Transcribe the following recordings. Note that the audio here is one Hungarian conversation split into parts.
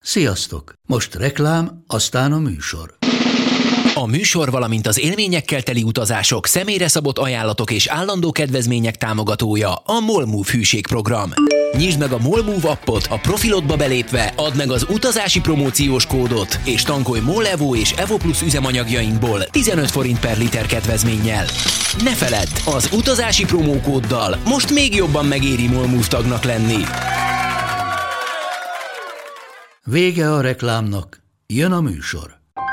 Sziasztok! Most reklám, aztán a műsor. A műsor, valamint az élményekkel teli utazások, személyre szabott ajánlatok és állandó kedvezmények támogatója a MOLMOVE hűségprogram. Nyisd meg a MOLMOVE appot, a profilodba belépve add meg az utazási promóciós kódot, és tankolj MOL Evo és Evo Plus üzemanyagjainkból 15 forint per liter kedvezménnyel. Ne feledd, az utazási promókóddal most még jobban megéri MOLMOVE tagnak lenni. Vége a reklámnak, jön a műsor.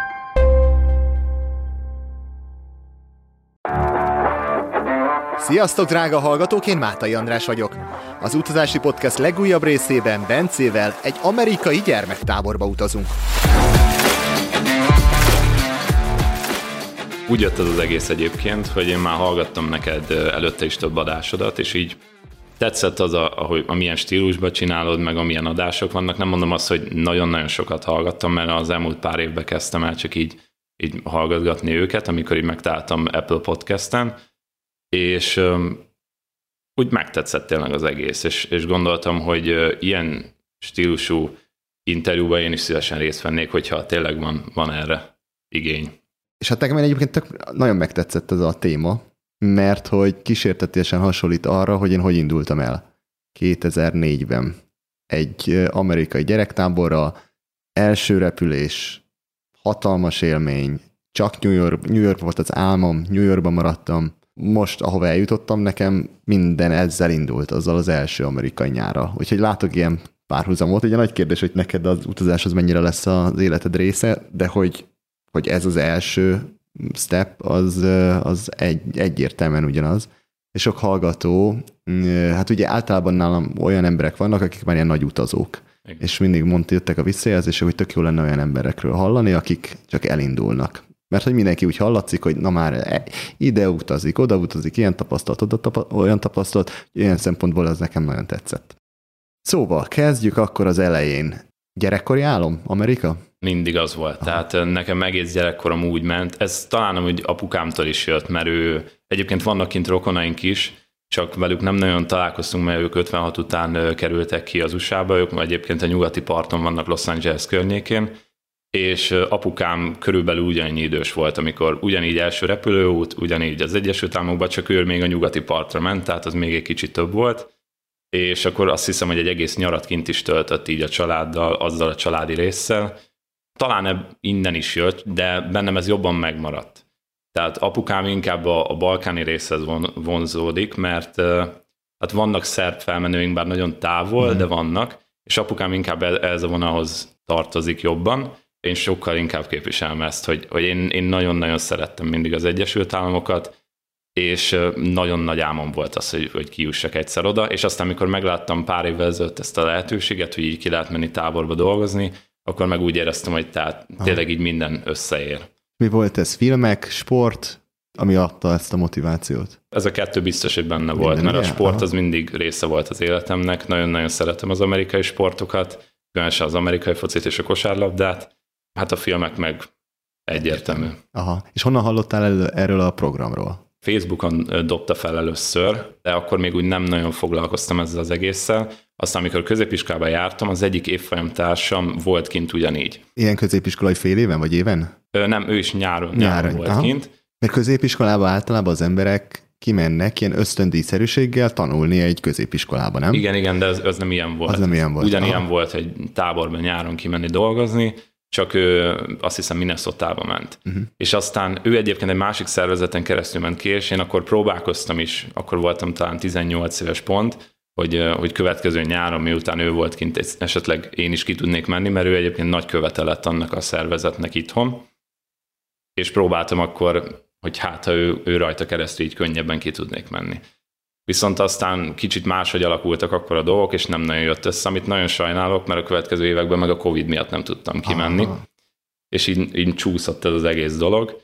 Sziasztok, drága hallgatók, én Mátai András vagyok. Az Utazási Podcast legújabb részében Bencével egy amerikai gyermektáborba utazunk. Úgy jött az egész egyébként, hogy én már hallgattam neked előtte is több adásodat, és így tetszett az, ahogy amilyen stílusban csinálod, meg amilyen adások vannak. Nem mondom azt, hogy nagyon-nagyon sokat hallgattam, mert az elmúlt pár évben kezdtem el csak így hallgatgatni őket, amikor így megtaláltam Apple Podcasten, és úgy megtetszett tényleg az egész, és gondoltam, hogy ilyen stílusú interjúban én is szívesen részt vennék, hogyha tényleg van erre igény. És hát nekem egyébként nagyon megtetszett ez a téma, mert hogy kísértetiesen hasonlít arra, hogy én hogy indultam el 2004-ben. Egy amerikai gyerektáborra, első repülés, hatalmas élmény, csak New York volt az álmom, New Yorkban maradtam. Most, ahova eljutottam, nekem minden ezzel indult, azzal az első amerikai nyárra. Úgyhogy látok ilyen párhuzamot. Ugye nagy kérdés, hogy neked az utazás az mennyire lesz az életed része, de hogy ez az első step, az egyértelműen ugyanaz. És sok hallgató, hát ugye általában nálam olyan emberek vannak, akik már ilyen nagy utazók. Igen. És mindig jöttek a visszajelzések, hogy tök jó lenne olyan emberekről hallani, akik csak elindulnak. Mert hogy mindenki úgy hallatszik, hogy na már ide utazik, oda utazik, ilyen tapasztalat, olyan tapasztalat, ilyen szempontból az nekem nagyon tetszett. Szóval kezdjük akkor az elején. Gyerekkori álom, Amerika? Mindig az volt. Aha. Tehát nekem egész gyerekkorom úgy ment. Ez talán amúgy apukámtól is jött, mert ő egyébként vannak kint rokonaink is, csak velük nem nagyon találkoztunk, mert ők 56 után kerültek ki az USA-ba, ők egyébként a nyugati parton vannak, Los Angeles környékén, és apukám körülbelül ugyannyi idős volt, amikor ugyanígy első repülőút, ugyanígy az Egyesült Államokban, csak ő még a nyugati partra ment, tehát az még egy kicsit több volt, és akkor azt hiszem, hogy egy egész nyarat kint is töltött így a családdal, azzal a családi résszel. Talán innen is jött, de bennem ez jobban megmaradt. Tehát apukám inkább a balkáni részhez vonzódik, mert hát vannak szerb felmenőink, bár nagyon távol, de vannak, és apukám inkább ez a vonalhoz tartozik jobban. Én sokkal inkább képviselem ezt, hogy én nagyon-nagyon szerettem mindig az Egyesült Államokat, és nagyon nagy álmom volt az, hogy kijussak egyszer oda, és aztán, amikor megláttam pár évvel ezelőtt ezt a lehetőséget, hogy így ki lehet menni táborba dolgozni, akkor meg úgy éreztem, hogy tehát tényleg így minden összeér. Mi volt ez? Filmek, sport, ami adta ezt a motivációt? Ez a kettő biztos, hogy benne volt, mert a sport az mindig része volt az életemnek. Nagyon-nagyon szeretem az amerikai sportokat, különösen az amerikai focit és a kosárlabdát. Hát a filmek meg egyértelmű. Aha. És honnan hallottál erről a programról? Facebookon dobta fel először, de akkor még úgy nem nagyon foglalkoztam ezzel az egésszel. Aztán, amikor középiskolában jártam, az egyik évfolyamtársam volt kint ugyanígy. Ilyen középiskolai fél éven vagy éven? Nem, ő is nyáron volt kint. Mert középiskolában általában az emberek kimennek ilyen ösztöndíjszerűséggel tanulni egy középiskolában, nem? Igen, de ez nem ilyen volt. Az nem ilyen volt. Ugyanilyen volt, hogy táborban nyáron kimenni dolgozni, csak ő azt hiszem Minnesotába ment. És aztán ő egyébként egy másik szervezeten keresztül ment ki, és én akkor próbálkoztam is, akkor voltam talán 18 éves pont, hogy következő nyáron, miután ő volt kint, esetleg én is ki tudnék menni, mert ő egyébként nagy követe lett annak a szervezetnek itthon, és próbáltam akkor, hogy hát, ha ő rajta keresztül így könnyebben ki tudnék menni. Viszont aztán kicsit máshogy alakultak akkor a dolgok, és nem nagyon jött össze, amit nagyon sajnálok, mert a következő években meg a Covid miatt nem tudtam kimenni. És így csúszott ez az egész dolog.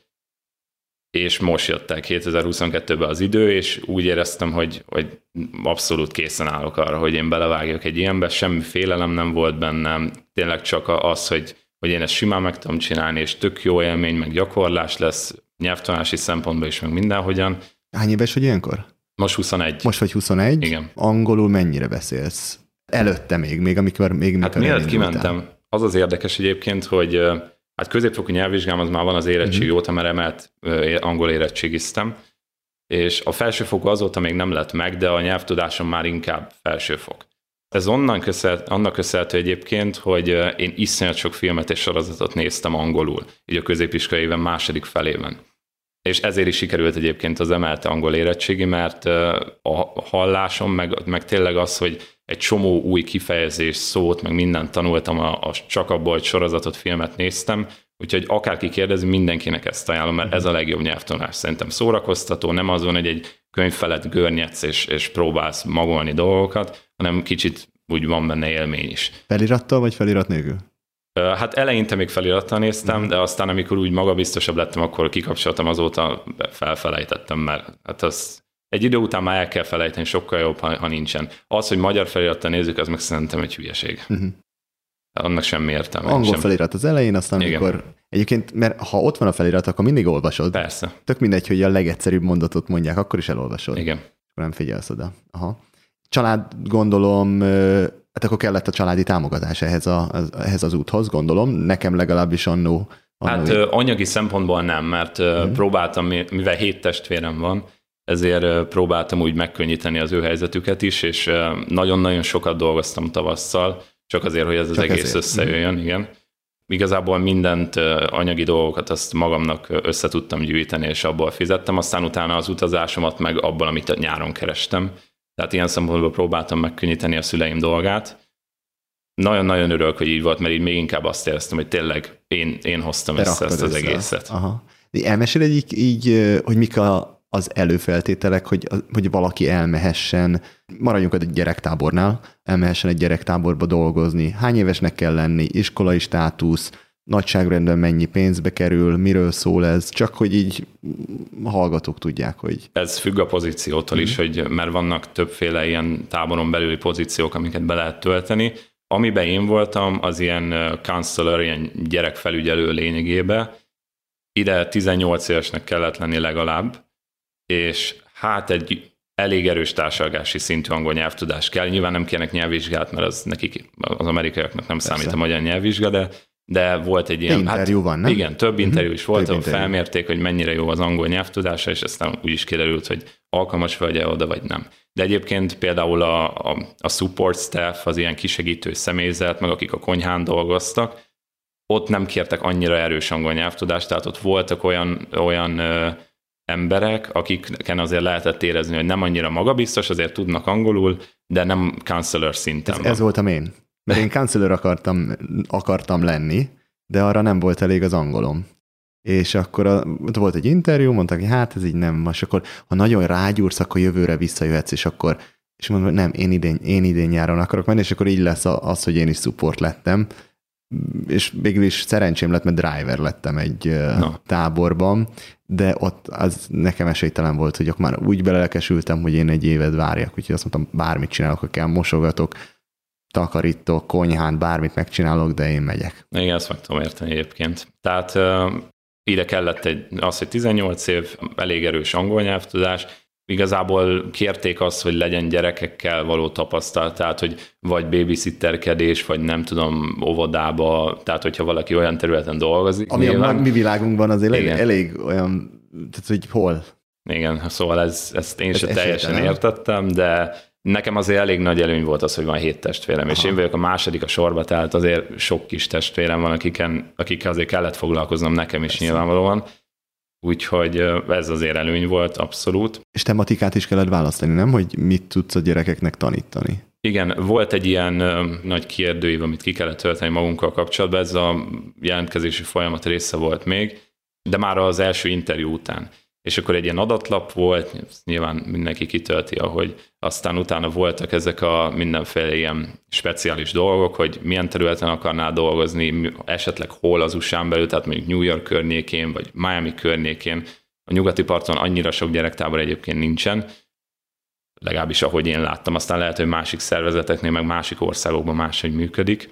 És most jött el 2022-ben az idő, és úgy éreztem, hogy abszolút készen állok arra, hogy én belevágjak egy ilyenbe, semmi félelem nem volt bennem, tényleg csak az, hogy én ezt simán meg tudom csinálni, és tök jó élmény, meg gyakorlás lesz, nyelvtanulási szempontból is, meg mindenhogyan. Hány éves vagy ilyenkor? Most 21. Most vagy 21? Igen. Angolul mennyire beszélsz? Előtte még amikor hát mielőtt kimentem az az érdekes egyébként, hogy hát középfokú nyelvvizsgám az már van az érettség óta, mert emelt angol érettségiztem, és a felsőfokú azóta még nem lett meg, de a nyelvtudásom már inkább felsőfok. Ez annak köszönhető egyébként, hogy én iszonyat sok filmet és sorozatot néztem angolul, így a középiskolai éven második felében. És ezért is sikerült egyébként az emelt angol érettségi, mert a hallásom, meg tényleg az, hogy egy csomó új kifejezés, szót, meg mindent tanultam, csak abból, hogy sorozatot, filmet néztem, úgyhogy akárki kérdezi, mindenkinek ezt ajánlom, mert ez a legjobb nyelvtanulás. Szerintem szórakoztató, nem azon, hogy egy könyv felett görnyedsz és próbálsz magolni dolgokat, hanem kicsit úgy van benne élmény is. Felirattal vagy felirat nélkül? Hát eleinte még felirattal néztem, de aztán amikor úgy magabiztosabb lettem, akkor kikapcsoltam, azóta felfelejtettem, mert hát az egy idő után már el kell felejteni, sokkal jobb, ha nincsen. Az, hogy magyar felirattal nézzük, az meg szerintem egy hülyeség. Annak semmi értelme. Angol felirat az elején, aztán amikor... Egyébként, mert ha ott van a felirat, akkor mindig olvasod. Persze. Tök mindegy, hogy a legegyszerűbb mondatot mondják, akkor is elolvasod. Igen. Akkor nem figyelsz oda. Aha. Család, gondolom, hát akkor kellett a családi támogatás ehhez az úthoz, gondolom. Nekem legalábbis annó. Hát anyagi szempontból nem, mert próbáltam, mivel 7 testvérem van, ezért próbáltam úgy megkönnyíteni az ő helyzetüket is, és nagyon-nagyon sokat dolgoztam tavasszal, csak azért, hogy ez az egész összejöjjön, igen. Igazából mindent, anyagi dolgokat azt magamnak össze tudtam gyűjteni, és abból fizettem, aztán utána az utazásomat meg abból, amit nyáron kerestem. Tehát ilyen szempontból próbáltam megkönnyíteni a szüleim dolgát. Nagyon-nagyon örülök, hogy így volt, mert így még inkább azt éreztem, hogy tényleg én hoztam össze ezt az egészet. Aha. Elmesél így, hogy mik az előfeltételek, hogy valaki elmehessen, maradjunk egy gyerektábornál, elmehessen egy gyerektáborba dolgozni. Hány évesnek kell lenni, iskolai státusz, nagyságrendben mennyi pénzbe kerül, miről szól ez, csak hogy így hallgatók tudják, hogy... Ez függ a pozíciótól is, mert vannak többféle ilyen táboron belüli pozíciók, amiket be lehet tölteni. Amiben én voltam, az ilyen counselor, ilyen gyerekfelügyelő lényegében. Ide 18 évesnek kellett lenni legalább, és hát egy elég erős társalgási szintű angol nyelvtudás kell. Nyilván nem kérnek nyelvvizsgát, mert az nekik, az amerikaiaknak nem számít a magyar nyelvvizsga, de volt egy ilyen... interjú van, nem? Igen, több interjú is volt, ahol felmérték, hogy mennyire jó az angol nyelvtudása, és aztán úgy is kiderült, hogy alkalmas vagy-e oda, vagy nem. De egyébként például a support staff, az ilyen kisegítő személyzet, meg akik a konyhán dolgoztak, ott nem kértek annyira erős angol nyelvtudást, tehát ott voltak olyan emberek, akiken azért lehetett érezni, hogy nem annyira magabiztos, azért tudnak angolul, de nem counselor szinten. Ez voltam én. Mert én counselor akartam lenni, de arra nem volt elég az angolom. És akkor volt egy interjú, mondták, hogy hát ez így nem, most akkor ha nagyon rágyúrsz, akkor jövőre visszajöhetsz, és mondom, nem, én idén nyáron akarok menni, és akkor így lesz az, hogy én is support lettem. És végül is szerencsém lett, mert driver lettem egy táborban, de ott az nekem esélytelen volt, hogy akkor már úgy belelkesültem, hogy én egy évet várjak, úgyhogy azt mondtam, bármit csinálok, akár mosogatok, takarítok, konyhán, bármit megcsinálok, de én megyek. Igen, ezt meg tudom érteni egyébként. Tehát ide kellett az, hogy 18 év, elég erős angol nyelvtudás, igazából kérték azt, hogy legyen gyerekekkel való tapasztalat, tehát hogy vagy babysitterkedés, vagy nem tudom, óvodába, tehát hogyha valaki olyan területen dolgozik. Ami a mi világunkban azért elég olyan, tehát hogy hol? Igen, szóval ezt én sem teljesen értettem, de nekem azért elég nagy előny volt az, hogy van 7 testvérem, és én vagyok a második a sorba, tehát azért sok kis testvérem van, akikkel azért kellett foglalkoznom nekem is nyilvánvalóan. Úgyhogy ez azért előny volt, abszolút. És tematikát is kellett választani, nem? Hogy mit tudsz a gyerekeknek tanítani? Igen, volt egy ilyen nagy kérdőív, amit ki kellett tölteni magunkkal kapcsolatban, ez a jelentkezési folyamat része volt még, de már az első interjú után. És akkor egy ilyen adatlap volt, nyilván mindenki kitölti, ahogy aztán utána voltak ezek a mindenféle ilyen speciális dolgok, hogy milyen területen akarnál dolgozni, esetleg hol az USA-n belül, tehát mondjuk New York környékén, vagy Miami környékén. A nyugati parton annyira sok gyerektábor egyébként nincsen, legalábbis ahogy én láttam. Aztán lehet, hogy másik szervezeteknél, meg másik országokban máshogy működik.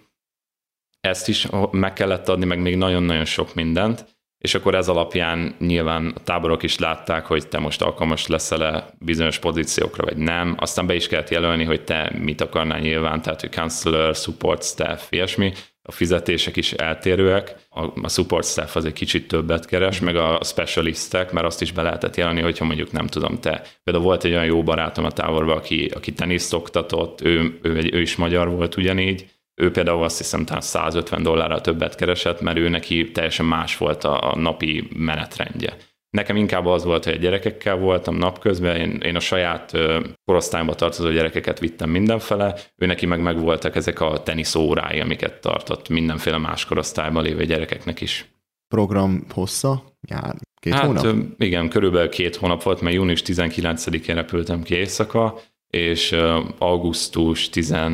Ezt is meg kellett adni, meg még nagyon-nagyon sok mindent. És akkor ez alapján nyilván a táborok is látták, hogy te most alkalmas leszel-e bizonyos pozíciókra, vagy nem. Aztán be is kellett jelölni, hogy te mit akarnál nyilván, tehát hogy counselor, support staff, ilyesmi. a fizetések is eltérőek, a support staff az egy kicsit többet keres, meg a specialistek, mert azt is be lehetett jelölni, hogyha mondjuk nem tudom, te. Például volt egy olyan jó barátom a táborban, aki teniszt oktatott, ő is magyar volt ugyanígy, ő például azt hiszem talán $150 többet keresett, mert ő neki teljesen más volt a napi menetrendje. Nekem inkább az volt, hogy a gyerekekkel voltam napközben, én a saját korosztályba tartozó gyerekeket vittem mindenfele, ő neki meg voltak ezek a tenisz órái, amiket tartott mindenféle más korosztályban lévő gyerekeknek is. Program hossza? Két hónap? Igen, körülbelül 2 hónap volt, mert június 19-én repültem ki éjszaka, és augusztus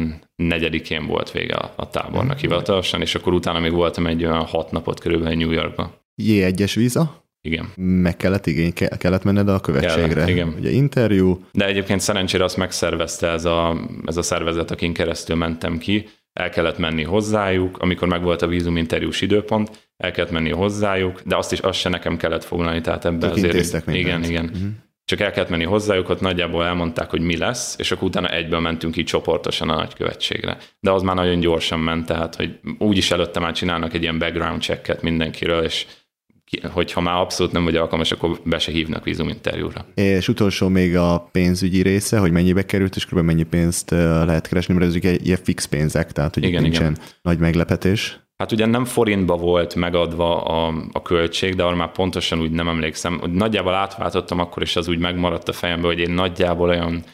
14-én volt vége a tábornak hivatalosan, és akkor utána még voltam egy olyan 6 napot körülbelül New Yorkban. J1-es víza? Igen. Meg kellett menned a követségre. Igen. Ugye interjú. De egyébként szerencsére azt megszervezte ez a szervezet, akin keresztül mentem ki. El kellett menni hozzájuk, amikor megvolt a vízuminterjús időpont, el kellett menni hozzájuk, de azt se nekem kellett foglalni, tehát ebben azért... Igen. Uh-huh. Csak el kellett menni hozzájuk, ott nagyjából elmondták, hogy mi lesz, és akkor utána egyből mentünk így csoportosan a nagykövetségre. De az már nagyon gyorsan ment, tehát hogy úgyis előtte már csinálnak egy ilyen background checket mindenkiről, és hogyha már abszolút nem vagy alkalmas, akkor be se hívnak vízuminterjúra. És utolsó még a pénzügyi része, hogy mennyibe került, és kb. Mennyi pénzt lehet keresni, mert ezek ilyen fix pénzek, tehát hogy nincsen nagy meglepetés. Hát ugye nem forintba volt megadva a költség, de arra már pontosan úgy nem emlékszem. Nagyjából átváltottam akkor, és az úgy megmaradt a fejembe, hogy én nagyjából olyan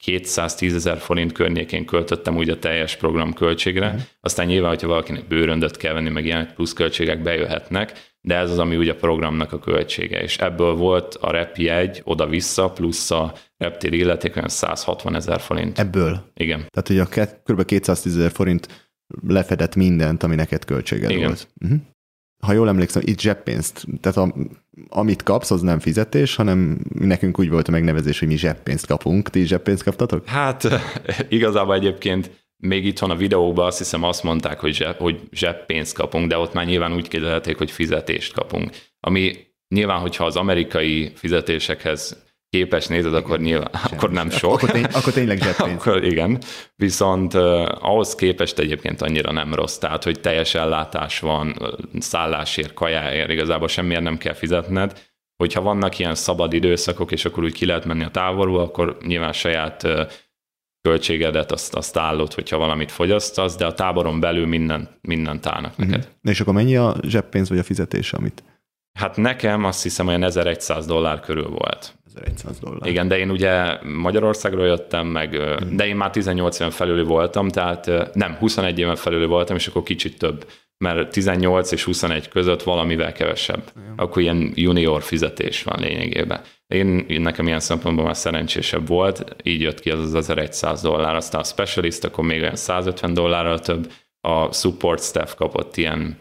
210 000 forint környékén költöttem úgy a teljes program költségre. Aztán nyilván, hogyha valakinek bőröndöt kell venni, meg ilyen plusz költségek bejöhetnek, de ez az, ami ugye a programnak a költsége. És ebből volt a repjegy oda-vissza, plusz a reptéri illeték olyan 160 000 forint. Ebből? Igen. Tehát ugye kb. 210 000 forint lefedett mindent, ami neked költséged volt. Ha jól emlékszem, itt zseppénzt, tehát amit kapsz, az nem fizetés, hanem nekünk úgy volt a megnevezés, hogy mi zseppénzt kapunk. Ti zseppénzt kaptatok? Hát igazából egyébként még itthon a videóban azt hiszem azt mondták, hogy zseppénzt kapunk, de ott már nyilván úgy képzelték, hogy fizetést kapunk. Ami nyilván, hogyha az amerikai fizetésekhez képes nézed, akkor nyilván, akkor nem sok. Akkor tényleg zseppénz. Akkor igen, viszont ahhoz képest egyébként annyira nem rossz, tehát hogy teljes ellátás van, szállásért, kajáért, igazából semmiért nem kell fizetned. Hogyha vannak ilyen szabad időszakok, és akkor úgy ki lehet menni a távolba, akkor nyilván saját költségedet azt állod, hogyha valamit fogyasztasz, de a táboron belül mindent állnak neked. És akkor mennyi a zseppénz vagy a fizetés, amit? Hát nekem azt hiszem olyan $1100 körül volt. $1100. Igen, de én ugye Magyarországról jöttem, de én már 18 éven felüli voltam, tehát nem, 21 éven felüli voltam, és akkor kicsit több, mert 18 és 21 között valamivel kevesebb. Akkor ilyen junior fizetés van lényegében. Nekem ilyen szempontból már szerencsésebb volt, így jött ki az $1100, aztán a specialist, akkor még olyan $150 több, a support staff kapott ilyen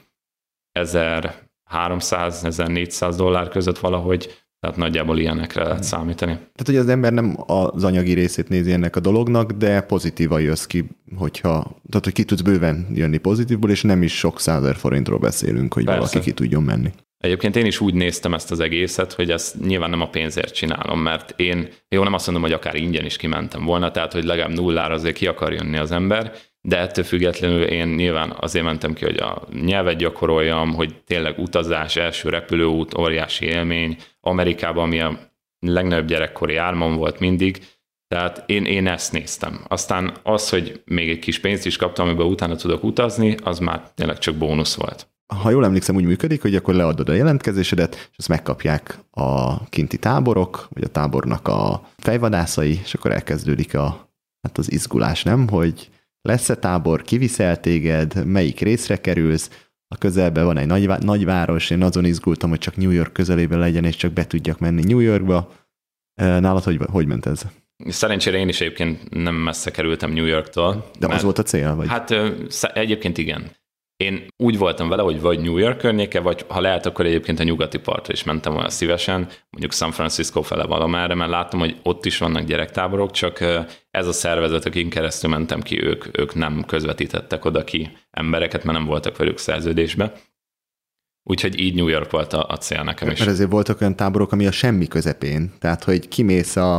$1300-1400 között valahogy, tehát nagyjából ilyenekre lehet számítani. Tehát, hogy az ember nem az anyagi részét nézi ennek a dolognak, de pozitívan jössz ki, tehát, hogy ki tudsz bőven jönni pozitívból, és nem is sok 100 000 forintról beszélünk, hogy valaki ki tudjon menni. Egyébként én is úgy néztem ezt az egészet, hogy ezt nyilván nem a pénzért csinálom, mert jó, nem azt mondom, hogy akár ingyen is kimentem volna, tehát, hogy legalább nullára azért ki akar jönni az ember, de ettől függetlenül én nyilván azért mentem ki, hogy a nyelvet gyakoroljam, hogy tényleg utazás, első repülőút, óriási élmény, Amerikában, ami a legnagyobb gyerekkori álmom volt mindig, tehát én ezt néztem. Aztán az, hogy még egy kis pénzt is kaptam, amiből utána tudok utazni, az már tényleg csak bónusz volt. Ha jól emlékszem, úgy működik, hogy akkor leadod a jelentkezésedet, és azt megkapják a kinti táborok, vagy a tábornak a fejvadászai, és akkor elkezdődik az izgulás, nem? Hogy lesz-e tábor, kivisz el téged, melyik részre kerülsz, a közelben van egy nagyváros, én azon izgultam, hogy csak New York közelében legyen, és csak be tudjak menni New Yorkba. Nálad hogy ment ez? Szerencsére én is egyébként nem messze kerültem New Yorktól. De az volt a cél? Vagy? Hát egyébként igen. Én úgy voltam vele, hogy vagy New York környéke, vagy ha lehet, akkor egyébként a nyugati partra is mentem volna szívesen, mondjuk San Francisco fele valamerre, mert láttam, hogy ott is vannak gyerektáborok, csak ez a szervezet, akin keresztül mentem ki, ők nem közvetítettek oda ki embereket, mert nem voltak velük szerződésbe. Úgyhogy így New York volt a cél nekem is. Mert ezért voltak olyan táborok, ami a semmi közepén, tehát hogy kimész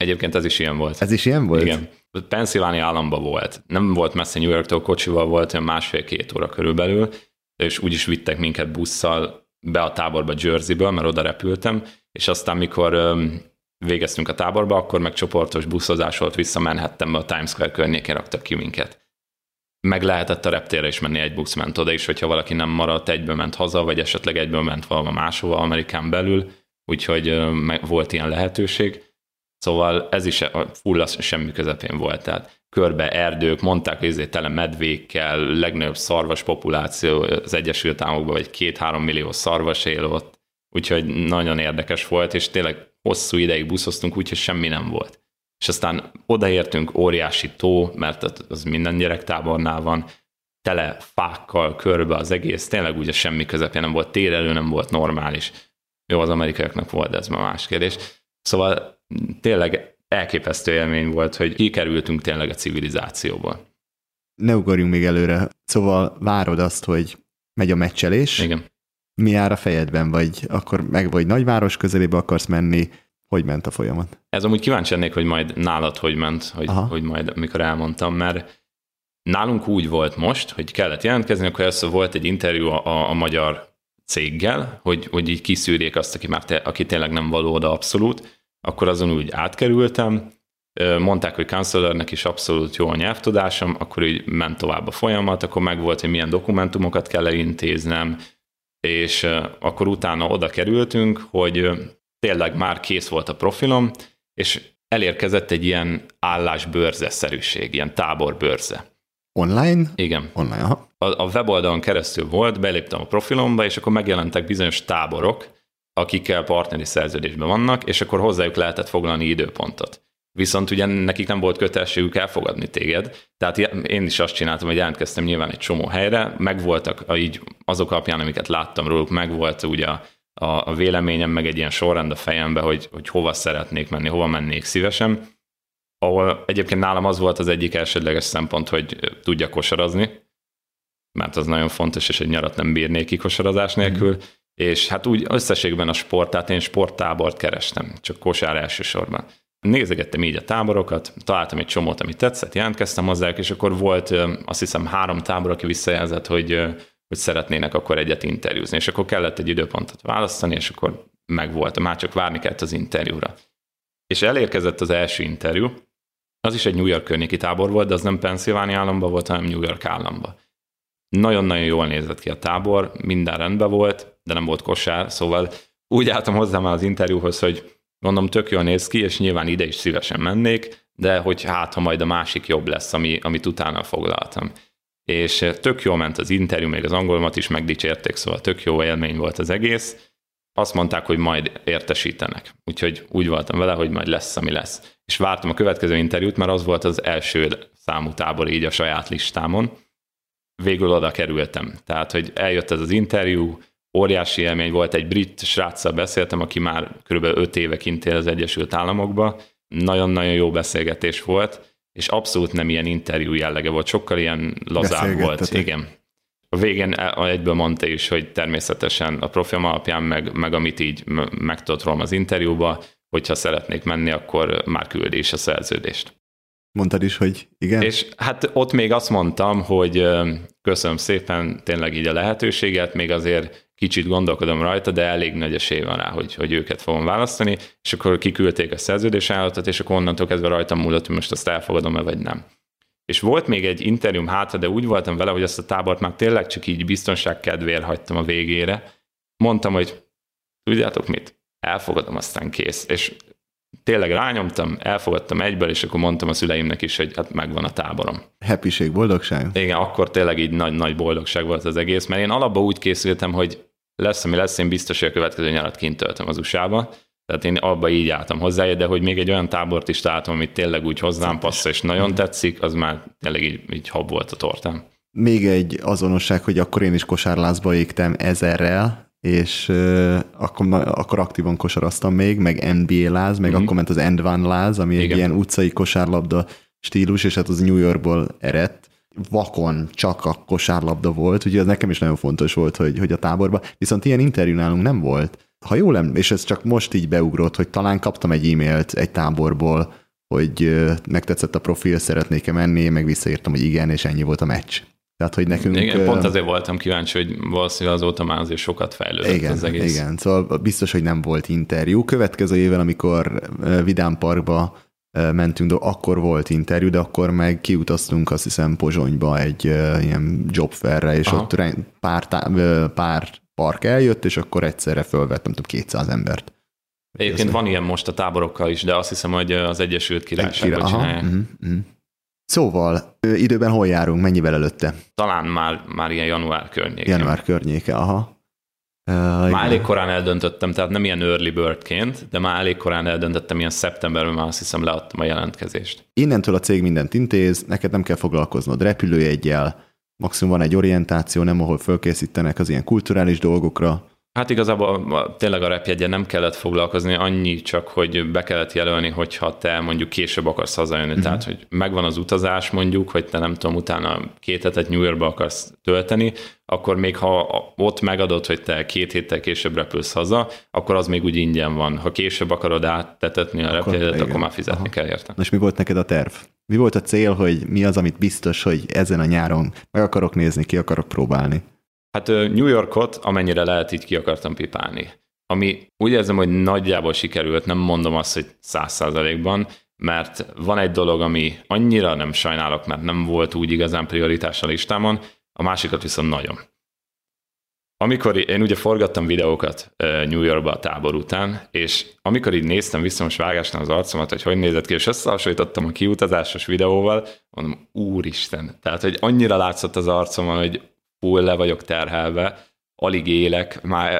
Egyébként ez is ilyen volt. Ez is ilyen volt? Igen. Pennsylvania államban volt. Nem volt messze New Yorktól, kocsival volt, olyan 1,5-2 óra körülbelül, és úgy is vittek minket busszal be a táborba Jerseyből, mert oda repültem, és aztán mikor végeztünk a táborba, akkor meg csoportos buszozás volt vissza Manhattanbe, a Times Square környékén raktak ki minket. Meg lehetett a reptérre is menni, egy busz ment oda is, hogyha valaki nem maradt, egyből ment haza, vagy esetleg egyből ment valahol máshova Amerikán belül, úgyhogy volt ilyen lehetőség. Szóval ez is full semmi közepén volt, tehát körbe erdők, mondták, hogy ezért tele medvékkel, legnagyobb szarvas populáció az Egyesült Államokban, vagy 2-3 millió szarvas él ott, úgyhogy nagyon érdekes volt, és tényleg hosszú ideig buszoztunk, úgyhogy semmi nem volt. És aztán odaértünk, óriási tó, mert az minden gyerektábornál van, tele fákkal körbe az egész, tényleg ugye semmi közepén nem volt, térelő nem volt normális. Jó, az amerikaiaknak volt, de ez már más kérdés. Szóval tényleg elképesztő élmény volt, hogy kikerültünk tényleg a civilizációból. Ne ugorjunk még előre. Szóval várod azt, hogy megy a meccselés. Igen. Mi jár a fejedben? Vagy akkor vagy nagyváros közelébe akarsz menni? Hogy ment a folyamat? Ez amúgy kíváncsi lennék, hogy majd nálad hogy ment, hogy majd amikor elmondtam, mert nálunk úgy volt most, hogy kellett jelentkezni, akkor először volt egy interjú a magyar céggel, hogy így kiszűrjék azt, aki tényleg nem való oda abszolút, akkor azon úgy átkerültem, mondták, hogy counselornek is abszolút jó a nyelvtudásom, akkor így ment tovább a folyamat, akkor megvolt, hogy milyen dokumentumokat kell elintéznem, és akkor utána oda kerültünk, hogy tényleg már kész volt a profilom, és elérkezett egy ilyen állásbőrze-szerűség, ilyen táborbőrze. Online? Igen. Online, aha. A weboldalon keresztül volt, beléptem a profilomba, és akkor megjelentek bizonyos táborok, akikkel partneri szerződésben vannak, és akkor hozzájuk lehetett foglalni időpontot. Viszont ugye nekik nem volt kötelességük elfogadni téged, tehát én is azt csináltam, hogy jelentkeztem nyilván egy csomó helyre, megvoltak így azok alapján, amiket láttam róluk, megvolt ugye a véleményem, meg egy ilyen sorrend a fejembe, hogy hova szeretnék menni, hova mennék szívesen. Ahol egyébként nálam az volt az egyik elsődleges szempont, hogy tudja kosarazni, mert az nagyon fontos, és egy nyarat nem bírnék ki kosarazás nélkül, és hát úgy összességben a sport, tehát én sporttábort kerestem, csak kosár elsősorban. Nézegettem így a táborokat, találtam egy csomót, ami tetszett, jelentkeztem hozzájuk, és akkor volt azt hiszem 3 tábor, aki visszajelzett, hogy szeretnének akkor egyet interjúzni, és akkor kellett egy időpontot választani, és akkor megvolt, már csak várni kellett az interjúra. És elérkezett az első interjú, az is egy New York környéki tábor volt, de az nem Pennsylvania államban volt, hanem New York államban. Nagyon-nagyon jól nézett ki a tábor, minden rendben volt, de nem volt kosár, szóval úgy álltam hozzá már az interjúhoz, hogy mondom, tök jól néz ki, és nyilván ide is szívesen mennék, de hogy ha majd a másik jobb lesz, amit utána foglaltam. És tök jól ment az interjú, még az angolomat is megdicsérték, szóval tök jó élmény volt az egész. Azt mondták, hogy majd értesítenek. Úgyhogy úgy voltam vele, hogy majd lesz, ami lesz. És vártam a következő interjút, mert az volt az első számú tábor így a saját listámon. Végül oda kerültem. Tehát, hogy eljött ez az interjú, óriási élmény volt, egy brit sráccal beszéltem, aki már kb. 5 éve kint él az Egyesült Államokban. Nagyon-nagyon jó beszélgetés volt, és abszolút nem ilyen interjú jellege volt, sokkal ilyen lazább volt. Igen. A végén egyből mondta is, hogy természetesen a profilom alapján, meg amit így megtudott rólam az interjúba, hogyha szeretnék menni, akkor már küldi is a szerződést. Mondtad is, hogy igen? És hát ott még azt mondtam, hogy köszönöm szépen tényleg így a lehetőséget, még azért kicsit gondolkodom rajta, de elég nagy esély van rá, hogy őket fogom választani, és akkor kiküldték a szerződésállatot, és akkor onnantól kezdve rajtam múlott, hogy most azt elfogadom-e, vagy nem. És volt még egy interjúm hátra, de úgy voltam vele, hogy ezt a tábort már tényleg csak így biztonság kedvéért hagytam a végére. Mondtam, hogy tudjátok mit? Elfogadom, aztán kész. És tényleg rányomtam, elfogadtam egyből, és akkor mondtam a szüleimnek is, hogy hát megvan a táborom. Happység, boldogság? Igen, akkor tényleg így nagy boldogság volt az egész, mert én alapban úgy készültem, hogy lesz, ami lesz, én biztos, hogy a következő nyarat kint töltöm az USA-ba. Tehát én abba így álltam hozzá, de hogy még egy olyan tábort is találtam, amit tényleg úgy hozzám passzol, és nagyon tetszik, az már tényleg így hab volt a tortám. Még egy azonosság, hogy akkor én is kosárlázba égtem 1000-rel, és akkor aktívan kosaraztam még, meg NBA láz, meg akkor ment az End One láz, ami egy ilyen utcai kosárlabda stílus, és hát az New Yorkból eredt. Vakon csak a kosárlabda volt, úgyhogy ez nekem is nagyon fontos volt, hogy a táborban. Viszont ilyen interjú nálunk nem volt. ha jól és ez csak most így beugrott, hogy talán kaptam egy e-mailt egy táborból, hogy megtetszett a profil, szeretnék-e menni, én meg visszaírtam, hogy igen, és ennyi volt a meccs. Tehát, hogy nekünk... Igen, pont azért voltam kíváncsi, hogy valószínűleg azóta már azért sokat fejlődött az egész. Igen, szóval biztos, hogy nem volt interjú. Következő évben, amikor Vidám Parkba mentünk, akkor volt interjú, de akkor meg kiutaztunk, azt hiszem, Pozsonyba egy ilyen jobfairre, és ott pár park eljött, és akkor egyszerre fölvettem, 200 embert. Egyébként van ilyen most a táborokkal is, de azt hiszem, hogy az Egyesült Királyságban csinálják. Szóval időben hol járunk, mennyivel előtte? Talán már ilyen január környéke. Január környéke, aha. Már elég korán eldöntöttem, tehát nem ilyen early birdként, de már elég korán eldöntöttem, ilyen szeptemberben már azt hiszem leadtam a jelentkezést. Innentől a cég mindent intéz, neked nem kell foglalkoznod repülőjeggyel, maximum van egy orientáció, nem ahol fölkészítenek az ilyen kulturális dolgokra. Hát igazából tényleg a repjegyen nem kellett foglalkozni, annyi csak, hogy be kellett jelölni, hogyha te mondjuk később akarsz hazajönni. Tehát, hogy megvan az utazás mondjuk, hogy te nem tudom, utána 2 hetet New Yorkba akarsz tölteni, akkor még ha ott megadod, hogy te 2 héttel később repülsz haza, akkor az még úgy ingyen van. Ha később akarod áttetetni a repjegyedet, akkor már fizetni kell érte. És mi volt neked a terv? Mi volt a cél, hogy mi az, amit biztos, hogy ezen a nyáron meg akarok nézni, ki akarok próbálni? Hát New Yorkot, amennyire lehet, így ki akartam pipálni. Ami úgy érzem, hogy nagyjából sikerült, nem mondom azt, hogy 100%-ban, mert van egy dolog, ami annyira nem sajnálok, mert nem volt úgy igazán prioritás a listámon, a másikat viszont nagyon. Amikor én ugye forgattam videókat New Yorkba a tábor után, és amikor így néztem vissza most vágásnál az arcomat, hogy nézett ki, és összehasonlítottam a kiutazásos videóval, mondom, úristen, tehát hogy annyira látszott az arcomon, hogy le vagyok terhelve, alig élek.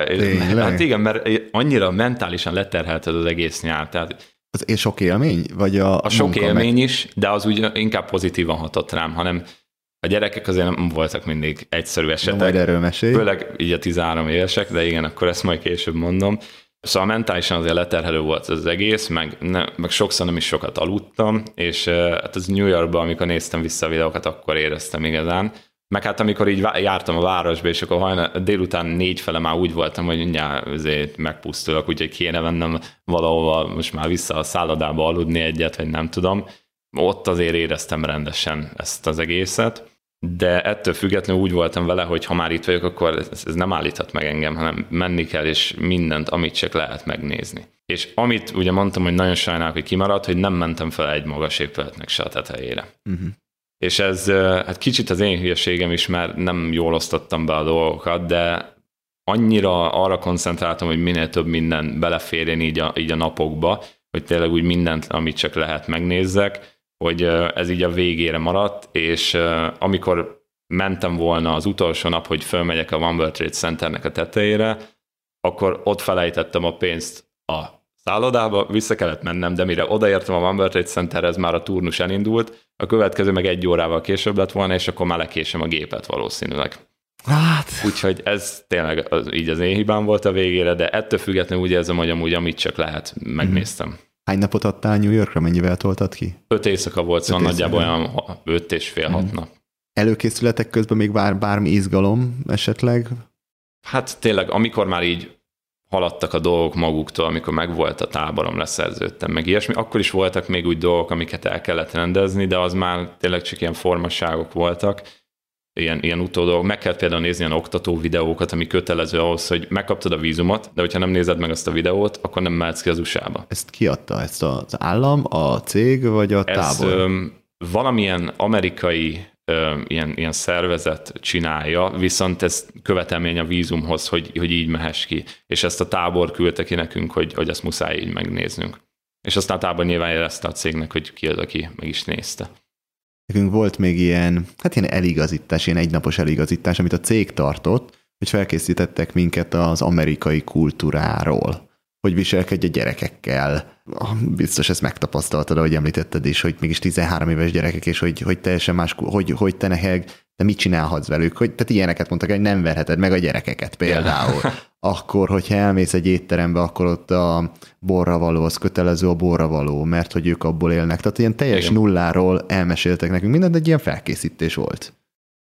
Hát igen, mert annyira mentálisan leterhelted az egész nyár. Tehát az sok élmény? Vagy a sok élmény is, de az úgy inkább pozitívan hatott rám, hanem a gyerekek azért nem voltak mindig egyszerű esetek. Majd erről mesélj. Főleg így a 13 évesek, de igen, akkor ezt majd később mondom. Szóval mentálisan azért leterhelő volt az egész, meg sokszor nem is sokat aludtam, és hát az New Yorkban, amikor néztem vissza a videókat, akkor éreztem igazán. Meg hát amikor így jártam a városba, és akkor délután 4 fele már úgy voltam, hogy mindjárt azért megpusztulok, úgyhogy kéne vennem valahova most már vissza a szállodába aludni egyet, vagy nem tudom. Ott azért éreztem rendesen ezt az egészet, de ettől függetlenül úgy voltam vele, hogy ha már itt vagyok, akkor ez nem állíthat meg engem, hanem menni kell, és mindent, amit csak lehet megnézni. És amit ugye mondtam, hogy nagyon sajnálok, hogy kimaradt, hogy nem mentem fel egy magas épületnek se a tetejére. És ez hát kicsit az én hülyeségem is, mert nem jól osztottam be a dolgokat, de annyira arra koncentráltam, hogy minél több minden beleférjen így a napokba, hogy tényleg úgy mindent, amit csak lehet megnézzek, hogy ez így a végére maradt, és amikor mentem volna az utolsó nap, hogy fölmegyek a One World Trade Centernek a tetejére, akkor ott felejtettem a pénzt a szállodába, vissza kellett mennem, de mire odaértem a One World Trade Centerhez, már a turnus elindult, a következő meg 1 órával később lett volna, és akkor már lekésem a gépet valószínűleg. Hát. Úgyhogy ez tényleg így az én hibám volt a végére, de ettől függetlenül úgy érzem, hogy amúgy amit csak lehet, megnéztem. Hány napot adtál New Yorkra, mennyivel toltad ki? 5 éjszaka volt, szóval nagyjából olyan 5,5-6 nap. Előkészületek közben még bármi izgalom esetleg? Hát tényleg, amikor már így haladtak a dolgok maguktól, amikor megvolt a táborom, leszerződtem, meg ilyesmi, akkor is voltak még úgy dolgok, amiket el kellett rendezni, de az már tényleg csak ilyen formasságok voltak, ilyen utódolgok. Meg kellett például nézni ilyen oktató videókat, ami kötelező ahhoz, hogy megkaptad a vízumot, de hogyha nem nézed meg azt a videót, akkor nem mehetsz ki az USA-ba. Ezt ki adta? Ezt az állam, a cég, vagy a tábor? Valamilyen amerikai ilyen szervezet csinálja, viszont ez követelmény a vízumhoz, hogy így mehess ki. És ezt a tábor küldte ki nekünk, hogy ezt muszáj így megnéznünk. És aztán a tábor nyilván jelezte a cégnek, hogy ki az, aki meg is nézte. Nekünk volt még ilyen eligazítás, ilyen egynapos eligazítás, amit a cég tartott, hogy felkészítettek minket az amerikai kultúráról, hogy viselkedj a gyerekekkel. Biztos ezt megtapasztaltad, ahogy említetted is, hogy mégis 13 éves gyerekek, és hogy teljesen más, hogy te neked, te mit csinálhatsz velük, tehát ilyeneket mondtak, hogy nem verheted meg a gyerekeket például. Akkor, hogyha elmész egy étterembe, akkor ott a borravaló, az kötelező a borravaló, mert hogy ők abból élnek. Tehát ilyen teljes nulláról elmeséltek nekünk mindent, egy ilyen felkészítés volt.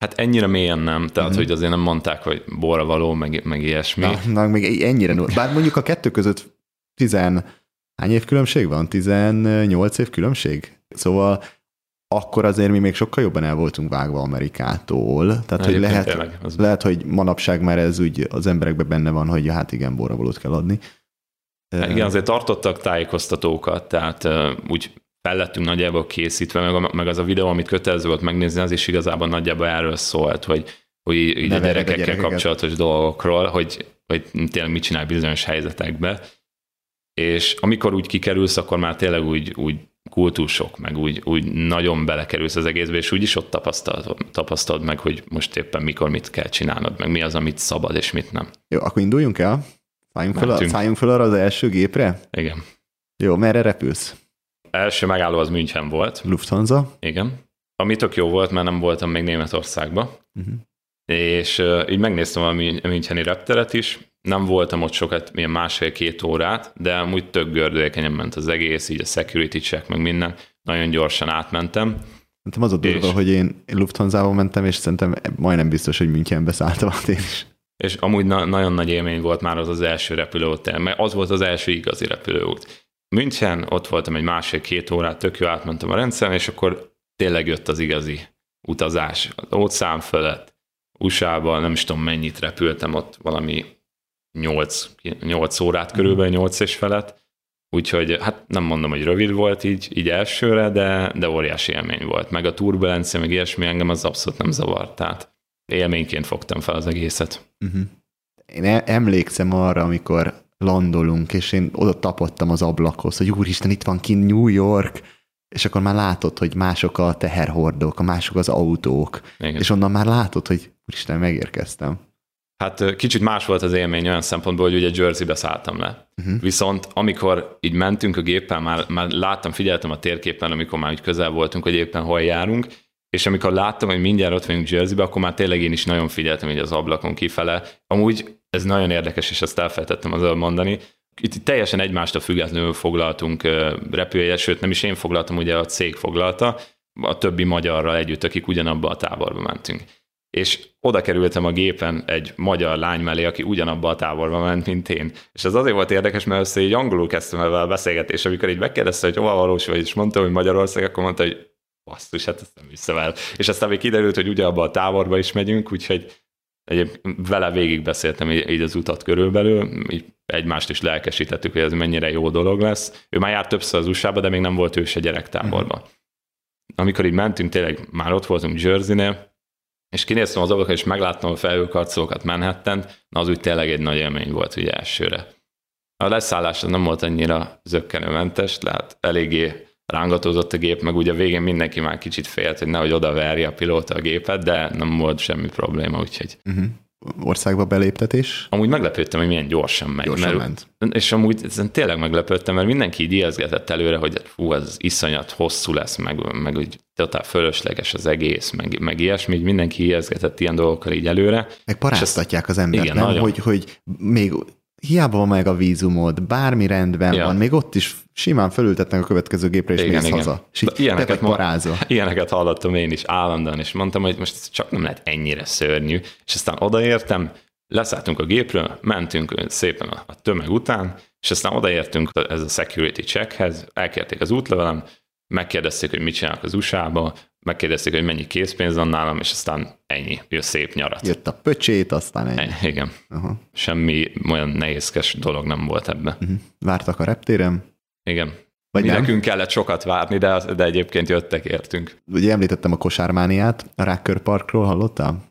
Hát ennyire mélyen nem, tehát hogy azért nem mondták, hogy borra való, meg ilyesmi. Na, még ennyire bár mondjuk a kettő között hány év különbség van? 18 év különbség? Szóval akkor azért mi még sokkal jobban el voltunk vágva Amerikától. Tehát, hogy lehet, hogy manapság már ez úgy az emberekben benne van, hogy hát igen, borravalót kell adni. Igen, azért tartottak tájékoztatókat, tehát úgy fel lettünk nagyjából készítve, meg az a videó, amit kötelező volt megnézni, az is igazából nagyjából erről szólt, hogy így a gyerekekkel kapcsolatos dolgokról, hogy tényleg mit csinál bizonyos helyzetekben. És amikor úgy kikerülsz, akkor már tényleg úgy kultúrsok, meg úgy nagyon belekerülsz az egészbe, és úgy is ott tapasztalod meg, hogy most éppen mikor mit kell csinálnod, meg mi az, amit szabad, és mit nem. Jó, akkor induljunk el? Szálljunk fel arra az első gépre? Igen. Jó, merre repülsz? Első megálló az München volt. Lufthansa? Igen. Ami tök jó volt, mert nem voltam még Németországban. És így megnéztem a müncheni repteret is. Nem voltam ott sokat, milyen 1,5-2 órát, de amúgy tök gördülékenyen ment az egész, így a security check, meg minden. Nagyon gyorsan átmentem. Szerintem az a durva, hogy én Lufthansa-val mentem, és szerintem majdnem biztos, hogy Münchenbe szálltam én is. És amúgy nagyon nagy élmény volt már az első repülőút, mert az volt az első igazi repülőút. München, ott voltam egy 1,5-2 órát, tök jó átmentem a rendszeren, és akkor tényleg jött az igazi utazás. Az óceán fölött, USA-ban, nem is tudom mennyit repültem, ott valami 8 órát körülbelül, 8 és felett. Úgyhogy hát nem mondom, hogy rövid volt így elsőre, de óriási élmény volt. Meg a turbulencia, meg ilyesmi engem az abszolút nem zavart. Tehát élményként fogtam fel az egészet. Én emlékszem arra, amikor landolunk, és én oda tapadtam az ablakhoz, hogy úristen, itt van kint New York, és akkor már látod, hogy mások a teherhordók, mások az autók, igen. És onnan már látod, hogy úristen, megérkeztem. Hát kicsit más volt az élmény olyan szempontból, hogy ugye Jerseybe szálltam le. Viszont amikor így mentünk a géppel, már figyeltem a térképen, amikor már úgy közel voltunk, hogy éppen hol járunk, és amikor láttam, hogy mindjárt ott vagyunk Jerseybe, akkor már tényleg én is nagyon figyeltem így az ablakon kifele. Amúgy ez nagyon érdekes, és ezt elfelejtettem az előbb mondani. Itt teljesen egymástól függetlenül foglaltunk repülőjegyet, sőt nem is én foglaltam, ugye a cég foglalta, a többi magyarral együtt, akik ugyanabba a táborba mentünk. És oda kerültem a gépen egy magyar lány mellé, aki ugyanabba a táborba ment, mint én. És ez azért volt érdekes, mert össze így angolul kezdtem el a beszélgetést, amikor így megkérdezte, hogy hova valós vagy, és mondta, hogy Magyarország, akkor mondta, hogy basszus, hát ezt nem hiszem el. És aztán még kiderült, hogy ugyanabba a táborba is megyünk, úgyhogy vele végig beszéltem így az utat körülbelül, így egymást is lelkesítettük, hogy ez mennyire jó dolog lesz. Ő már járt többször az USA-ba, de még nem volt ő se gyerektáborba. Amikor így mentünk, tényleg már ott voltunk Jerseynél, és kinéztem az ablakon, és megláttam a felhőkarcolókat Manhattant, na az úgy tényleg egy nagy élmény volt ugye elsőre. A leszállás nem volt annyira zökkenőmentes, tehát eléggé rángatózott a gép, meg ugye a végén mindenki már kicsit félt, hogy nehogy odaverje a pilóta a gépet, de nem volt semmi probléma, úgyhogy... Országba beléptetés? Amúgy meglepődtem, hogy milyen gyorsan megy. Ment. És amúgy tényleg meglepődtem, mert mindenki így ijeszgetett előre, hogy fú, az iszonyat hosszú lesz, meg úgy totál fölösleges az egész, meg ilyesmi, így mindenki ijeszgetett ilyen dolgokkal így előre. Meg paráztatják az embert, igen, nem? Hogy még hiába van meg a vízumod, bármi rendben van, még ott is simán fölültetnek a következő gépre, és mész haza. És ilyeneket hallottam én is állandóan, és mondtam, hogy most csak nem lehet ennyire szörnyű. És aztán odaértem, leszálltunk a gépről, mentünk szépen a tömeg után, és aztán odaértünk ez a security checkhez, elkérték az útlevelem, megkérdezték, hogy mit csinálok az USA-ba, megkérdezték, hogy mennyi készpénz van nálam, és aztán ennyi, jó szép nyarat. Jött a pöcsét, aztán ennyi. Igen. Semmi olyan nehézkes dolog nem volt ebben. Vártak a reptéren? Igen. Vagy nekünk kellett sokat várni, de egyébként jöttek, értünk. Ugye említettem a kosármániát, a Rucker Parkról hallottál?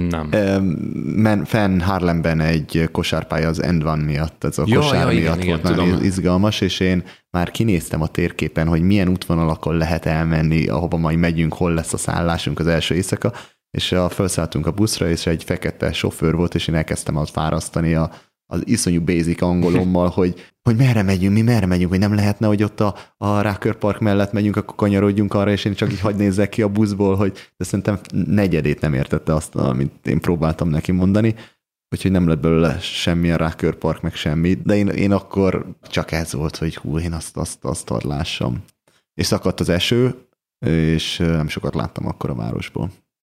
Nem. Fenn Harlemben egy kosárpálya az End One miatt, ez a kosár miatt volt nagyon izgalmas, és én már kinéztem a térképen, hogy milyen útvonalakon lehet elmenni, ahova majd megyünk, hol lesz a szállásunk az első éjszaka, és felszálltunk a buszra, és egy fekete sofőr volt, és én elkezdtem azt fárasztani az iszonyú basic angolommal, hogy merre megyünk, hogy nem lehetne, hogy ott a Rucker Park mellett megyünk, akkor kanyarodjunk arra, és én csak így hadd nézzek ki a buszból, de szerintem negyedét nem értette azt, amit én próbáltam neki mondani, úgyhogy nem lett belőle semmi a Rucker Park, meg semmi, de én akkor csak ez volt, hogy én azt hadd lássam. És szakadt az eső, és nem sokat láttam akkor a városból.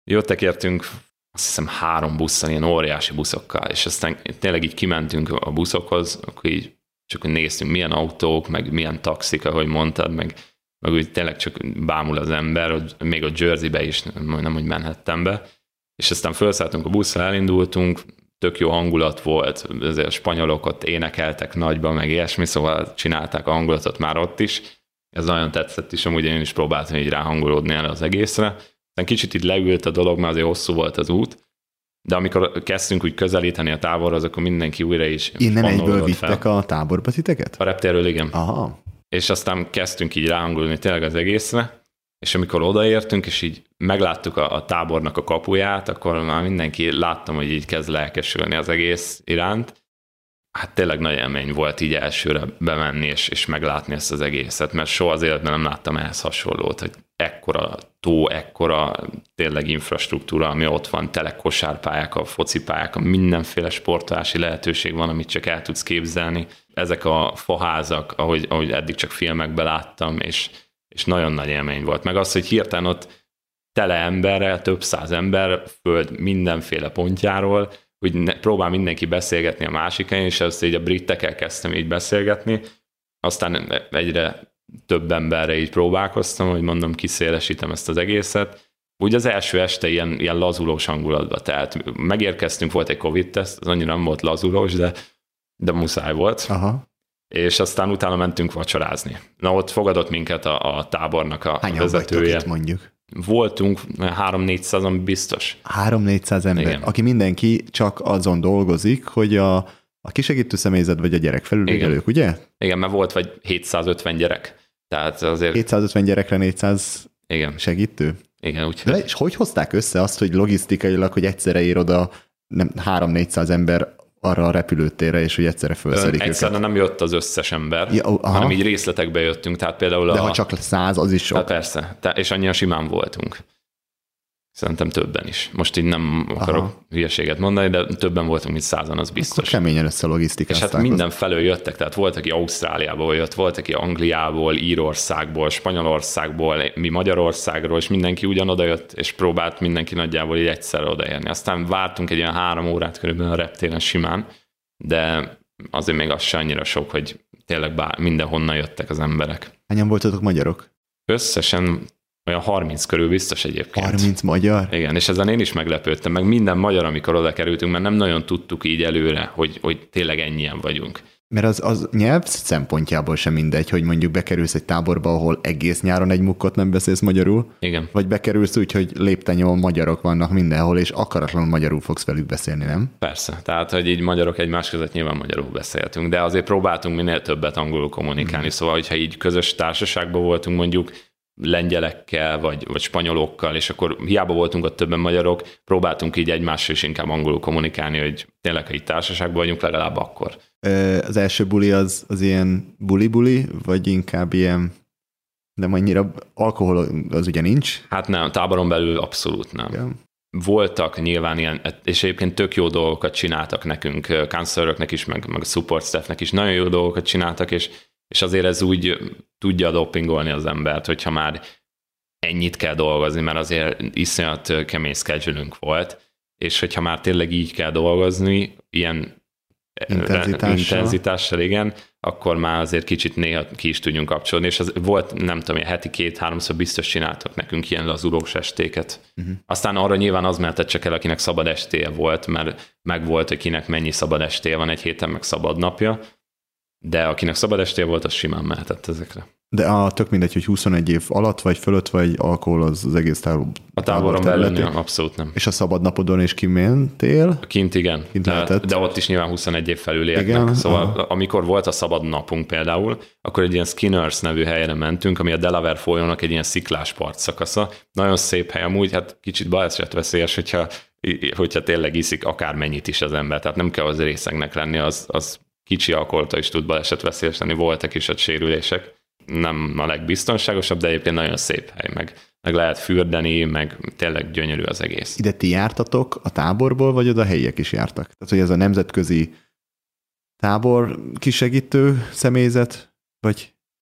Jöttek értünk, azt hiszem 3 busszal, ilyen óriási buszokkal, és aztán tényleg így kimentünk a buszokhoz, akkor így csak néztünk, milyen autók, meg milyen taxik, ahogy mondtad, meg úgy tényleg csak bámul az ember, még a Jerseybe is, nem hogy Manhattanbe, és aztán felszálltunk a buszra, elindultunk, tök jó hangulat volt, azért a spanyolok ott énekeltek nagyban, meg ilyesmi, szóval csinálták a hangulatot már ott is, ez nagyon tetszett is, amúgy én is próbáltam így ráhangolódni erre az egészre. Aztán kicsit így leült a dolog, mert azért hosszú volt az út, de amikor kezdtünk úgy közelíteni a táborhoz, akkor mindenki újra is innen egyből vittek a táborba titeket? A reptérről igen. Aha. És aztán kezdtünk így ráhangolni tényleg az egészre, és amikor odaértünk, és így megláttuk a tábornak a kapuját, akkor már mindenki láttam, hogy így kezd lelkesülni az egész iránt. Hát tényleg nagy élmény volt így elsőre bemenni, és meglátni ezt az egészet, mert soha az életben nem láttam ehhez hasonlót, hogy ekkora tó, ekkora tényleg infrastruktúra, ami ott van, tele kosárpályák, a focipályák, a mindenféle sportolási lehetőség van, amit csak el tudsz képzelni. Ezek a faházak, ahogy eddig csak filmekben láttam, és nagyon nagy élmény volt. Meg az, hogy hirtelen ott tele emberrel, több száz ember, föld mindenféle pontjáról, hogy próbál mindenki beszélgetni a másikon, és ezt így a britekkel kezdtem így beszélgetni, aztán egyre több emberre így próbálkoztam, hogy mondom, kiszélesítem ezt az egészet. Úgy az első este ilyen lazulós hangulatba, tehát megérkeztünk, volt egy Covid-teszt, az annyira nem volt lazulós, de muszáj volt. Aha. És aztán utána mentünk vacsorázni. Na, ott fogadott minket a tábornak a vezetője. Hányan mondjuk? Voltunk 300-400-an biztos. 300-400 ember, igen. Aki mindenki csak azon dolgozik, hogy a kisegítő személyzet vagy a gyerekfelügyelők, ugye? Igen, mert volt vagy 750 gyerek. Tehát azért... 750 gyerekre 400 igen. Segítő? Igen, úgyhogy... És hogy hozták össze azt, hogy logisztikailag, hogy egyszerre ér oda 300-400 ember arra a repülőtérre, és hogy egyszerre felszedik őket? Egyszerűen nem jött az összes ember, hanem így részletekbe jöttünk. Tehát például de ha csak 100, az is sok. Hát persze, és annyian simán voltunk. Szerintem többen is. Most így nem akarok hülyeséget mondani, de többen voltunk, mint 100-an, az biztos. Akkor keményen összelogisztikázták. És hát mindenfelől jöttek, tehát volt, aki Ausztráliából jött, volt, aki Angliából, Írországból, Spanyolországból, mi Magyarországról, és mindenki ugyanoda jött, és próbált mindenki nagyjából így egyszerre odaérni. Aztán vártunk egy ilyen 3 órát körülbelül a reptéren simán, de azért még az se annyira sok, hogy tényleg mindenhonnan jöttek az emberek. Hányan voltatok magyarok? Összesen olyan 30 körül biztos egyébként. 30 magyar? Igen, és ezen én is meglepődtem, meg minden magyar, amikor oda kerültünk, mert nem nagyon tudtuk így előre, hogy tényleg ennyien vagyunk. Mert az nyelv szempontjából sem mindegy, hogy mondjuk bekerülsz egy táborba, ahol egész nyáron egy mukkot nem beszélsz magyarul, igen. Vagy bekerülsz úgy, hogy léptenyol magyarok vannak mindenhol, és akaratlanul magyarul fogsz velük beszélni, nem? Persze, tehát, hogy így magyarok egymás között nyilván magyarul beszéltünk, de azért próbáltunk minél többet angolul kommunikálni, szóval, hogyha így közös társaságban voltunk mondjuk, lengyelekkel, vagy spanyolokkal, és akkor hiába voltunk ott többen magyarok, próbáltunk így egymással is inkább angolul kommunikálni, hogy tényleg, ha így társaságban vagyunk, legalább akkor. Az első buli az ilyen buli-buli, vagy inkább ilyen, nem annyira alkohol az ugye nincs? Hát nem, táboron belül abszolút nem. Igen. Voltak nyilván ilyen, és egyébként tök jó dolgokat csináltak nekünk, counseloröknek is, meg a support staffnek is nagyon jó dolgokat csináltak, és azért ez úgy tudja dopingolni az embert, hogyha már ennyit kell dolgozni, mert azért iszonyat kemény schedule-ünk volt, és hogyha már tényleg így kell dolgozni, ilyen intenzitással, igen, akkor már azért kicsit néha ki is tudjunk kapcsolni, és az volt, nem tudom, heti 2-3-szor biztos csináltak nekünk ilyen lazulós estéket. Aztán arra nyilván az mehetett csak el, akinek szabad estéje volt, mert meg volt, hogy kinek mennyi szabad estéje van egy héten, meg szabad napja, de akinek szabad estéje volt, az simán mehetett ezekre. De tök mindegy, hogy 21 év alatt vagy fölött, vagy alkohol az egész a táboron belül nem, abszolút nem. És a szabad napodon is kimentél? Kint igen, de ott is nyilván 21 év felülieknek. Szóval amikor volt a szabad napunk például, akkor egy ilyen Skinners nevű helyre mentünk, ami a Delaware folyónak egy ilyen sziklás partszakasza. Nagyon szép hely amúgy, hát kicsit balesetveszélyes, hogyha tényleg iszik akármennyit is az ember. Tehát nem kell az részegnek lenni, az kicsi alkoholta is tud balesetveszélyes lenni, voltak is ott sérülések. Nem a legbiztonságosabb, de egyébként nagyon szép hely, meg lehet fürdeni, meg tényleg gyönyörű az egész. Ide ti jártatok a táborból, vagy oda helyiek is jártak? Tehát, hogy ez a nemzetközi tábor kisegítő személyzet, vagy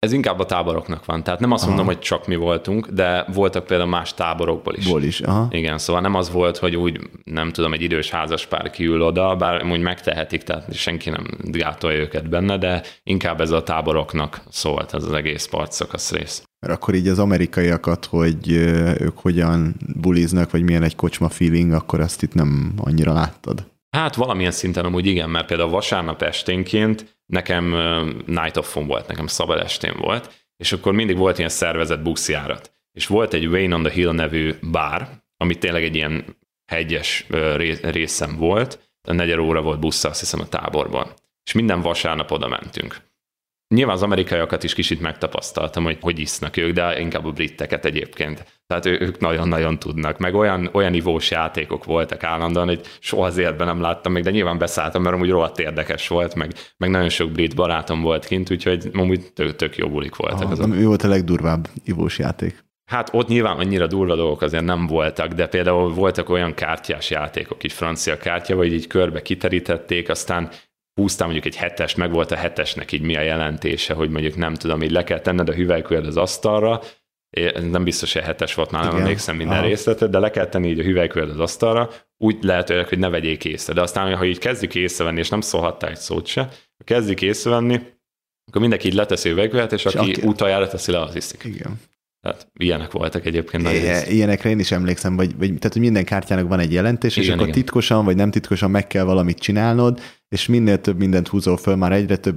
Ez inkább a táboroknak van. Tehát nem azt mondom, hogy csak mi voltunk, de voltak például más táborokból is. Aha. Igen, szóval nem az volt, hogy úgy, nem tudom, egy idős házaspár kiül oda, bár úgy megtehetik, tehát senki nem gátolja őket benne, de inkább ez a táboroknak szólt, ez az egész partszakasz rész. Mert akkor így az amerikaiakat, hogy ők hogyan buliznak, vagy milyen egy kocsma feeling, akkor azt itt nem annyira láttad. Hát valamilyen szinten amúgy igen, mert például vasárnap esténként nekem night off-on volt, nekem szabad estén volt, és akkor mindig volt ilyen szervezett buszjárat. És volt egy Wayne on the Hill nevű bár, ami tényleg egy ilyen hegyes részem volt, 4 óra volt busszal, azt hiszem, a táborban. És minden vasárnap oda mentünk. Nyilván az amerikaiakat is kicsit megtapasztaltam, hogy isznak ők, de inkább a britteket egyébként. Tehát ők nagyon-nagyon tudnak. Meg olyan ivós játékok voltak állandóan, hogy soha az életben nem láttam még, de nyilván beszálltam, mert amúgy rohadt érdekes volt, meg nagyon sok brit barátom volt kint, úgyhogy amúgy tök jó bulik voltak. Mi volt a legdurvább ivós játék? Hát ott nyilván annyira durva dolgok azért nem voltak, de például voltak olyan kártyás játékok, így francia kártya, vagy így körbe kiterítették, aztán húztam mondjuk egy 7-est, meg volt a 7-esnek így mi a jelentése, hogy mondjuk nem tudom, így le kell tenned a hüvelykujjad az asztalra, nem biztos, hogy 7-es volt, már nem emlékszem minden részletet, de le kell tenni így a hüvelykujjad az asztalra, úgy lehetőleg, hogy ne vegyék észre. De aztán, ha így kezdjük észrevenni, és nem szólhattál egy szót se, ha kezdjük észrevenni, akkor mindenki így leteszi a hüvelykujját, és aki utoljára teszi le, az iszik. Igen. Tehát ilyenek voltak egyébként. Ilyenekre én is emlékszem, tehát, hogy minden kártyának van egy jelentés, és akkor titkosan vagy nem titkosan meg kell valamit csinálnod, és minél több mindent húzol föl, már egyre több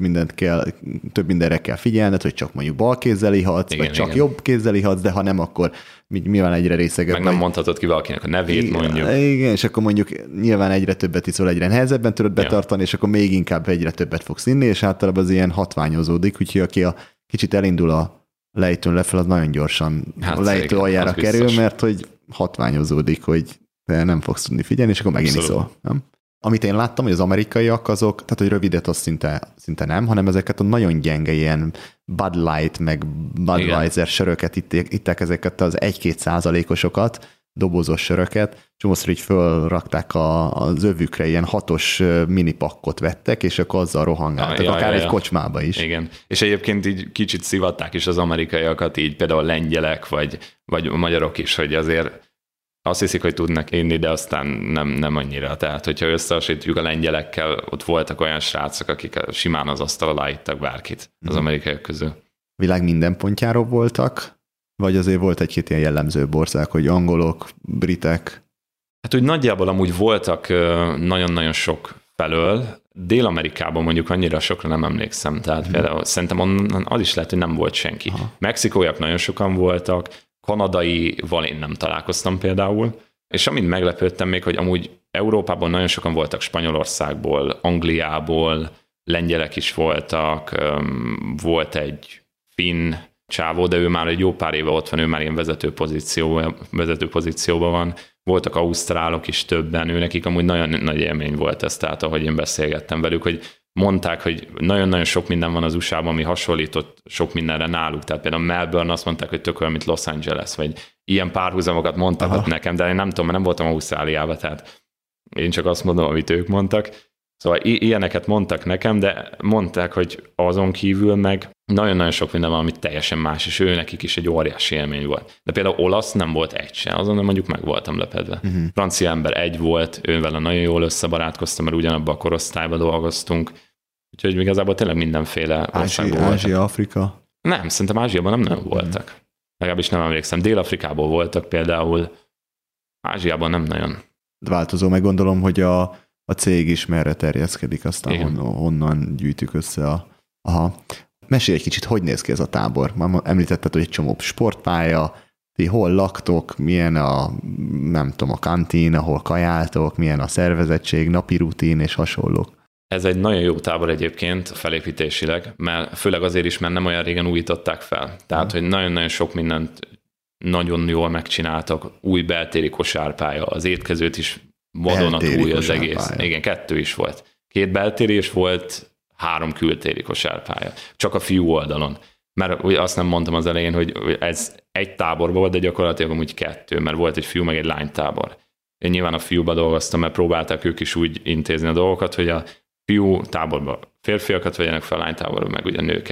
mindenre kell figyelned, hogy csak mondjuk bal kézzel ihatsz, vagy csak jobb kézzel ihatsz, de ha nem, akkor nyilván egyre részegebb. Meg nem mondhatod ki valakinek a nevét, mondjuk. Igen, és akkor mondjuk nyilván egyre többet iszol, egyre nehezebben tudod betartani, és akkor még inkább egyre többet fogsz inni, és általában az ilyen hatványozódik, úgyhogy aki kicsit elindul a lejtőn lefel, az nagyon gyorsan a lejtő aljára kerül, mert hogy hatványozódik, hogy te nem fogsz tudni figyelni, és akkor megint iszol. Nem? Amit én láttam, hogy az amerikaiak azok, tehát hogy rövidet az szinte nem, hanem ezeket a nagyon gyenge ilyen Bud Light, meg Budweiser söröket itták ezeket az 1-2%-osokat, dobozos söröket, csomószor így fölrakták az övükre, ilyen 6-os minipakkot vettek, és akkor azzal rohangáltak, akár egy kocsmába is. Igen, és egyébként így kicsit szivatták is az amerikaiakat, így például lengyelek, vagy magyarok is, hogy azért azt hiszik, hogy tudnak inni, de aztán nem annyira. Tehát, hogyha összehasonlítjuk a lengyelekkel, ott voltak olyan srácok, akik simán az asztal alá ittak bárkit az amerikaiak közül. Világ minden pontjáról voltak, vagy azért volt egy-két ilyen jellemző ország, hogy angolok, britek? Hát úgy nagyjából amúgy voltak nagyon-nagyon sok felől. Dél-Amerikában mondjuk annyira sokra nem emlékszem, tehát például szerintem onnan az is lehet, hogy nem volt senki. Mexikóiak nagyon sokan voltak, kanadaival én nem találkoztam például, és amit meglepődtem még, hogy amúgy Európában nagyon sokan voltak Spanyolországból, Angliából, lengyelek is voltak, volt egy finn csávó, de ő már egy jó pár éve ott van, ő már ilyen vezető pozícióban van. Voltak ausztrálok is többen, nekik amúgy nagyon nagy élmény volt ez, tehát ahogy én beszélgettem velük, hogy mondták, hogy nagyon-nagyon sok minden van az USA-ban, ami hasonlított sok mindenre náluk. Tehát például Melbourne azt mondták, hogy tök olyan, mint Los Angeles, vagy ilyen párhuzamokat mondtak nekem, de én nem tudom, mert nem voltam Ausztráliában, tehát én csak azt mondom, amit ők mondtak. Szóval ilyeneket mondtak nekem, de mondták, hogy azon kívül meg nagyon-nagyon sok minden van, ami teljesen más, és ő nekik is egy óriási élmény volt. De például olasz nem volt egy se, azon mondjuk meg voltam lepedve. Francia ember egy volt, ővel nagyon jól összebarátkoztam, mert ugyanabban a korosztályban dolgoztunk, úgyhogy igazából tényleg mindenféle országban voltak. Ázsia, Afrika? Nem, szerintem Ázsiában nem voltak. Legalábbis nem emlékszem. Dél-Afrikából voltak például, Ázsiában nem nagyon. Változó, meg gondolom, hogy a cég is merre terjeszkedik, aztán honnan gyűjtük össze Mesélj egy kicsit, hogy néz ki ez a tábor? Már említetted, hogy egy csomó sportpálya, ti hol laktok, milyen a kantin, ahol kajáltok, milyen a szervezettség, napi rutin és hasonlók. Ez egy nagyon jó tábor egyébként felépítésileg, mert főleg azért is, mert nem olyan régen újították fel. Tehát, hogy nagyon-nagyon sok mindent nagyon jól megcsináltak, új beltéri kosárpálya, az étkezőt is vadonatúj az egész. Igen, 2 is volt. 2 beltéri, és volt 3 kültéri kosárpálya. Csak a fiú oldalon. Mert azt nem mondtam az elején, hogy ez egy táborban volt, de gyakorlatilag amúgy 2, mert volt egy fiú meg egy lánytábor. Én nyilván a fiúba dolgoztam, mert próbálták ők is úgy intézni a dolgokat, hogy a fiú táborban férfiakat vegyenek fel, a lánytáborban meg ugye nőket.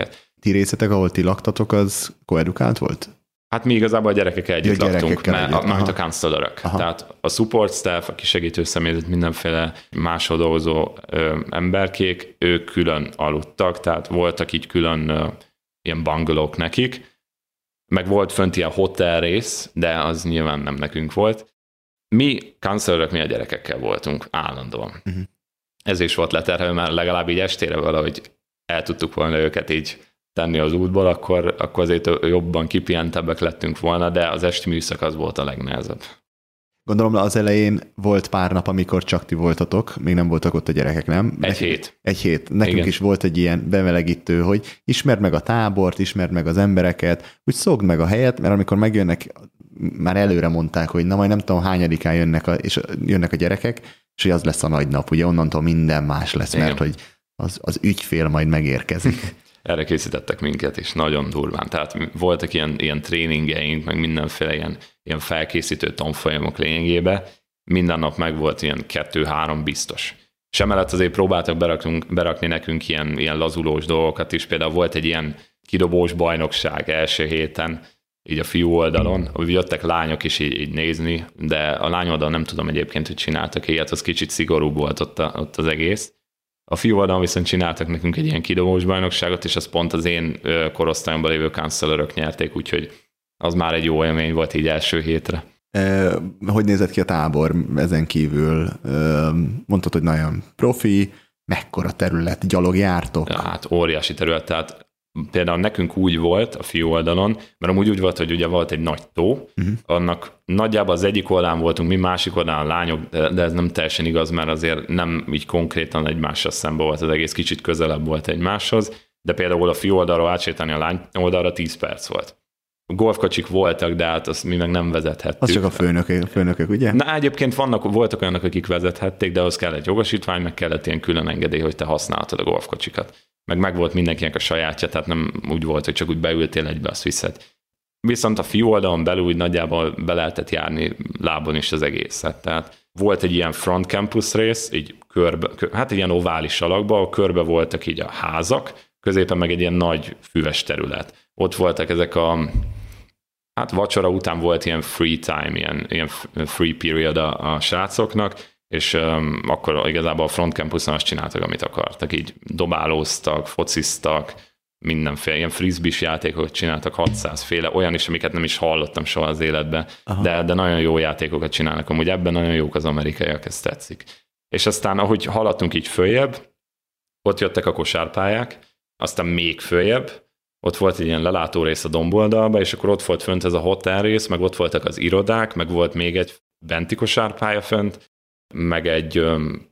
ti részetek, ahol ti laktatok, az koedukált volt? Hát mi igazából a gyerekek együtt laktunk, mert a counselorok. Aha. Tehát a support staff, a kisegítő személyzet, mindenféle máshol dolgozó emberkék, ők külön aludtak, tehát voltak így külön ilyen bungalowk nekik, meg volt fönt ilyen hotel rész, de az nyilván nem nekünk volt. Mi counselorok, mi a gyerekekkel voltunk állandóan. Uh-huh. Ez is volt leterhelő, mert legalább így estére valahogy el tudtuk volna őket így tenni az útból, akkor azért jobban kipihentebbek lettünk volna, de az esti műszak az volt a legnehezebb. Gondolom az elején volt pár nap, amikor csak ti voltatok, még nem voltak ott a gyerekek, nem? Egy hét. Nekünk igen. Is volt egy ilyen bemelegítő, hogy ismerd meg a tábort, ismerd meg az embereket, úgy szokd meg a helyet, mert amikor megjönnek, már előre mondták, hogy na majd nem tudom hányadikán jönnek a gyerekek, és hogy az lesz a nagy nap, ugye onnantól minden más lesz, igen. Mert hogy az ügyfél majd megérkezik. Erre készítettek minket is, nagyon durván. Tehát voltak ilyen tréningeink, meg mindenféle ilyen felkészítő tanfolyamok lényegében. Minden nap meg volt ilyen 2-3 biztos. És emellett azért próbáltak berakni nekünk ilyen lazulós dolgokat is. Például volt egy ilyen kidobós bajnokság első héten, így a fiú oldalon, hogy jöttek lányok is így nézni, de a lány oldalon nem tudom egyébként, hogy csináltak ilyet, az kicsit szigorúbb volt ott az egész. A fiú oldalon viszont csináltak nekünk egy ilyen kidobós bajnokságot, és az pont az én korosztályomban lévő counselorok nyerték, úgyhogy az már egy jó élmény volt így első hétre. Hogy nézett ki a tábor ezen kívül? Mondtad, hogy nagyon profi, mekkora terület, gyalog jártok? Ja, hát óriási terület, tehát például nekünk úgy volt a fiú oldalon, mert amúgy úgy volt, hogy ugye volt egy nagy tó, annak nagyjából az egyik oldalán voltunk, mi másik oldalán lányok, de ez nem teljesen igaz, mert azért nem így konkrétan egymással szemben volt, az egész kicsit közelebb volt egymáshoz, de például a fiú oldalról átsétálni a lány oldalra 10 perc volt. A golfkocsik voltak, de hát azt mi meg nem vezethettük. Az csak a főnökök, ugye? Na, egyébként voltak olyanok, akik vezethették, de ahhoz kellett jogosítvány, meg kellett ilyen külön engedély, hogy te használtad a golfkocsikat. Meg volt mindenkinek a sajátja, tehát nem úgy volt, hogy csak úgy beültél egybe, azt viszed. Viszont a fiú oldalon belül úgy nagyjából be lehetett járni lábon is az egészet. Tehát volt egy ilyen front campus rész, így körbe, hát egy ilyen ovális alakban, ahol körbe voltak így a házak, középen meg egy ilyen nagy füves terület. Ott voltak ezek hát vacsora után volt ilyen free time, ilyen free period a srácoknak, és akkor igazából a front campuson azt csináltak, amit akartak. Így dobálóztak, fociztak, mindenféle ilyen frisbee-s játékokat csináltak, 600 féle, olyan is, amiket nem is hallottam soha az életben, de nagyon jó játékokat csinálnak. Amúgy ebben nagyon jók az amerikaiak, ez tetszik. És aztán, ahogy haladtunk így följebb, ott jöttek a kosárpályák, aztán még följebb, ott volt egy ilyen lelátó rész a domboldalba, és akkor ott volt fönt ez a hotel rész, meg ott voltak az irodák, meg volt még egy benti kosárpálya fönt, meg egy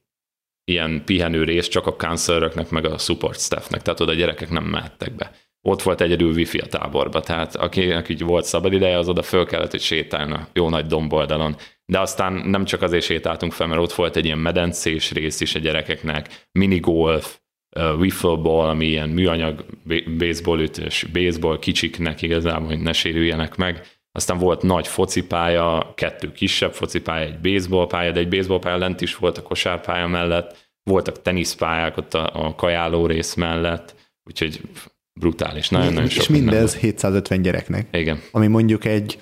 ilyen pihenő rész csak a counseloroknak, meg a support staffnek, tehát oda a gyerekek nem mehettek be. Ott volt egyedül wifi a táborba, tehát akinek így volt szabad ideje, az oda föl kellett, hogy sétáljon a jó nagy domboldalon. De aztán nem csak azért sétáltunk fel, mert ott volt egy ilyen medencés rész is a gyerekeknek, minigolf, wiffle ball, ami ilyen műanyag baseballütős, baseball kicsiknek igazából, hogy ne sérüljenek meg. Aztán volt nagy focipálya, 2 kisebb focipálya, egy baseballpálya, de egy baseballpálya lent is volt a kosárpálya mellett, voltak teniszpályák ott a kajáló rész mellett, úgyhogy brutális, nagyon-nagyon sok. És mindez 750 gyereknek. Igen. Ami mondjuk egy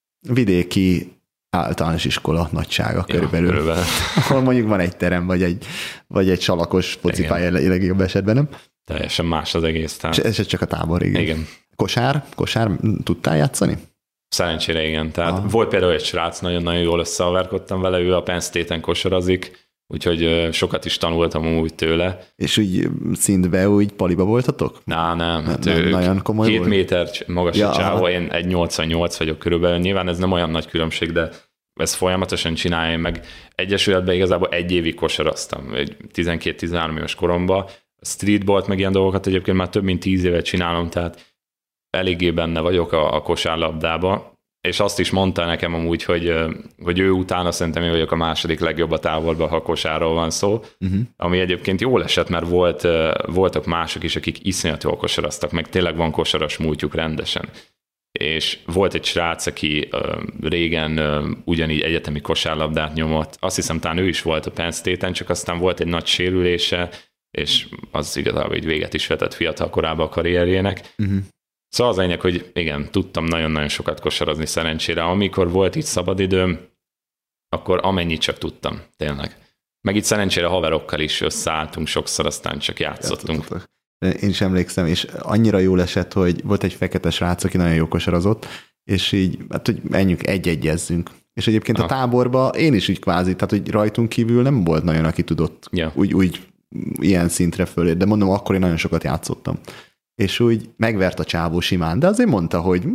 vidéki általános iskola nagysága körülbelül. Ahol mondjuk van egy terem, vagy egy salakos focipálya legjobb esetben, nem? Teljesen más az egész. Tehát. Ez csak a tábor, igen. Igen. Kosár tudtál játszani? Szerencsére igen. Tehát volt például egy srác, nagyon-nagyon jól összeaverkodtam vele, ő a Penn State-en kosarazik, úgyhogy sokat is tanultam úgy tőle. És úgy szintbe úgy paliba voltatok? Nem. Hát nagyon komoly 2 volt? méter magas a csávó, én 1,88 vagyok körülbelül. Nyilván ez nem olyan nagy különbség, de ezt folyamatosan csinálja, meg egyesületben igazából 1 évig kosaraztam, 12-13 éves koromban. Streetballt meg ilyen dolgokat egyébként már több mint 10 évet csinálom, tehát eléggé benne vagyok a kosárlabdába, és azt is mondta nekem amúgy, hogy ő utána szerintem én vagyok a második legjobb a távolban, ha kosárról van szó, ami egyébként jól esett, mert voltak mások is, akik iszonyat jól kosaraztak, meg tényleg van kosaras múltjuk rendesen. És volt egy srác, aki régen ugyanígy egyetemi kosárlabdát nyomott, azt hiszem talán ő is volt a Penn State-en, csak aztán volt egy nagy sérülése, és az igazából így véget is vetett fiatal korában a karrierjének. Szóval az lényeg, hogy igen, tudtam nagyon-nagyon sokat kosarazni szerencsére. Amikor volt itt szabadidőm, akkor amennyit csak tudtam, tényleg. Meg itt szerencsére haverokkal is összeálltunk sokszor, aztán csak játszottunk. Én is emlékszem, és annyira jól esett, hogy volt egy fekete srác, aki nagyon jó kosarazott, és így, hát hogy menjünk, egy-egyezzünk. És egyébként a táborban én is így kvázi, tehát hogy rajtunk kívül nem volt nagyon, aki tudott úgy ilyen szintre fölé, de mondom, akkor én nagyon sokat játszottam. És úgy megvert a csávó simán, de azért mondta, hogy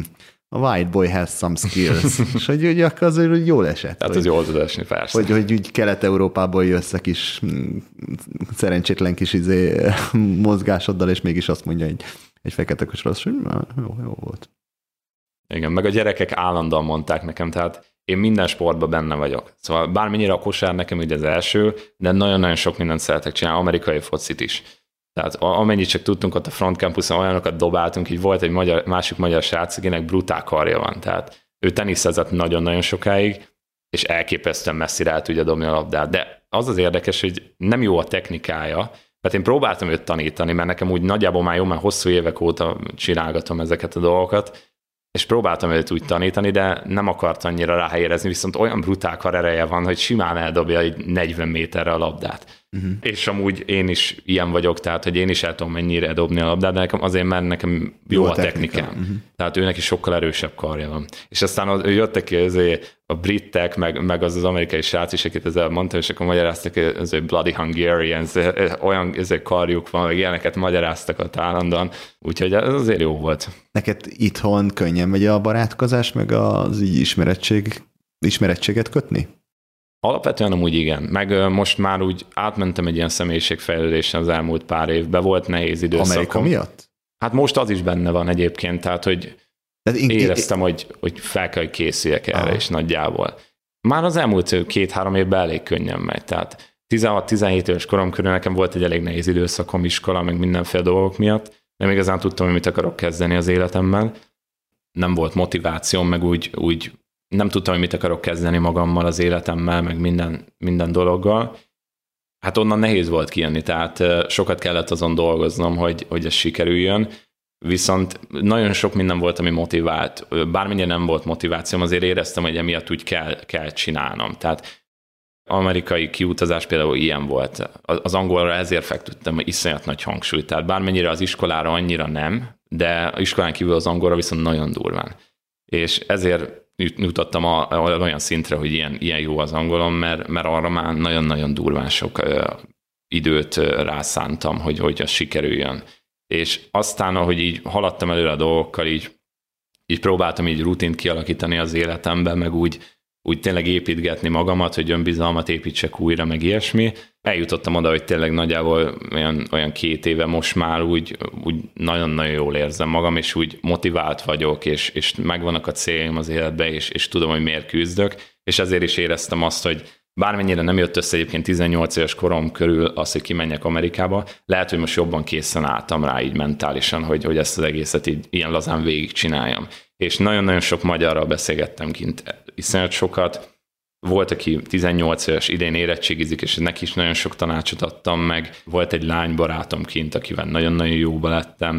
a white boy has some skills, és hogy akkor azért úgy jól esett. Tehát az jól tud esni, persze. Hogy úgy Kelet-Európából jössz a kis szerencsétlen kis mozgásoddal, és mégis azt mondja egy fekete kosaras, hogy jó volt. Igen, meg a gyerekek állandóan mondták nekem, tehát én minden sportban benne vagyok. Szóval bármennyire a kosár nekem ugye az első, de nagyon-nagyon sok mindent szeretek csinálni, amerikai focit is. Tehát amennyit csak tudtunk ott a Front Campuson, olyanokat dobáltunk, így volt egy másik magyar srác, akinek brutál karja van. Tehát ő teniszezett nagyon-nagyon sokáig, és elképesztően messzire el tudja dobni a labdát. De az az érdekes, hogy nem jó a technikája, mert én próbáltam őt tanítani, mert nekem úgy nagyjából már hosszú évek óta csinálgatom ezeket a dolgokat, és próbáltam őt úgy tanítani, de nem akart annyira ráhelyezni, viszont olyan brutál karereje van, hogy simán eldobja egy 40 méterre a labdát. És amúgy én is ilyen vagyok, tehát hogy én is el tudom mennyire dobni a labdát, de nekem azért, mert nekem jó a technikám. Tehát őnek is sokkal erősebb karja van. És aztán jöttek ki a britek, meg az amerikai srác is, akit ezzel mondtam, és akkor magyaráztak, hogy ez Bloody Hungarians, olyan karjuk van, meg ilyeneket magyaráztak ott állandóan, úgyhogy ez azért jó volt. Neked itthon könnyen megy a barátkozás, meg az így ismerettséget kötni? Alapvetően amúgy igen. Meg most már úgy átmentem egy ilyen személyiségfejlődésen az elmúlt pár évben. Volt nehéz időszakom. Amerika miatt? Hát most az is benne van egyébként, tehát hogy éreztem, hogy fel kell, hogy készüljek erre is nagyjából. Már az elmúlt 2-3 évben elég könnyen megy. Tehát 16-17 éves korom körül nekem volt egy elég nehéz időszakom, iskola, meg mindenféle dolgok miatt. Nem igazán tudtam, hogy mit akarok kezdeni az életemmel. Nem volt motivációm, meg úgy nem tudtam, hogy mit akarok kezdeni magammal, az életemmel, meg minden dologgal. Hát onnan nehéz volt kijönni, tehát sokat kellett azon dolgoznom, hogy ez sikerüljön, viszont nagyon sok minden volt, ami motivált. Bármennyire nem volt motivációm, azért éreztem, hogy emiatt úgy kell csinálnom. Tehát amerikai kiutazás például ilyen volt. Az angolra ezért fektettem iszonyat nagy hangsúlyt. Tehát bármennyire az iskolára annyira nem, de az iskolán kívül az angolra viszont nagyon durván. És ezért jutottam olyan szintre, hogy ilyen jó az angolom, mert arra már nagyon-nagyon durván sok időt rászántam, hogy az sikerüljön. És aztán, ahogy így haladtam előre a dolgokkal, így próbáltam így rutint kialakítani az életemben, meg úgy tényleg építgetni magamat, hogy önbizalmat építsek újra, meg ilyesmi. Eljutottam oda, hogy tényleg nagyjából olyan 2 éve most már úgy nagyon-nagyon jól érzem magam, és úgy motivált vagyok, és megvannak a céljaim az életben, és tudom, hogy miért küzdök, és ezért is éreztem azt, hogy bármennyire nem jött össze egyébként 18 éves korom körül az, hogy kimenjek Amerikába, lehet, hogy most jobban készen álltam rá így mentálisan, hogy ezt az egészet így ilyen lazán végigcsináljam. És nagyon-nagyon sok magyarral beszélgettem kint, iszonyat sokat. Volt, aki 18 éves, idén érettségizik, és neki is nagyon sok tanácsot adtam meg. Volt egy lánybarátom kint, akivel nagyon-nagyon jóba lettem,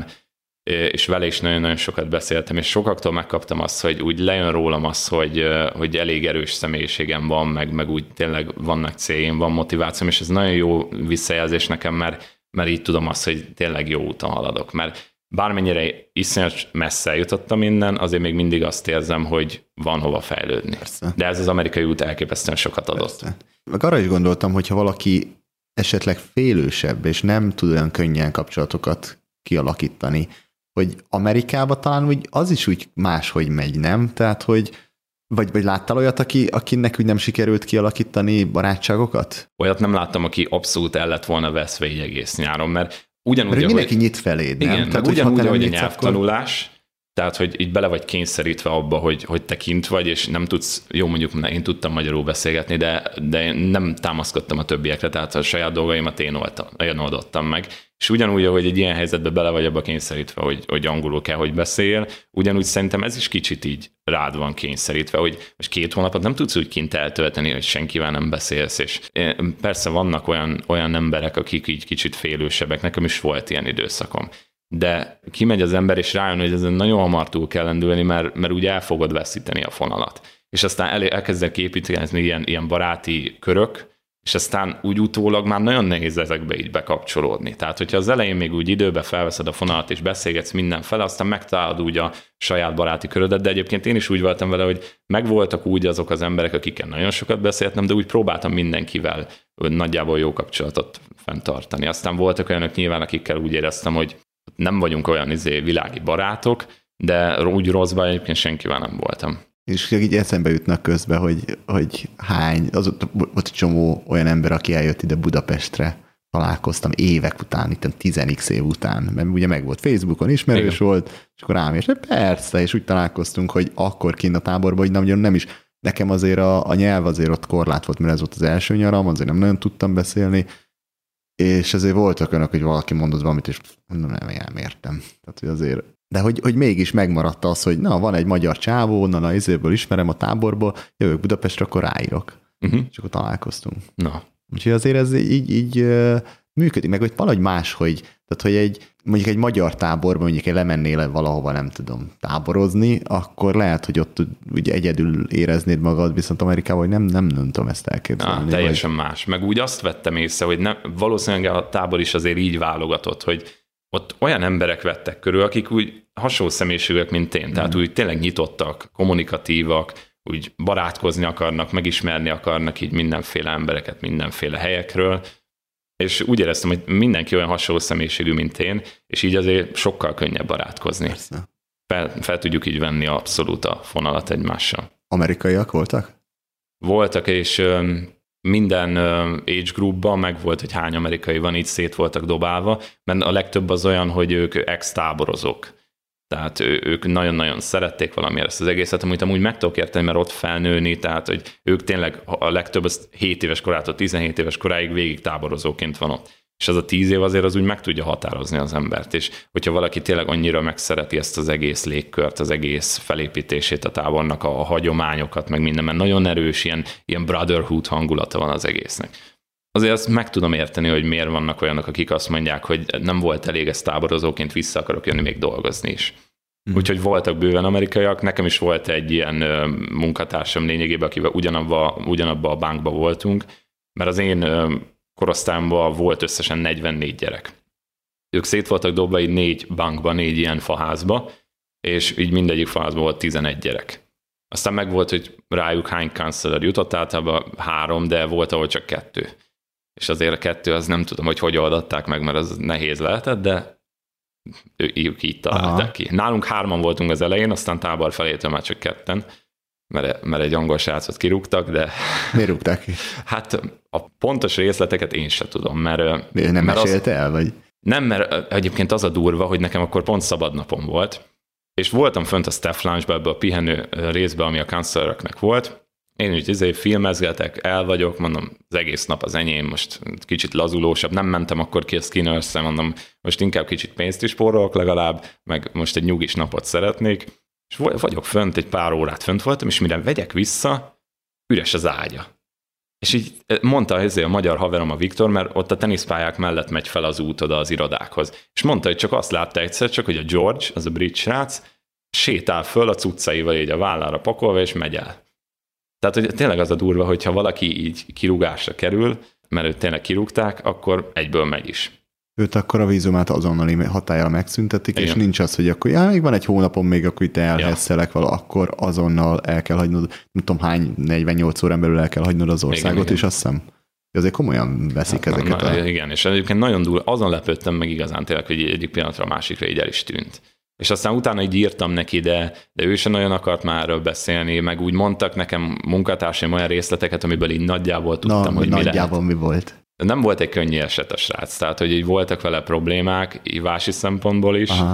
és vele is nagyon-nagyon sokat beszéltem, és sokaktól megkaptam azt, hogy úgy lejön rólam az, hogy elég erős személyiségem van, meg úgy tényleg vannak céljaim, van motivációm, és ez nagyon jó visszajelzés nekem, mert így tudom azt, hogy tényleg jó úton haladok. Mert bármennyire iszonyat messze jutottam innen, azért még mindig azt érzem, hogy van hova fejlődni. Persze. De ez az amerikai út elképesztően sokat adott. Persze. Meg arra is gondoltam, hogyha valaki esetleg félősebb, és nem tud olyan könnyen kapcsolatokat kialakítani, hogy Amerikába talán úgy az is úgy máshogy megy, nem? Tehát, hogy vagy láttál olyat, akinek úgy nem sikerült kialakítani barátságokat? Olyat nem láttam, aki abszolút el lett volna veszve így egész nyáron, mert ugyanúgy, mindenki nyit feléd, nem? Igen, tehát ugyanúgy, ahogy a nyelvtanulás, Tehát, hogy így bele vagy kényszerítve abba, hogy te kint vagy, és nem tudsz, jó mondjuk én tudtam magyarul beszélgetni, de én nem támaszkodtam a többiekre, tehát a saját dolgaimat én oldottam meg. És ugyanúgy, ahogy egy ilyen helyzetbe bele vagy abba kényszerítve, hogy angolul kell, hogy beszél, ugyanúgy szerintem ez is kicsit így rád van kényszerítve, hogy most 2 hónapot nem tudsz úgy kint eltölteni, hogy senkivel nem beszélsz, és persze vannak olyan emberek, akik így kicsit félősebbek, nekem is volt ilyen időszakom. De kimegy az ember, és rájön, hogy ezen nagyon hamar túl kell lendülni, mert úgy el fogod veszíteni a fonalat. És aztán elkezdek építeni ilyen baráti körök, és aztán úgy utólag már nagyon nehéz ezekbe így bekapcsolódni. Tehát, hogyha az elején még úgy időbe felveszed a fonalat, és beszélgetsz mindenfele, aztán megtalálod úgy a saját baráti körödet, de egyébként én is úgy voltam vele, hogy megvoltak úgy azok az emberek, akikkel nagyon sokat beszéltem, de úgy próbáltam mindenkivel nagyjából jó kapcsolatot fenntartani. Aztán voltak olyanok nyilván, akikkel úgy éreztem, hogy nem vagyunk olyan világi barátok, de úgy rosszban egyébként senkivel nem voltam. És így eszembe jutnak közbe, hogy hány, az ott csomó olyan ember, aki eljött ide Budapestre, találkoztam évek után, itt 10x év után, mert ugye meg volt Facebookon, ismerős volt, és akkor rám és persze, és úgy találkoztunk, hogy akkor kint a táborban, hogy nem is, nekem azért a nyelv azért ott korlát volt, mert ez volt az első nyaram, azért nem nagyon tudtam beszélni, és ezért voltak önök, hogy valaki mondott valamit, és nem értem. Tehát, hogy azért... De hogy mégis megmaradt az, hogy na, van egy magyar csávó, na, ezéből ismerem a táborból, jövök Budapestre, akkor ráírok. És akkor találkoztunk. Na. Úgyhogy azért ez így működik, meg hogy valahogy máshogy, tehát hogy mondjuk egy magyar táborban, mondjuk lemennél valahova, nem tudom, táborozni, akkor lehet, hogy ott ugye egyedül éreznéd magad, viszont Amerikában, hogy nem tudom ezt elképzelni. Teljesen más. Meg úgy azt vettem észre, hogy valószínűleg a tábor is azért így válogatott, hogy ott olyan emberek vettek körül, akik úgy hasonló személyiségek, mint én, tehát úgy tényleg nyitottak, kommunikatívak, úgy barátkozni akarnak, megismerni akarnak így mindenféle embereket mindenféle helyekről, és úgy éreztem, hogy mindenki olyan hasonló személyiségű, mint én, és így azért sokkal könnyebb barátkozni. Fel tudjuk így venni abszolút a fonalat egymással. Amerikaiak voltak? Voltak, és minden age groupban meg volt, hogy hány amerikai van, így szét voltak dobálva, mert a legtöbb az olyan, hogy ők ex-táborozók. Tehát ők nagyon-nagyon szerették valamiért ezt az egészet, amit amúgy meg tudok érteni, mert ott felnőni, tehát hogy ők tényleg a legtöbb az 7 éves korától 17 éves koráig végig táborozóként van ott. És az a 10 év azért az úgy meg tudja határozni az embert. És hogyha valaki tényleg annyira megszereti ezt az egész légkört, az egész felépítését a tábornak, a hagyományokat, meg minden, mert nagyon erős ilyen brotherhood hangulata van az egésznek. Azért azt meg tudom érteni, hogy miért vannak olyanok, akik azt mondják, hogy nem volt elég ezt táborozóként, vissza akarok jönni még dolgozni is. Úgyhogy voltak bőven amerikaiak, nekem is volt egy ilyen munkatársam lényegében, akivel ugyanabba a bankba voltunk, mert az én korosztályomban volt összesen 44 gyerek. Ők szét voltak dobva így 4 bankba, 4 ilyen faházba, és így mindegyik faházban volt 11 gyerek. Aztán meg volt, hogy rájuk hány counselor jutott, általában 3, de volt, ahol csak 2. És azért a 2, az nem tudom, hogy oldották meg, mert az nehéz lehetett, de ők így találták ki. Nálunk 3 voltunk az elején, aztán tábor felétől már csak 2, mert egy angol srácot kirúgtak, de... Miért rúgták ki? Hát a pontos részleteket én sem tudom, mert... Nem mesélte el, vagy? Nem, mert egyébként az a durva, hogy nekem akkor pont szabad napom volt, és voltam fönt a staff lounge-ba, ebbe a pihenő részbe, ami a counseloroknak volt. Én úgy filmezgetek, el vagyok, mondom, az egész nap az enyém, most kicsit lazulósabb, nem mentem akkor ki a Skinner's-re, mondom, most inkább kicsit pénzt is spórolok legalább, meg most egy nyugis napot szeretnék, és vagyok fönt, egy pár órát fönt voltam, és mire vegyek vissza, üres az ágya. És így mondta a magyar haverom, a Viktor, mert ott a teniszpályák mellett megy fel az út oda az irodákhoz. És mondta, hogy csak azt látta egyszer, csak hogy a George, az a brit srác, sétál föl a cuccaival így a vállára pakolva, és megy el. Tehát hogy tényleg az a durva, hogyha valaki így kirúgásra kerül, mert őt tényleg kirúgták, akkor egyből megy is. Őt akkor a vízumát azonnali hatállyal megszüntetik, igen. És nincs az, hogy akkor még van egy hónapom még, akkor itt elhesszelek akkor azonnal el kell hagynod, nem tudom hány, 48 órán belül el kell hagynod az országot, igen. És azt hiszem, azért komolyan veszik ezeket. Igen, és egyébként nagyon durva, azon lepődtem meg igazán tényleg, hogy egyik pillanatra a másikra így el is tűnt. És aztán utána így írtam neki, de ő sem nagyon akart már erről beszélni, meg úgy mondtak nekem munkatársaim olyan részleteket, amiből így nagyjából tudtam, hogy nagyjából mi volt. De nem volt egy könnyű eset a srác, tehát hogy így voltak vele problémák, ívási szempontból is, aha.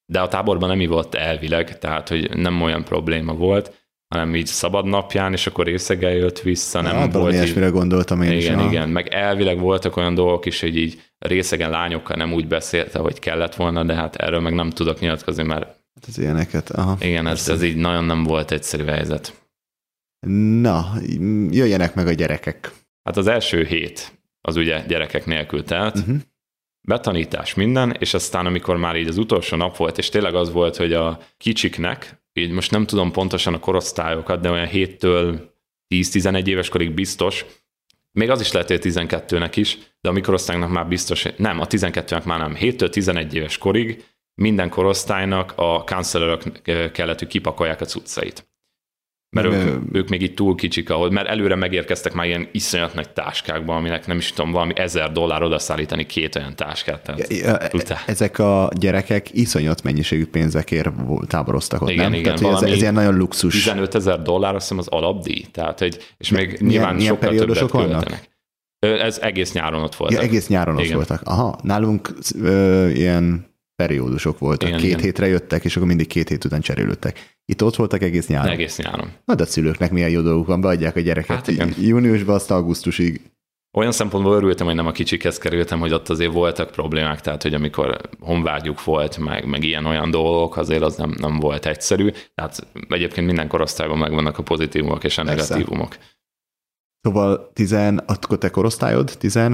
de a táborban nem ivott elvileg, tehát hogy nem olyan probléma volt, hanem így szabad napján, és akkor részeggel jött vissza. Nem volt ilyesmire gondoltam én igen, is. Igen, meg elvileg voltak olyan dolgok is, hogy így részegen lányokkal nem úgy beszélte, hogy kellett volna, de hát erről meg nem tudok nyilatkozni, mert az ilyeneket, aha. Igen, ez így nagyon nem volt egyszerű helyzet. Na, jöjjenek meg a gyerekek. Hát az első hét az ugye gyerekek nélkül telt, betanítás minden, és aztán amikor már így az utolsó nap volt, és tényleg az volt, hogy a kicsiknek, így most nem tudom pontosan a korosztályokat, de olyan 7-től 10-11 éves korig biztos, még az is lehet, hogy 12-nek is, de a mi korosztálynak már biztos, nem, a 12-nek már nem, 7-től 11 éves korig minden korosztálynak a counselorok kellett, hogy kipakolják a cuccait. Mert ők még így túl kicsik, mert előre megérkeztek már ilyen iszonyat nagy táskákban, aminek nem is tudom, valami $1000 odaszállítani 2 olyan táskát. Ezek a gyerekek iszonyat mennyiségű pénzekért táboroztak ott, igen, nem? Igen, tehát, ez ilyen nagyon luxus. $15,000 azt hiszem az alapdíj, tehát, és még nyilván sokkal többet költenek. Ez egész nyáron ott voltak. Ja, egész nyáron ott voltak. Aha, nálunk ilyen periódusok voltak. Igen, 2 hétre jöttek, és akkor mindig 2 hét után cserélődtek. Itt ott voltak egész nyáron. Egész nyáron. Na, de a szülőknek milyen jó dolguk van, beadják a gyereket júniusban, azt augusztusig. Olyan szempontból örültem, hogy nem a kicsikhez kerültem, hogy ott azért voltak problémák, tehát hogy amikor honvágyuk volt, meg ilyen-olyan dolgok, azért az nem volt egyszerű. Tehát egyébként minden korosztályban megvannak a pozitívumok és a negatívumok. Szóval akkor te korosztályod?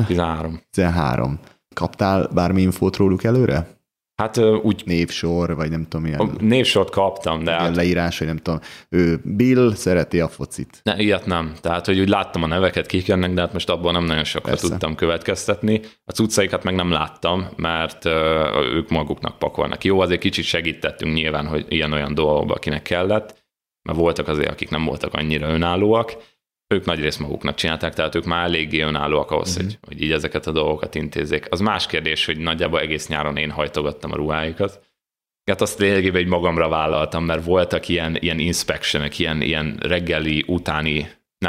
13. Kaptál bármi infót róluk előre? Hát úgy... Névsor, vagy nem tudom, ilyen... A névsort kaptam, de... Ilyen leírás, hogy nem tudom, ő Bill szereti a focit. Ilyet nem. Tehát, hogy úgy láttam a neveket, kik jönnek, de hát most abból nem nagyon sokat tudtam következtetni. A cuccaikat meg nem láttam, mert ők maguknak pakolnak. Jó, azért kicsit segítettünk nyilván, hogy ilyen-olyan dolgokba, akinek kellett, mert voltak azért, akik nem voltak annyira önállóak. Ők nagyrészt maguknak csinálták, tehát ők már eléggé önállóak ahhoz, hogy így ezeket a dolgokat intézzék. Az más kérdés, hogy nagyjából egész nyáron én hajtogattam a ruháikat. Hát azt lényegében egy magamra vállaltam, mert voltak ilyen inspectionek, ilyen reggeli utáni,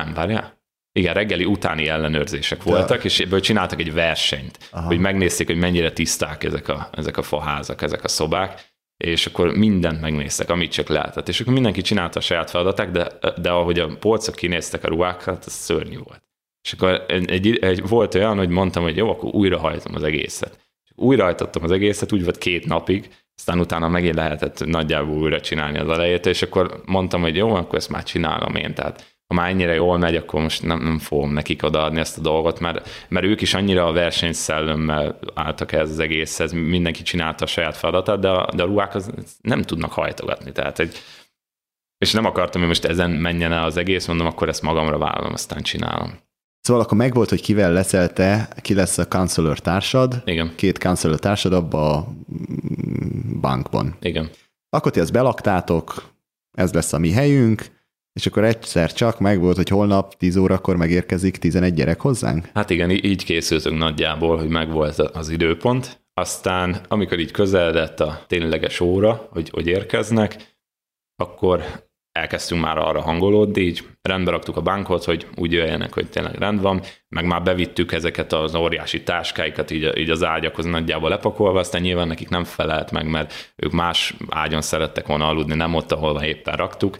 reggeli utáni ellenőrzések voltak, és ebből csináltak egy versenyt, hogy megnézték, hogy mennyire tiszták ezek a faházak, ezek a szobák, és akkor mindent megnéztek, amit csak lehetett. És akkor mindenki csinálta a saját feladatát, de ahogy a polcok kinéztek a ruhákat, az szörnyű volt. És akkor volt olyan, hogy mondtam, hogy jó, akkor újrahajtom az egészet. Újrahajtottam az egészet, úgy volt 2 napig, aztán utána megint lehetett nagyjából újra csinálni az elejét, és akkor mondtam, hogy jó, akkor ezt már csinálom én. Tehát ha már ennyire jól megy, akkor most nem fogom nekik odaadni ezt a dolgot, mert ők is annyira a versenyszellemel álltak ez az egészhez, mindenki csinálta a saját feladatát, de a ruhák nem tudnak hajtogatni. Tehát, és nem akartam, hogy most ezen menjen el az egész, mondom, akkor ezt magamra vállalom, aztán csinálom. Szóval akkor megvolt, hogy kivel leszel te, ki lesz a counselor társad. Igen. 2 counselor társad abban a bankban. Igen. Akkor ti ezt belaktátok, ez lesz a mi helyünk, és akkor egyszer csak megvolt, hogy holnap 10 órakor megérkezik 11 gyerek hozzánk? Hát igen, így készültünk nagyjából, hogy megvolt az időpont. Aztán, amikor így közeledett a tényleges óra, hogy érkeznek, akkor elkezdtünk már arra hangolódni, így rendbe raktuk a bankot, hogy úgy jöjjenek, hogy tényleg rend van, meg már bevittük ezeket az óriási táskáikat így az ágyakhoz nagyjából lepakolva, aztán nyilván nekik nem felelt meg, mert ők más ágyon szerettek volna aludni, nem ott, ahol éppen raktuk.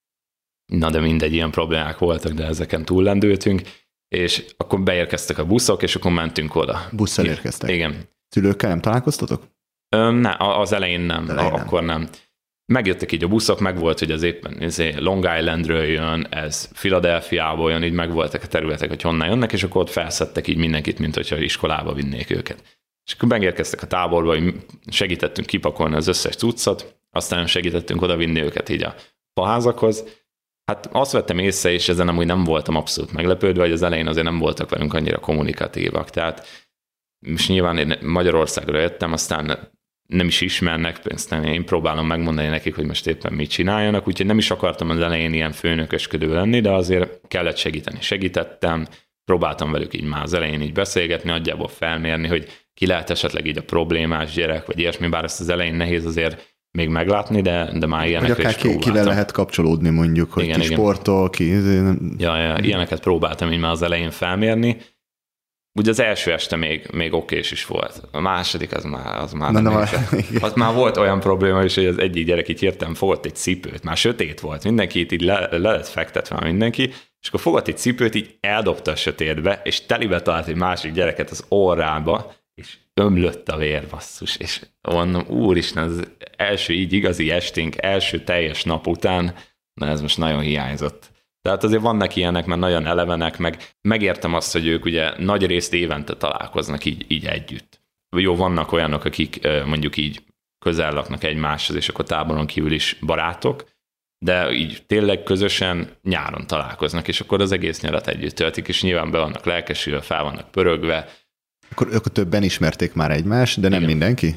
Na de mindegy, ilyen problémák voltak, de ezeken túllendültünk, és akkor beérkeztek a buszok, és akkor mentünk oda. Busszal érkeztek? Igen. Szülőkkel nem találkoztatok? Nem, az elején nem, akkor nem. Megjöttek így a buszok, meg volt, hogy az éppen Long Islandről jön, ez Philadelphiából jön, így meg voltak a területek, hogy honnan jönnek, és akkor ott felszedtek így mindenkit, mint hogyha iskolába vinnék őket. És akkor megérkeztek a táborba, hogy segítettünk kipakolni az összes cuccot, aztán segítettünk odavinni őket így a faházakhoz. Hát azt vettem észre, és ezen amúgy nem voltam abszolút meglepődve, hogy az elején azért nem voltak velünk annyira kommunikatívak. Tehát most nyilván én Magyarországra jöttem, aztán nem is ismernek, aztán én próbálom megmondani nekik, hogy most éppen mit csináljanak, úgyhogy nem is akartam az elején ilyen főnökösködő lenni, de azért kellett segíteni. Segítettem, próbáltam velük így már az elején így beszélgetni, nagyjából felmérni, hogy ki lehet esetleg így a problémás gyerek, vagy ilyesmi, bár ezt az elején nehéz azért még meglátni, de már ilyenekre is próbáltam. Kivel lehet kapcsolódni mondjuk, hogy ki sportol, ki... Ja, ilyeneket próbáltam így már az elején felmérni. ugye az első este még okés is volt. A második az már nem az már volt olyan probléma is, hogy az egyik gyerek így hirtelen fogott egy cipőt, már sötét volt, mindenki így le lett fektetve mindenki, és akkor fogott egy cipőt, így eldobta a sötétbe, és telibe talált egy másik gyereket az orrába, és ömlött a vér, basszus, és mondom, úristen, az első így igazi esténk, első teljes nap után, na ez most nagyon hiányzott. Tehát azért vannak ilyenek, mert nagyon elevenek, megértem azt, hogy ők ugye nagy részt évente találkoznak így együtt. Jó, vannak olyanok, akik mondjuk így közel laknak egymáshoz, és akkor táboron kívül is barátok, de így tényleg közösen nyáron találkoznak, és akkor az egész nyarat együtt töltik, és nyilván be vannak lelkesülve, fel vannak pörögve. Akkor többen ismerték már egymást, de nem igen. Mindenki?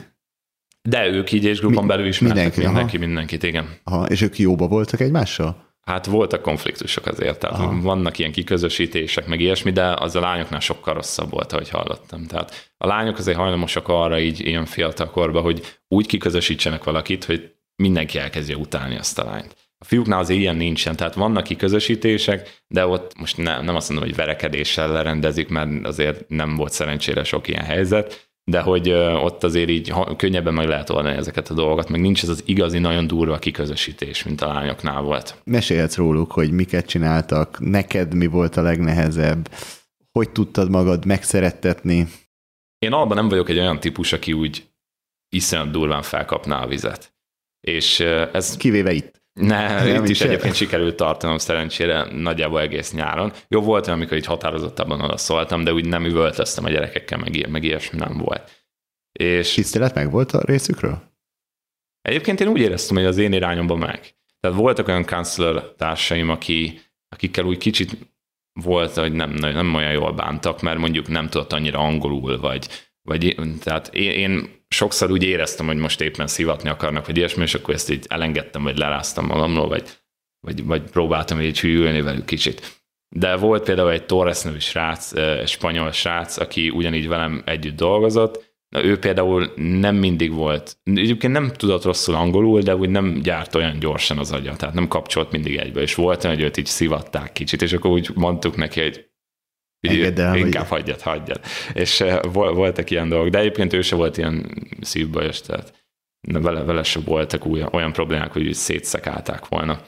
De ők így és grupon belül ismertek mindenkit, igen. Aha, és ők jóba voltak egymással? Hát voltak konfliktusok azért, tehát vannak ilyen kiközösítések, meg ilyesmi, de az a lányoknál sokkal rosszabb volt, ahogy hallottam. Tehát a lányok azért hajlamosak arra így ilyen fiatalkorban, hogy úgy kiközösítsenek valakit, hogy mindenki elkezdje utálni azt a lányt. A fiúknál azért ilyen nincsen, tehát vannak kiközösítések, de ott most nem azt mondom, hogy verekedéssel lerendezik, mert azért nem volt szerencsére sok ilyen helyzet, de hogy ott azért így könnyebben meg lehet oldani ezeket a dolgokat, meg nincs ez az igazi, nagyon durva kiközösítés, mint a lányoknál volt. Mesélhetsz róluk, hogy miket csináltak, neked mi volt a legnehezebb, hogy tudtad magad megszerettetni? Én alapban nem vagyok egy olyan típus, aki úgy iszonyat durván felkapná a vizet. És ez... Kivéve itt. Itt is egyébként sikerült tartanom szerencsére nagyjából egész nyáron. Jó volt, amikor így határozottabban oda szóltam, de úgy nem üvöltöztem a gyerekekkel, meg ilyesmi nem volt. És tisztelet meg volt a részükről? Egyébként én úgy éreztem, hogy az én irányomban meg. Tehát voltak olyan counselor társaim, akikkel úgy kicsit volt, hogy nem olyan jól bántak, mert mondjuk nem tudott annyira angolul, vagy tehát én sokszor úgy éreztem, hogy most éppen szivatni akarnak, vagy ilyesmi, és akkor ezt így elengedtem, vagy leráztam magamról, vagy próbáltam így hűlni velük kicsit. De volt például egy Torres nevű srác, egy spanyol srác, aki ugyanígy velem együtt dolgozott. Na, ő például nem mindig volt, egyébként nem tudott rosszul angolul, de úgy nem gyárt olyan gyorsan az agya, tehát nem kapcsolt mindig egybe, és volt olyan, hogy őt így szivatták kicsit, és akkor úgy mondtuk neki, hogy inkább hagyjad. És voltak ilyen dolgok, de egyébként ő se volt ilyen szívbajos, tehát vele se voltak olyan problémák, hogy szétszekálták volna.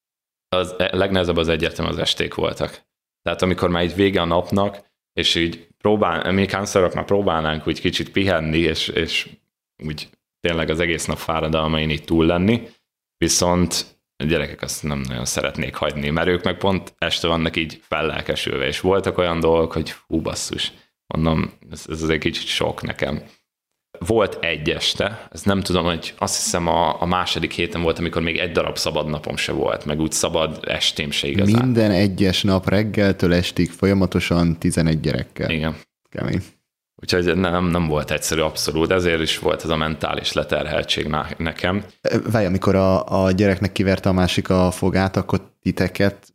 Az legnehezebb az egyértelműen az esték voltak. Tehát amikor már így vége a napnak, és így mi counselorok már próbálnánk úgy kicsit pihenni, és úgy tényleg az egész nap fáradalmain így túl lenni, viszont a gyerekek azt nem nagyon szeretnék hagyni, mert ők meg pont este vannak így fellelkesülve, és voltak olyan dolgok, hogy hú basszus, mondom, ez azért kicsit sok nekem. Volt egy este, ez nem tudom, hogy azt hiszem a második héten volt, amikor még egy darab szabad napom se volt, meg úgy szabad estém se igazán. Minden egyes nap reggeltől estig folyamatosan 11 gyerekkel. Igen. Kemény. Úgyhogy nem volt egyszerű abszolút, ezért is volt ez a mentális leterheltség nekem. Várj, amikor a gyereknek kiverte a másik a fogát, akkor titeket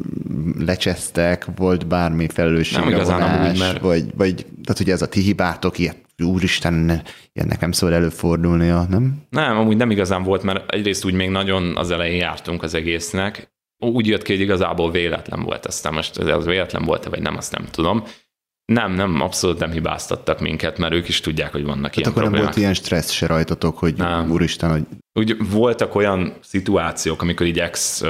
lecsesztek, volt bármi felelősségvonás, vagy tehát ugye ez a ti hibátok, ilyet, úristen, ilyennek nem szabad előfordulnia, nem? Nem, amúgy nem igazán volt, mert egyrészt úgy még nagyon az elején jártunk az egésznek. Úgy jött ki, hogy igazából véletlen volt, aztán most ez véletlen volt-e, vagy nem, azt nem tudom. Nem, abszolút nem hibáztattak minket, mert ők is tudják, hogy vannak ilyen akkor problémák. Nem volt ilyen stressz se rajtatok, hogy nem. Úristen, hogy... Úgy voltak olyan szituációk, amikor így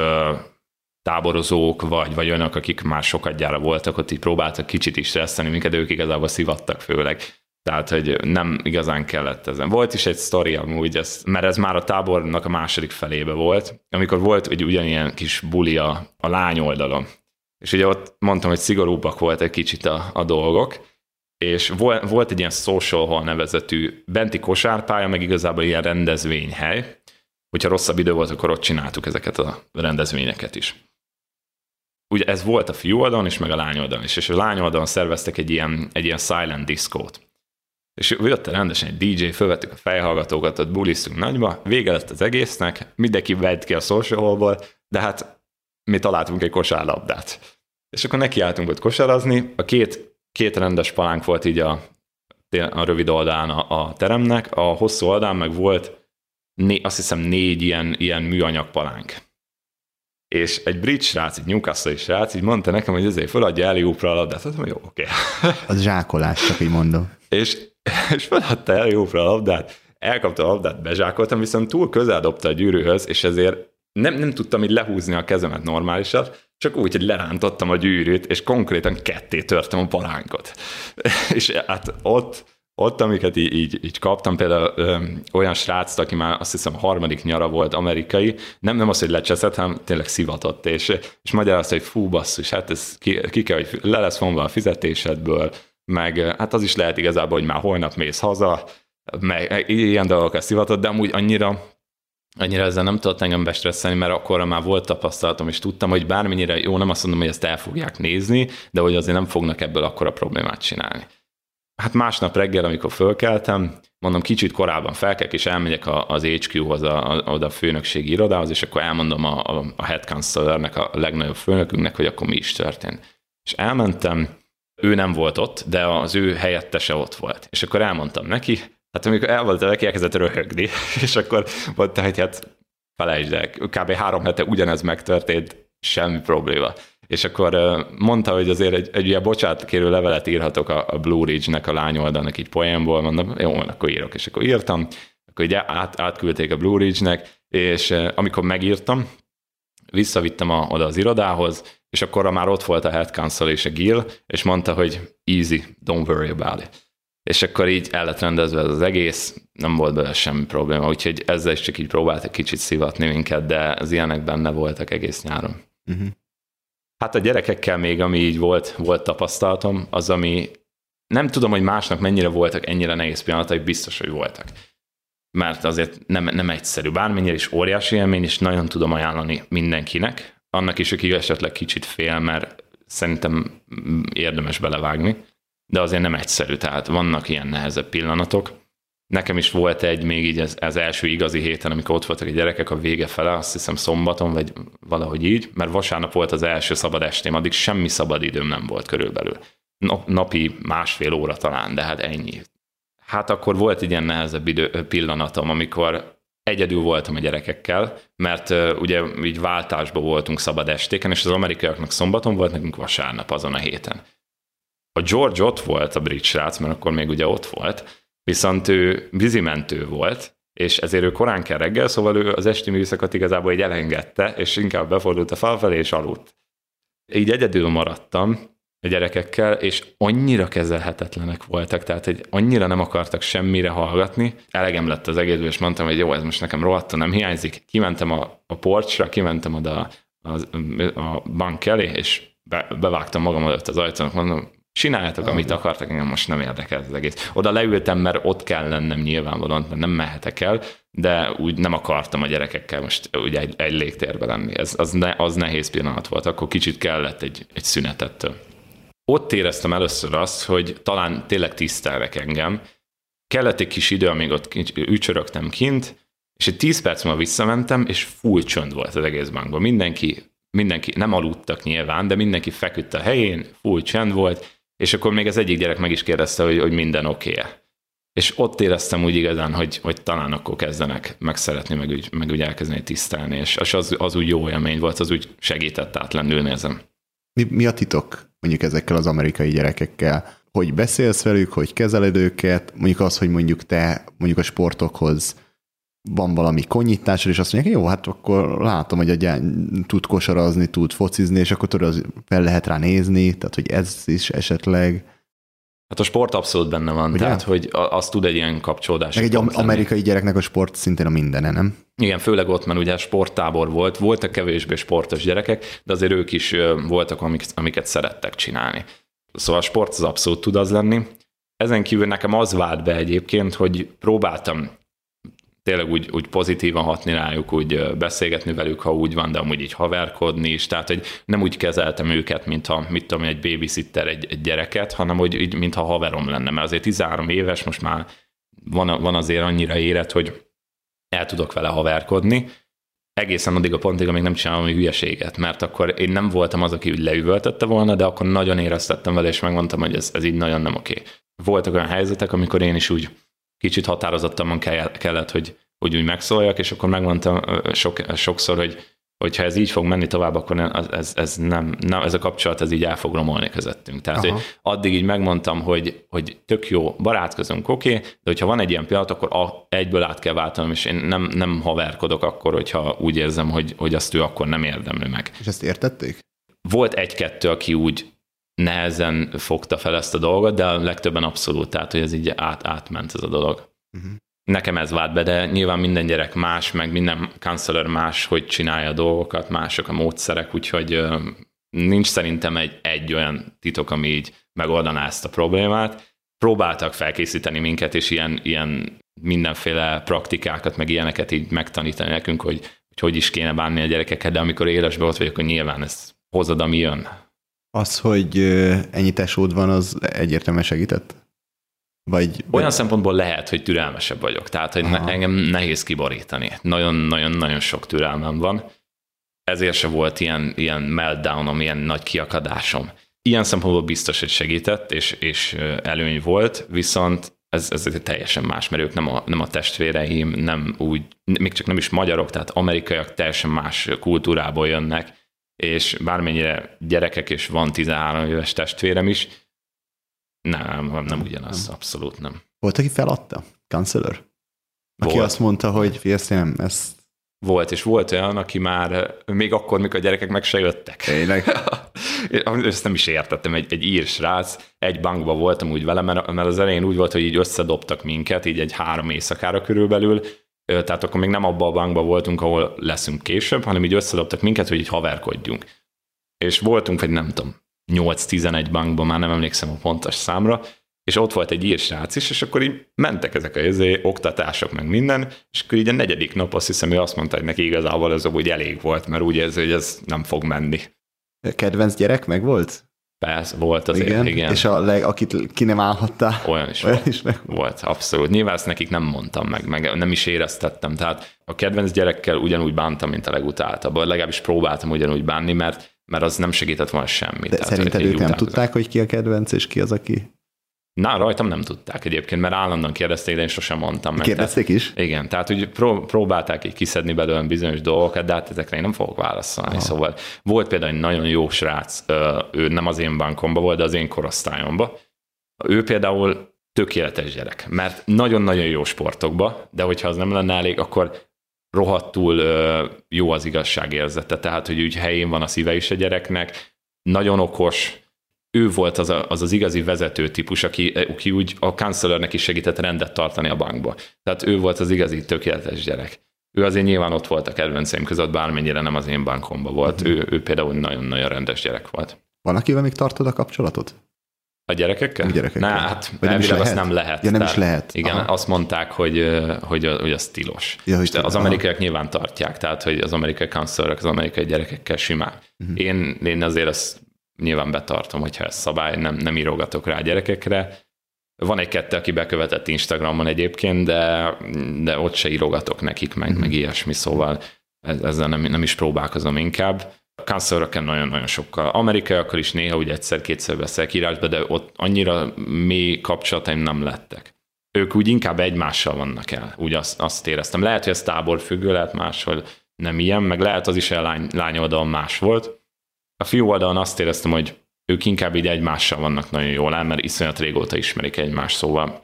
táborozók, vagy olyanok, akik már sokadjára voltak, ott így próbáltak kicsit is stresszelni minket, de ők igazából szivattak főleg. Tehát, hogy nem igazán kellett ezen. Volt is egy sztori amúgy, mert ez már a tábornak a második felébe volt, amikor volt egy ugyanilyen kis buli a lány oldalon. És ugye ott mondtam, hogy szigorúbbak volt egy kicsit a dolgok, és volt egy ilyen social hall nevezetű benti kosárpálya, meg igazából ilyen rendezvényhely. Hogyha rosszabb idő volt, akkor ott csináltuk ezeket a rendezvényeket is. Ugye ez volt a fiú oldalon is, meg a lány oldalon is, és a lány oldalon szerveztek egy ilyen silent diszkót. És jött rendesen egy DJ, fölvettük a fejhallgatókat, ott buliztunk nagyba, vége lett az egésznek, mindenki vett ki a social hallból, de hát mi találtunk egy kosárlabdát. És akkor nekiálltunk ott kosarazni, a két rendes palánk volt így a rövid oldalán a teremnek, a hosszú oldalán meg volt azt hiszem 4 ilyen műanyag palánk. és egy brit srác, egy Newcastle-i srác így mondta nekem, hogy ezért feladja alley-oopra a labdát. Mondtam, jó, oké. Az zsákolás, csak így mondom. És feladta alley-oopra a labdát, elkapta a labdát, bezsákoltam, viszont túl közel dobta a gyűrűhöz, és ezért nem tudtam így lehúzni a kezemet normálisat, csak úgy, hogy lerántottam a gyűrűt, és konkrétan ketté törtem a palánkot. És hát ott amiket így kaptam, például olyan srác, aki már azt hiszem 3. nyara volt, amerikai, nem az, hogy lecseszett, hanem tényleg szivatott, és magyarázta, hogy fú, basszus, hát ez ki kell, hogy le lesz vonva a fizetésedből, meg hát az is lehet igazából, hogy már holnap mész haza, meg ilyen dolgokat szivatott, de amúgy annyira ezzel nem tudott engem bestresszelni, mert akkorra már volt tapasztalatom, és tudtam, hogy bármennyire jó, nem azt mondom, hogy ezt el fogják nézni, de hogy azért nem fognak ebből akkora problémát csinálni. Hát másnap reggel, amikor fölkeltem, mondom, kicsit korábban felkelek, és elmegyek az HQ-hoz, oda a főnökségi irodához, és akkor elmondom a head counselornek, a legnagyobb főnökünknek, hogy akkor mi is történt. És elmentem, ő nem volt ott, de az ő helyettese ott volt. És akkor elmondtam neki, hát amikor elmondtam neki, elkezdett röhögni, és akkor mondta, hogy hát felejtsd el, kb. 3 hete ugyanez megtörtént, semmi probléma. És akkor mondta, hogy azért egy ilyen bocsánatkérő levelet írhatok a Blue Ridge-nek, a lányoldalnak így poénból, mondom, jó, akkor írok. És akkor írtam, akkor így átküldték a Blue Ridge-nek, és amikor megírtam, visszavittem oda az irodához, és akkor már ott volt a head counsel és a Gil, és mondta, hogy easy, don't worry about it. És akkor így el lett rendezve az egész, nem volt belőle semmi probléma, úgyhogy ezzel is csak így próbáltak kicsit szivatni minket, de az ilyenek benne voltak egész nyáron. Uh-huh. Hát a gyerekekkel még, ami így volt tapasztalatom, az, ami nem tudom, hogy másnak mennyire voltak ennyire nehéz pillanatai, biztos, hogy voltak. Mert azért nem egyszerű. Bármennyire is óriási élmény, és nagyon tudom ajánlani mindenkinek. Annak is, aki esetleg kicsit fél, mert szerintem érdemes belevágni. De azért nem egyszerű, tehát vannak ilyen nehezebb pillanatok. Nekem is volt még így az első igazi héten, amikor ott voltak a gyerekek a vége fele, azt hiszem szombaton, vagy valahogy így, mert vasárnap volt az első szabad estém, addig semmi szabad időm nem volt körülbelül. Napi 1,5 óra talán, de hát ennyi. Hát akkor volt egy ilyen nehezebb pillanatom, amikor egyedül voltam a gyerekekkel, mert ugye így váltásban voltunk szabad estéken, és az amerikaiaknak szombaton volt, nekünk vasárnap azon a héten. A George ott volt, a brit srác, mert akkor még ugye ott volt, viszont ő vízimentő volt, és ezért ő korán kell reggel, szóval ő az esti műszakot igazából így elengedte, és inkább befordult a fal felé, és aludt. Így egyedül maradtam a gyerekekkel, és annyira kezelhetetlenek voltak, tehát hogy annyira nem akartak semmire hallgatni. Elegem lett az egészből, és mondtam, hogy jó, ez most nekem rohadtul nem hiányzik. Kimentem a porcsra, kimentem oda a bank elé, és bevágtam magam előtt az ajtónak, mondom, csináljátok, amit akartak, engem most nem érdekel az egész. Oda leültem, mert ott kell lennem nyilvánvalóan, mert nem mehetek el, de úgy nem akartam a gyerekekkel most ugye egy légtérben lenni. Az nehéz pillanat volt, akkor kicsit kellett egy szünetettől. Ott éreztem először azt, hogy talán tényleg tisztelnek engem. Kellett egy kis idő, amíg ott ücsörögtem kint, és egy 10 perc múlva visszamentem, és full csönd volt az egész bankban. Mindenki nem aludtak nyilván, de mindenki feküdt a helyén, full csend volt, és akkor még az egyik gyerek meg is kérdezte, hogy minden oké-e. És ott éreztem úgy igazán, hogy talán akkor kezdenek megszeretni, meg úgy elkezdeni tisztelni, és az úgy jó élmény volt, az úgy segített átlendülni ezen. Mi a titok mondjuk ezekkel az amerikai gyerekekkel? Hogy beszélsz velük, hogy kezeled őket, mondjuk az, hogy mondjuk te mondjuk a sportokhoz van valami konyításod, és azt mondják, jó, hát akkor látom, hogy a gyány tud kosarazni, tud focizni, és akkor tudod, fel lehet rá nézni, tehát hogy ez is esetleg... Hát a sport abszolút benne van, ugye? Tehát hogy az tud egy ilyen kapcsolódás. Meg egy amerikai gyereknek a sport szintén a mindene, nem? Igen, főleg ott, mert ugye sporttábor voltak kevésbé sportos gyerekek, de azért ők is voltak, amiket szerettek csinálni. Szóval a sport az abszolút tud az lenni. Ezen kívül nekem az vált be egyébként, hogy próbáltam tényleg úgy pozitívan hatni rájuk, úgy beszélgetni velük, ha úgy van, de amúgy így haverkodni is, tehát hogy nem úgy kezeltem őket, mintha, mit tudom, egy babysitter egy gyereket, hanem hogy így, mintha haverom lenne, mert azért 13 éves, most már van azért annyira érett, hogy el tudok vele haverkodni, egészen addig a pontig, amíg nem csinálom valami hülyeséget, mert akkor én nem voltam az, aki úgy leüvöltötte volna, de akkor nagyon éreztettem vele, és megmondtam, hogy ez így nagyon nem oké. Voltak olyan helyzetek, amikor én is úgy kicsit határozottabban kellett, hogy úgy megszóljak, és akkor megmondtam sokszor, hogy hogyha ez így fog menni tovább, akkor ez a kapcsolat ez így el fog romolni közöttünk. Tehát hogy addig így megmondtam, hogy tök jó, barátkozunk, oké, de hogyha van egy ilyen pillanat, akkor egyből át kell váltanom, és én nem haverkodok akkor, hogyha úgy érzem, hogy azt ő akkor nem érdemli meg. És ezt értették? Volt egy-kettő, aki úgy nehezen fogta fel ezt a dolgot, de a legtöbben abszolút, tehát hogy ez így átment ez a dolog. Nekem ez vált be, de nyilván minden gyerek más, meg minden counselor más, hogy csinálja a dolgokat, mások a módszerek, úgyhogy nincs szerintem egy olyan titok, ami így megoldaná ezt a problémát. Próbáltak felkészíteni minket, és ilyen mindenféle praktikákat, meg ilyeneket így megtanítani nekünk, hogy is kéne bánni a gyerekeket, de amikor élesben ott vagyok, hogy nyilván ez hozod, ami jön. Az, hogy ennyi tesód van, az egyértelműen segített? Olyan szempontból lehet, hogy türelmesebb vagyok. Tehát, hogy engem nehéz kiborítani. Nagyon-nagyon sok türelmem van. Ezért se volt ilyen meltdownom, ilyen nagy kiakadásom. Ilyen szempontból biztos, hogy segített, és előny volt, viszont ez teljesen más, mert ők nem a testvéreim, nem úgy, még csak nem is magyarok, tehát amerikaiak teljesen más kultúrából jönnek, és bármennyire gyerekek, és van 13 éves testvérem is, nem ugyanaz, abszolút nem. Volt, aki feladta? Counselor? Aki azt mondta, hogy figyelsz, nem, ezt... Volt, és volt olyan, aki már még akkor, mikor a gyerekek meg se jöttek. Tényleg? Ezt nem is értettem, egy ír srác, egy bankban voltam úgy vele, mert az elején úgy volt, hogy így összedobtak minket, így egy 3 éjszakára körülbelül, tehát akkor még nem abban a bankban voltunk, ahol leszünk később, hanem így összedobtak minket, hogy így haverkodjunk. És voltunk, vagy nem tudom, 8-11 bankban, már nem emlékszem a pontos számra, és ott volt egy ír srác is, és akkor így mentek ezek a oktatások, meg minden, és akkor így a 4. nap azt hiszem, ő azt mondta, hogy neki igazából ez úgy elég volt, mert úgy érzi, hogy ez nem fog menni. Kedvenc gyerek meg volt? Persze, volt azért, igen. És akit ki nem állhattál? Olyan is volt, abszolút. Nyilván ezt nekik nem mondtam meg nem is éreztettem. Tehát a kedvenc gyerekkel ugyanúgy bántam, mint a legutáltabban. Legalábbis próbáltam ugyanúgy bánni, mert az nem segített volna semmit. De szerinted ők nem tudták, hogy ki a kedvenc, és ki az, aki... Rajtam nem tudták egyébként, mert állandóan kérdezték, de én sosem mondtam meg. Kérdezték is? Igen, tehát úgy próbálták így kiszedni belőlem bizonyos dolgokat, de hát ezekre én nem fogok válaszolni. Aha. Szóval volt például egy nagyon jó srác, ő nem az én bankomban volt, de az én korosztályomban. Ő például tökéletes gyerek, mert nagyon-nagyon jó sportokba, de hogyha az nem lenne elég, akkor rohadtul jó az igazságérzete, tehát hogy úgy helyén van a szíve is a gyereknek, nagyon okos. Ő volt az igazi vezető típus, aki úgy a counselornek is segített rendet tartani a bankba. Tehát ő volt az igazi tökéletes gyerek. Ő azért nyilván ott volt a kedvenceim között, bármennyire nem az én bankomban volt. Ő például nagyon-nagyon rendes gyerek volt. Van, akivel még tartod a kapcsolatot? A gyerekekkel? Hát elvileg azt nem lehet. Ja, nem is lehet. Igen, azt mondták, hogy az tilos. Ja, az amerikaiak nyilván tartják, tehát hogy az amerikai counselorok az amerikai gyerekekkel simán. Én azért azt nyilván betartom, hogyha ez szabály, nem írogatok rá a gyerekekre. Van 1-2, aki bekövetett Instagramon egyébként, de ott se írogatok nekik, meg ilyesmi, szóval ezzel nem is próbálkozom inkább. A counselorokkel nagyon-nagyon sokkal. Amerikaiakkal is néha úgy 1-2 beszélek írásba, de ott annyira mély kapcsolataim nem lettek. Ők úgy inkább egymással vannak el, úgy azt éreztem. Lehet, hogy ez táborfüggő, lehet máshol nem ilyen, meg lehet az is lány oldalon más volt. A fiú oldalon azt éreztem, hogy ők inkább így egymással vannak nagyon jól el, mert iszonyat régóta ismerik egymást, szóval.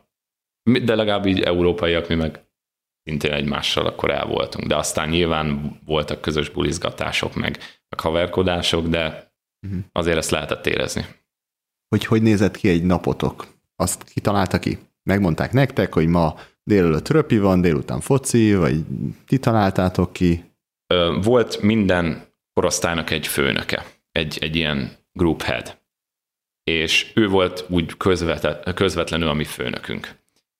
De legalább így európaiak, mi meg szintén egymással akkor el voltunk. De aztán nyilván voltak közös bulizgatások, meg haverkodások, de azért ezt lehetett érezni. Hogy nézett ki egy napotok? Azt kitalálta ki? Megmondták nektek, hogy ma délelőtt röpi van, délután foci, vagy ti találtátok ki? Volt minden korosztálynak egy főnöke, egy ilyen group head. És ő volt úgy közvetlenül a mi főnökünk.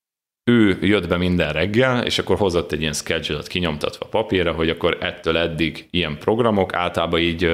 Ő jött be minden reggel, és akkor hozott egy ilyen schedule-ot kinyomtatva papírra, hogy akkor ettől eddig ilyen programok, általában így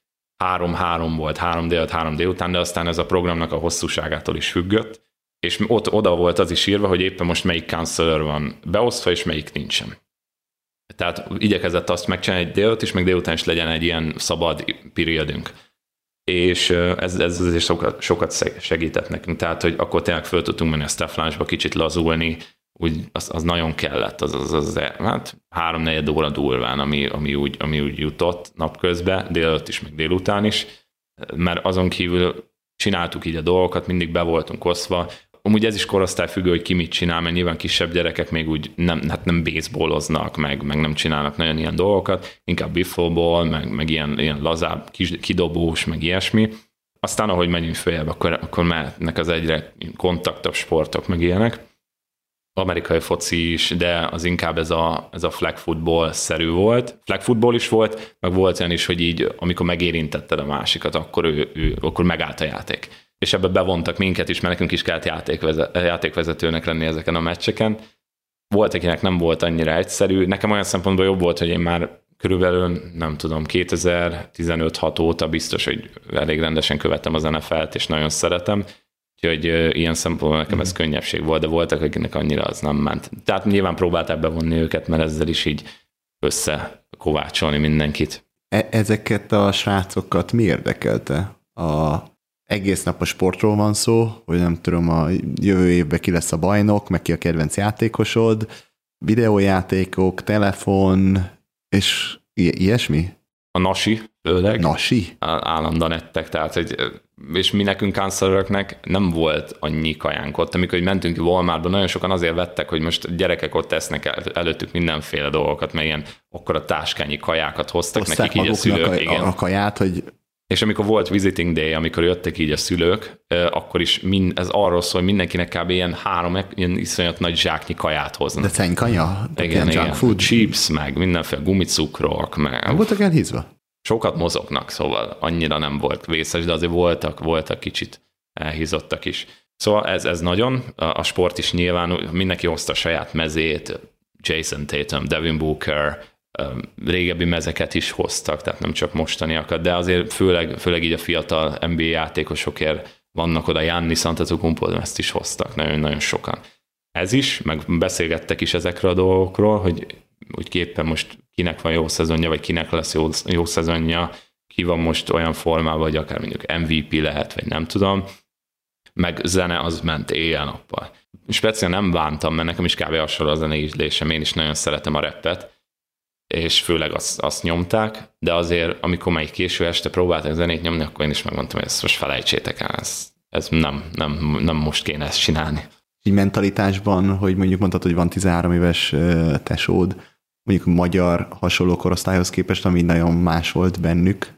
3-3 volt, 3 délután, 3 délután, de aztán ez a programnak a hosszúságától is függött, és oda volt az is írva, hogy éppen most melyik counselor van beosztva, és melyik nincsen. Tehát igyekezett azt megcsinálni egy délután is, meg délután is legyen egy ilyen szabad periodünk. És ez azért sokat segített nekünk. Tehát, hogy akkor tényleg föl tudtunk menni a staff lunchba, kicsit lazulni, az nagyon kellett, hát 3-4 óra durván, ami úgy jutott napközben, délelőtt is, meg délután is, mert azon kívül csináltuk így a dolgokat, mindig be voltunk osztva. Amúgy ez is korosztályfüggő, hogy ki mit csinál, mert nyilván kisebb gyerekek még úgy nem baseballoznak, meg nem csinálnak nagyon ilyen dolgokat, inkább wiffleball, meg ilyen lazább kidobós, meg ilyesmi. Aztán, ahogy megyünk följebb, akkor mehetnek az egyre kontaktabb sportok, meg ilyenek. Amerikai foci is, de az inkább ez a flag football-szerű volt. Flag football is volt, meg volt olyan is, hogy így, amikor megérintetted a másikat, akkor megállt a játék. És ebbe bevontak minket is, mert nekünk is kellett játékvezetőnek lenni ezeken a meccseken. Volt, akinek nem volt annyira egyszerű. Nekem olyan szempontból jobb volt, hogy én már körülbelül, nem tudom, 2015-6 óta biztos, hogy elég rendesen követtem az NFL-t, és nagyon szeretem. Úgyhogy ilyen szempontból nekem ez könnyebbség volt, de voltak, akinek annyira az nem ment. Tehát nyilván próbálták bevonni őket, mert ezzel is így összekovácsolni mindenkit. Ezeket a srácokat mi érdekelte? Egész nap a sportról van szó, hogy nem tudom, a jövő évben ki lesz a bajnok, meg ki a kedvenc játékosod, videójátékok, telefon, és ilyesmi? A nasi, főleg. Nasi? Állandóan ettek, tehát, hogy, és mi nekünk counseloröknek nem volt annyi kajánk ott. Amikor mentünk Walmartba, nagyon sokan azért vettek, hogy most gyerekek ott tesznek előttük mindenféle dolgokat, mert ilyen akkora táskányi kajákat hoztak nekik így a szülők. A kaját, hogy... És amikor volt visiting day, amikor jöttek így a szülők, akkor is ez arról szól, hogy mindenkinek kb. Ilyen 3 ilyen iszonyat nagy zsáknyi kaját hoznak. De cenykaja? Igen. Food. Chips, meg mindenféle gumicukrok. Nem voltak elhízva? Sokat mozognak, szóval annyira nem volt vészes, de azért voltak kicsit elhízottak is. Szóval ez nagyon, a sport is nyilván, mindenki hozta a saját mezét, Jason Tatum, Devin Booker, régebbi mezeket is hoztak, tehát nem csak mostaniakat, de azért főleg így a fiatal NBA játékosokért vannak oda, Giannis Antetokounmpo, ezt is hoztak nagyon-nagyon sokan. Ez is, meg beszélgettek is ezekről a dolgokról, hogy éppen most kinek van jó szezonja, vagy kinek lesz jó szezonja, ki van most olyan formában, hogy akár mondjuk MVP lehet, vagy nem tudom, meg zene az ment éjjel-nappal. Speciál nem bántam, mert nekem is kb. Hasonló a zeneízlésem, én is nagyon szeretem a rappet, és főleg azt nyomták, de azért, amikor már késő este próbáltak zenét nyomni, akkor én is megmondtam, hogy ezt most felejtsétek el, ez nem most kéne ezt csinálni. Így mentalitásban, hogy mondjuk mondtad, hogy van 13 éves tesód, mondjuk magyar hasonló korosztályhoz képest, ami nagyon más volt bennük.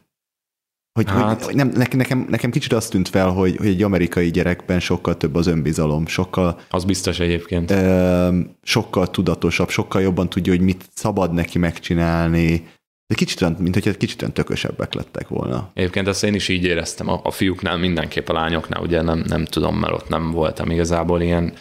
Hogy nekem kicsit azt tűnt fel, hogy egy amerikai gyerekben sokkal több az önbizalom, az biztos egyébként. Sokkal tudatosabb, sokkal jobban tudja, hogy mit szabad neki megcsinálni. De kicsit olyan, mint hogy kicsit olyan tökösebbek lettek volna. Egyébként ezt én is így éreztem. A fiúknál mindenképp, a lányoknál ugye nem tudom, mert ott nem voltam igazából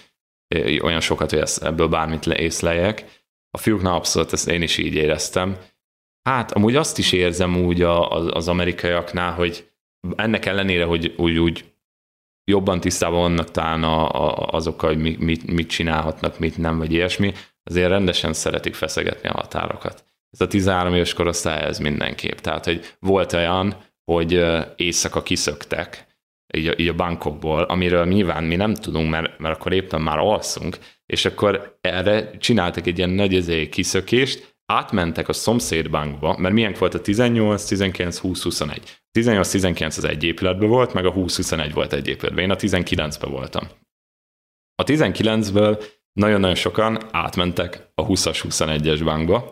olyan sokat, hogy ebből bármit észleljek. A fiúknál abszolút ezt én is így éreztem. Hát amúgy azt is érzem úgy az amerikaiaknál, hogy ennek ellenére, hogy úgy jobban tisztában vannak talán azokkal, hogy mit csinálhatnak, mit nem, vagy ilyesmi, azért rendesen szeretik feszegetni a határokat. Ez a 13 éves korosztály, ez mindenképp. Tehát, hogy volt olyan, hogy éjszaka kiszöktek így a bankokból, amiről nyilván mi nem tudunk, mert akkor éppen már alszunk, és akkor erre csináltak egy ilyen nagy kiszökést, átmentek a szomszéd bankba, mert milyen volt a 18, 19, 20, 21. 18-19 az egy épületben volt, meg a 20-21 volt egy épületben. Én a 19-ben voltam. A 19-ből nagyon-nagyon sokan átmentek a 20-as, 21-es bankba,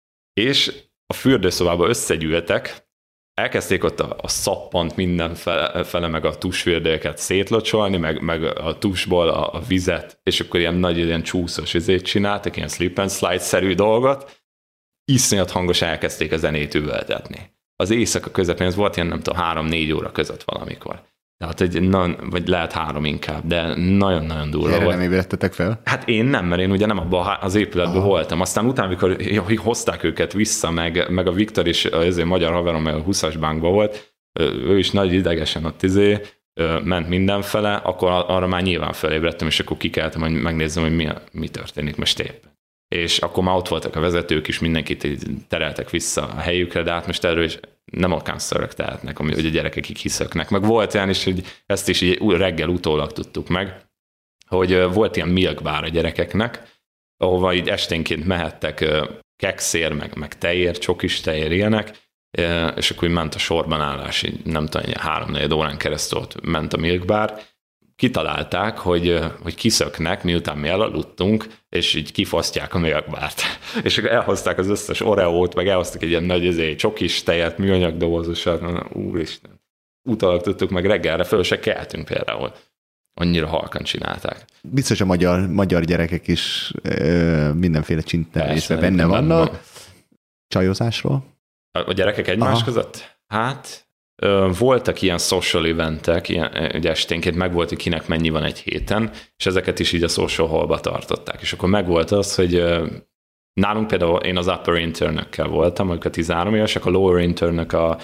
és a fürdőszobába összegyűltek, elkezdték ott a szappant mindenfele, meg a tusfürdőket szétlocsolni, meg a tusból a vizet, és akkor ilyen nagy, ilyen csúszós vizét csináltak, ilyen slip and slide-szerű dolgot, iszonyat hangosan elkezdték a zenét üvöltetni. Az éjszaka közepén, ez volt ilyen, nem tudom, 3-4 óra között valamikor. Tehát, vagy lehet 3 inkább, de nagyon-nagyon durva volt. Erre nem ébredtetek fel? Hát én nem, mert én ugye nem abban az épületben voltam. Aztán utána, amikor hozták őket vissza, meg a Viktor is, ezért magyar haverom, meg a 20-as bankban volt, ő is nagy idegesen ott ment mindenfele, akkor arra már nyilván felébredtem, és akkor kikeltem, hogy megnézzem, hogy mi történik most éppen. És akkor már ott voltak a vezetők is, mindenkit tereltek vissza a helyükre, de hát most erről is nem a counselorok tehetnek, hogy a gyerekek kiszöknek. Meg volt olyan is, hogy ezt is így reggel utólag tudtuk meg, hogy volt ilyen milk bar a gyerekeknek, ahova így esténként mehettek kekszér, meg tejér, csokis tejér, ilyenek, és akkor így ment a sorban állás, így nem tudom, 3-4 órán keresztül ott ment a Milk Bar. Kitalálták, hogy kiszöknek, miután mi elaludtunk, és így kifosztják a Milk Bart. És akkor elhozták az összes Oreót, meg elhoztak egy ilyen nagy csokis tejet, műanyag dobozosat, úristen. Utalak tudtuk, meg reggelre föl se keltünk például. Annyira halkan csinálták. Biztos a magyar gyerekek is mindenféle csinálásban benne vannak. Csajozásról? A gyerekek egymás között? Hát voltak ilyen social eventek, ugye esténként megvolt, hogy kinek mennyi van egy héten, és ezeket is így a social hallba tartották. És akkor megvolt az, hogy nálunk például én az upper internökkel voltam, ők a 13 évesek, a lower internök a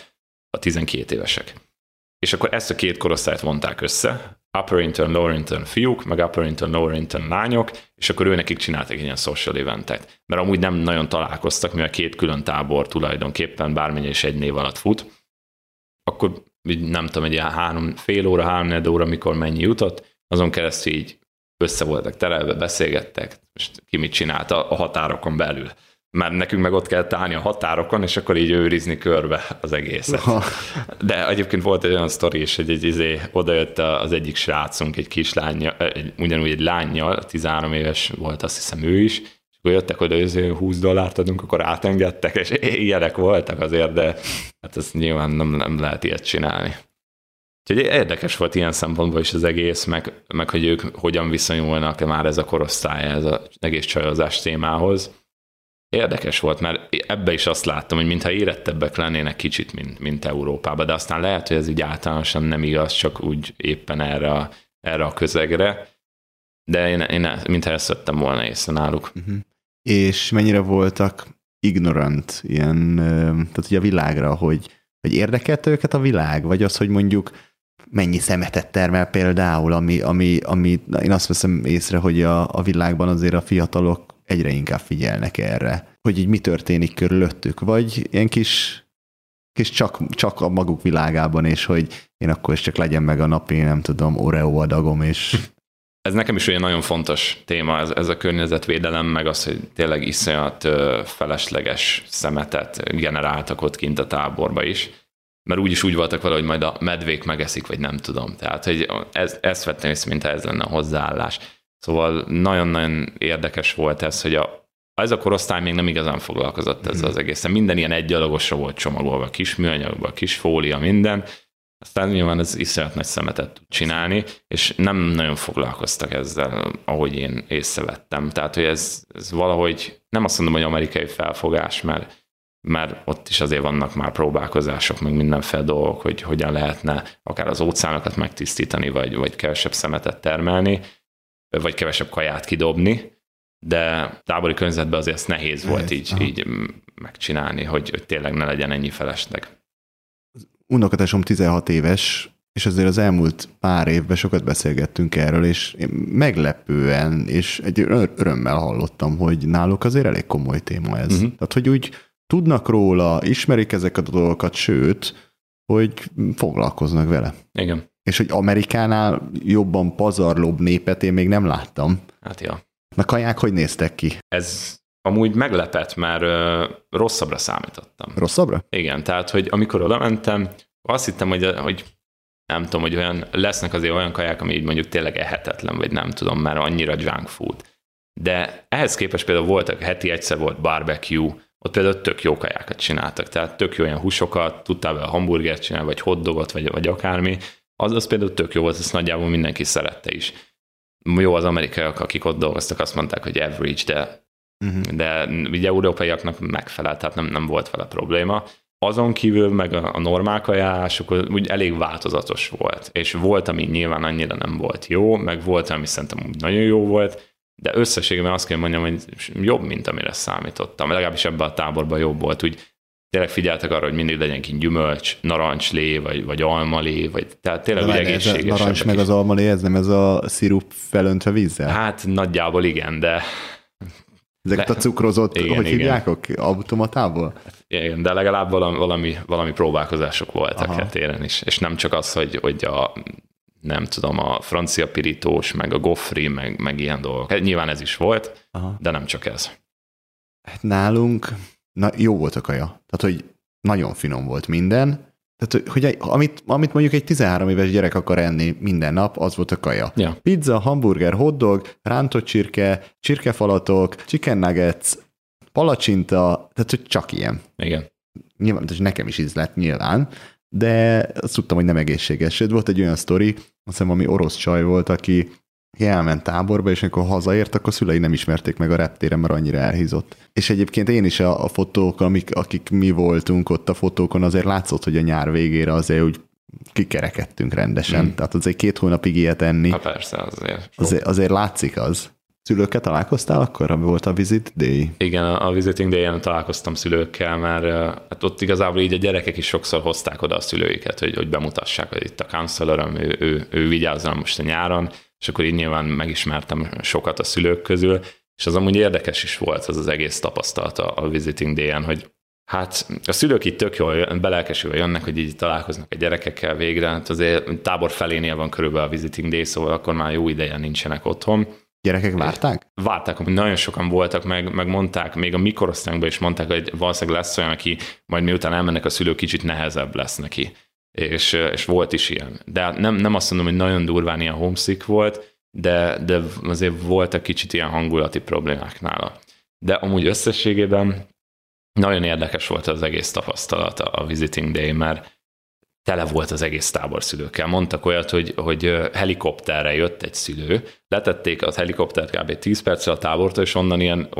12 évesek. És akkor ezt a két korosztályt vonták össze, upper intern, lower intern fiúk, meg upper intern, lower intern lányok, és akkor őnekik csináltak egy ilyen social eventet. Mert amúgy nem nagyon találkoztak, mivel két külön tábor tulajdonképpen bármennyi is egy név alatt fut. Akkor nem tudom, egy ilyen fél óra, 3-4 óra, mikor mennyi jutott, azon keresztül így össze voltak terelve, beszélgettek, és ki mit csinált a határokon belül. Mert nekünk meg ott kell állni a határokon, és akkor így őrizni körbe az egészet. De egyébként volt egy olyan sztori is, hogy odajött az egyik srácunk, egy kislánya, ugyanúgy egy lánnyal, 13 éves volt, azt hiszem ő is, és akkor jöttek oda, hogy $20 adunk, akkor átengedtek, és ilyenek voltak azért, de hát ezt nyilván nem lehet ilyet csinálni. Úgyhogy érdekes volt ilyen szempontból is az egész, meg hogy ők hogyan viszonyulnak már ez a korosztály, ez az egész csajozás témához. Érdekes volt, mert ebbe is azt láttam, hogy mintha érettebbek lennének kicsit, mint Európában, de aztán lehet, hogy ez így általánosan nem igaz, csak úgy éppen erre a közegre, de én mintha ezt vettem volna észre náluk. Uh-huh. És mennyire voltak ignorant ilyen, tehát ugye a világra, hogy érdekelte őket a világ, vagy az, hogy mondjuk mennyi szemetet termel például, ami én azt veszem észre, hogy a világban azért a fiatalok egyre inkább figyelnek erre, hogy így mi történik körülöttük, vagy ilyen kis csak a maguk világában, és hogy én akkor is csak legyen meg a napi, nem tudom, Oreo adagom, és... Ez nekem is olyan nagyon fontos téma, ez a környezetvédelem, meg az, hogy tényleg iszonyat felesleges szemetet generáltak ott kint a táborba is, mert úgyis úgy voltak vele, hogy majd a medvék megeszik, vagy nem tudom. Tehát, hogy ezt vettem észre, mintha ez lenne a hozzáállás. Szóval nagyon-nagyon érdekes volt ez, hogy ez a korosztály még nem igazán foglalkozott ezzel az egészen. Minden ilyen egyalagosra volt csomagolva, kis műanyagba, kis fólia, minden. Aztán nyilván ez iszonyat nagy szemetet tud csinálni, és nem nagyon foglalkoztak ezzel, ahogy én észrevettem. Tehát, hogy ez valahogy, nem azt mondom, hogy amerikai felfogás, mert ott is azért vannak már próbálkozások, meg mindenféle dolgok, hogy hogyan lehetne akár az óceánokat megtisztítani, vagy kevesebb szemetet termelni, vagy kevesebb kaját kidobni, de tábori környezetben azért ezt nehéz volt így megcsinálni, hogy tényleg ne legyen ennyi felesleg. Unokatásom 16 éves, és azért az elmúlt pár évben sokat beszélgettünk erről, és én meglepően, és egy örömmel hallottam, hogy náluk azért elég komoly téma ez. Uh-huh. Tehát, hogy úgy tudnak róla, ismerik ezeket a dolgokat, sőt, hogy foglalkoznak vele. Igen. És hogy Amerikánál jobban pazarlóbb népet én még nem láttam. Hát ja. Na kaják hogy néztek ki? Ez amúgy meglepett, mert rosszabbra számítottam. Rosszabbra? Igen, tehát, hogy amikor oda mentem, azt hittem, hogy nem tudom, hogy lesznek azért olyan kaják, ami így mondjuk tényleg ehetetlen, vagy nem tudom, mert annyira junk food. De ehhez képest például voltak, heti egyszer volt barbecue, ott például tök jó kajákat csináltak, tehát tök jó olyan húsokat, tudtál vele hamburgert csinálni, vagy hotdogot, vagy akármi. Az például tök jó volt, ezt nagyjából mindenki szerette is. Jó, az amerikaiak, akik ott dolgoztak, azt mondták, hogy average, de ugye európaiaknak megfelel, tehát nem volt vele probléma. Azon kívül meg a normál kajások úgy elég változatos volt, és volt, ami nyilván annyira nem volt jó, meg volt, ami szerintem úgy nagyon jó volt, de összességében azt kell mondjam, hogy jobb, mint amire számítottam. Legalábbis ebben a táborban jobb volt, úgy tényleg figyeltek arra, hogy mindig legyen kint gyümölcs, narancslé, vagy almalé, tehát tényleg úgy egészségesebb. A narancs meg az almalé, ez nem ez a szirup felöntve vízzel? Hát nagyjából igen, de... Ezeket a cukrozott, igen, hívják, automatából? Igen, de legalább valami próbálkozások voltak téren is. És nem csak az, hogy nem tudom, a francia pirítós, meg a goffri, meg ilyen dolgok. Nyilván ez is volt, de nem csak ez. Hát nálunk jó volt a kaja. Tehát, hogy nagyon finom volt minden. Tehát, hogy amit mondjuk egy 13 éves gyerek akar enni minden nap, az volt a kaja. Ja. Pizza, hamburger, hotdog, rántott csirke, csirkefalatok, chicken nuggets, palacsinta, tehát, hogy csak ilyen. Igen. Nyilván, nekem is íz lett nyilván, de azt tudtam, hogy nem egészséges. Sőt, volt egy olyan sztori, azt hiszem, ami orosz csaj volt, aki elment táborba, és amikor hazaért, akkor szülei nem ismerték meg a reptéren, mert annyira elhízott. És egyébként én is a fotók, akik mi voltunk ott a fotókon, azért látszott, hogy a nyár végére azért úgy kikerekedtünk rendesen. Tehát azért 2 hónapig ilyet enni. Ha persze, azért látszik az. Szülőkkel találkoztál akkor, ami volt a Visit Day? Igen, a Visiting Day-en találkoztam szülőkkel, mert hát ott igazából így a gyerekek is sokszor hozták oda a szülőiket, hogy bemutassák, hogy itt a counselorom, ő vigyázzon most a nyáron, és akkor így nyilván megismertem sokat a szülők közül, és az amúgy érdekes is volt az egész tapasztalat a Visiting Day-en, hogy hát a szülők itt tök jól, belelkesülve jönnek, hogy így találkoznak a gyerekekkel végre, hát azért tábor felénél van körülbelül a Visiting Day, szóval akkor már jó ideje nincsenek otthon. Gyerekek várták? Várták, hogy nagyon sokan voltak, meg mondták, még a mi korosztályunkban is mondták, hogy valószínűleg lesz olyan, aki majd miután elmennek a szülők, kicsit nehezebb lesz neki. És volt is ilyen. De nem azt mondom, hogy nagyon durván ilyen homesick volt, de azért voltak kicsit ilyen hangulati problémák nála. De amúgy összességében nagyon érdekes volt az egész tapasztalat a Visiting Day, mert tele volt az egész tábor szülőkkel. Mondtak olyat, hogy helikopterre jött egy szülő, letették a helikoptert kb. 10 perccel a tábortól, és onnan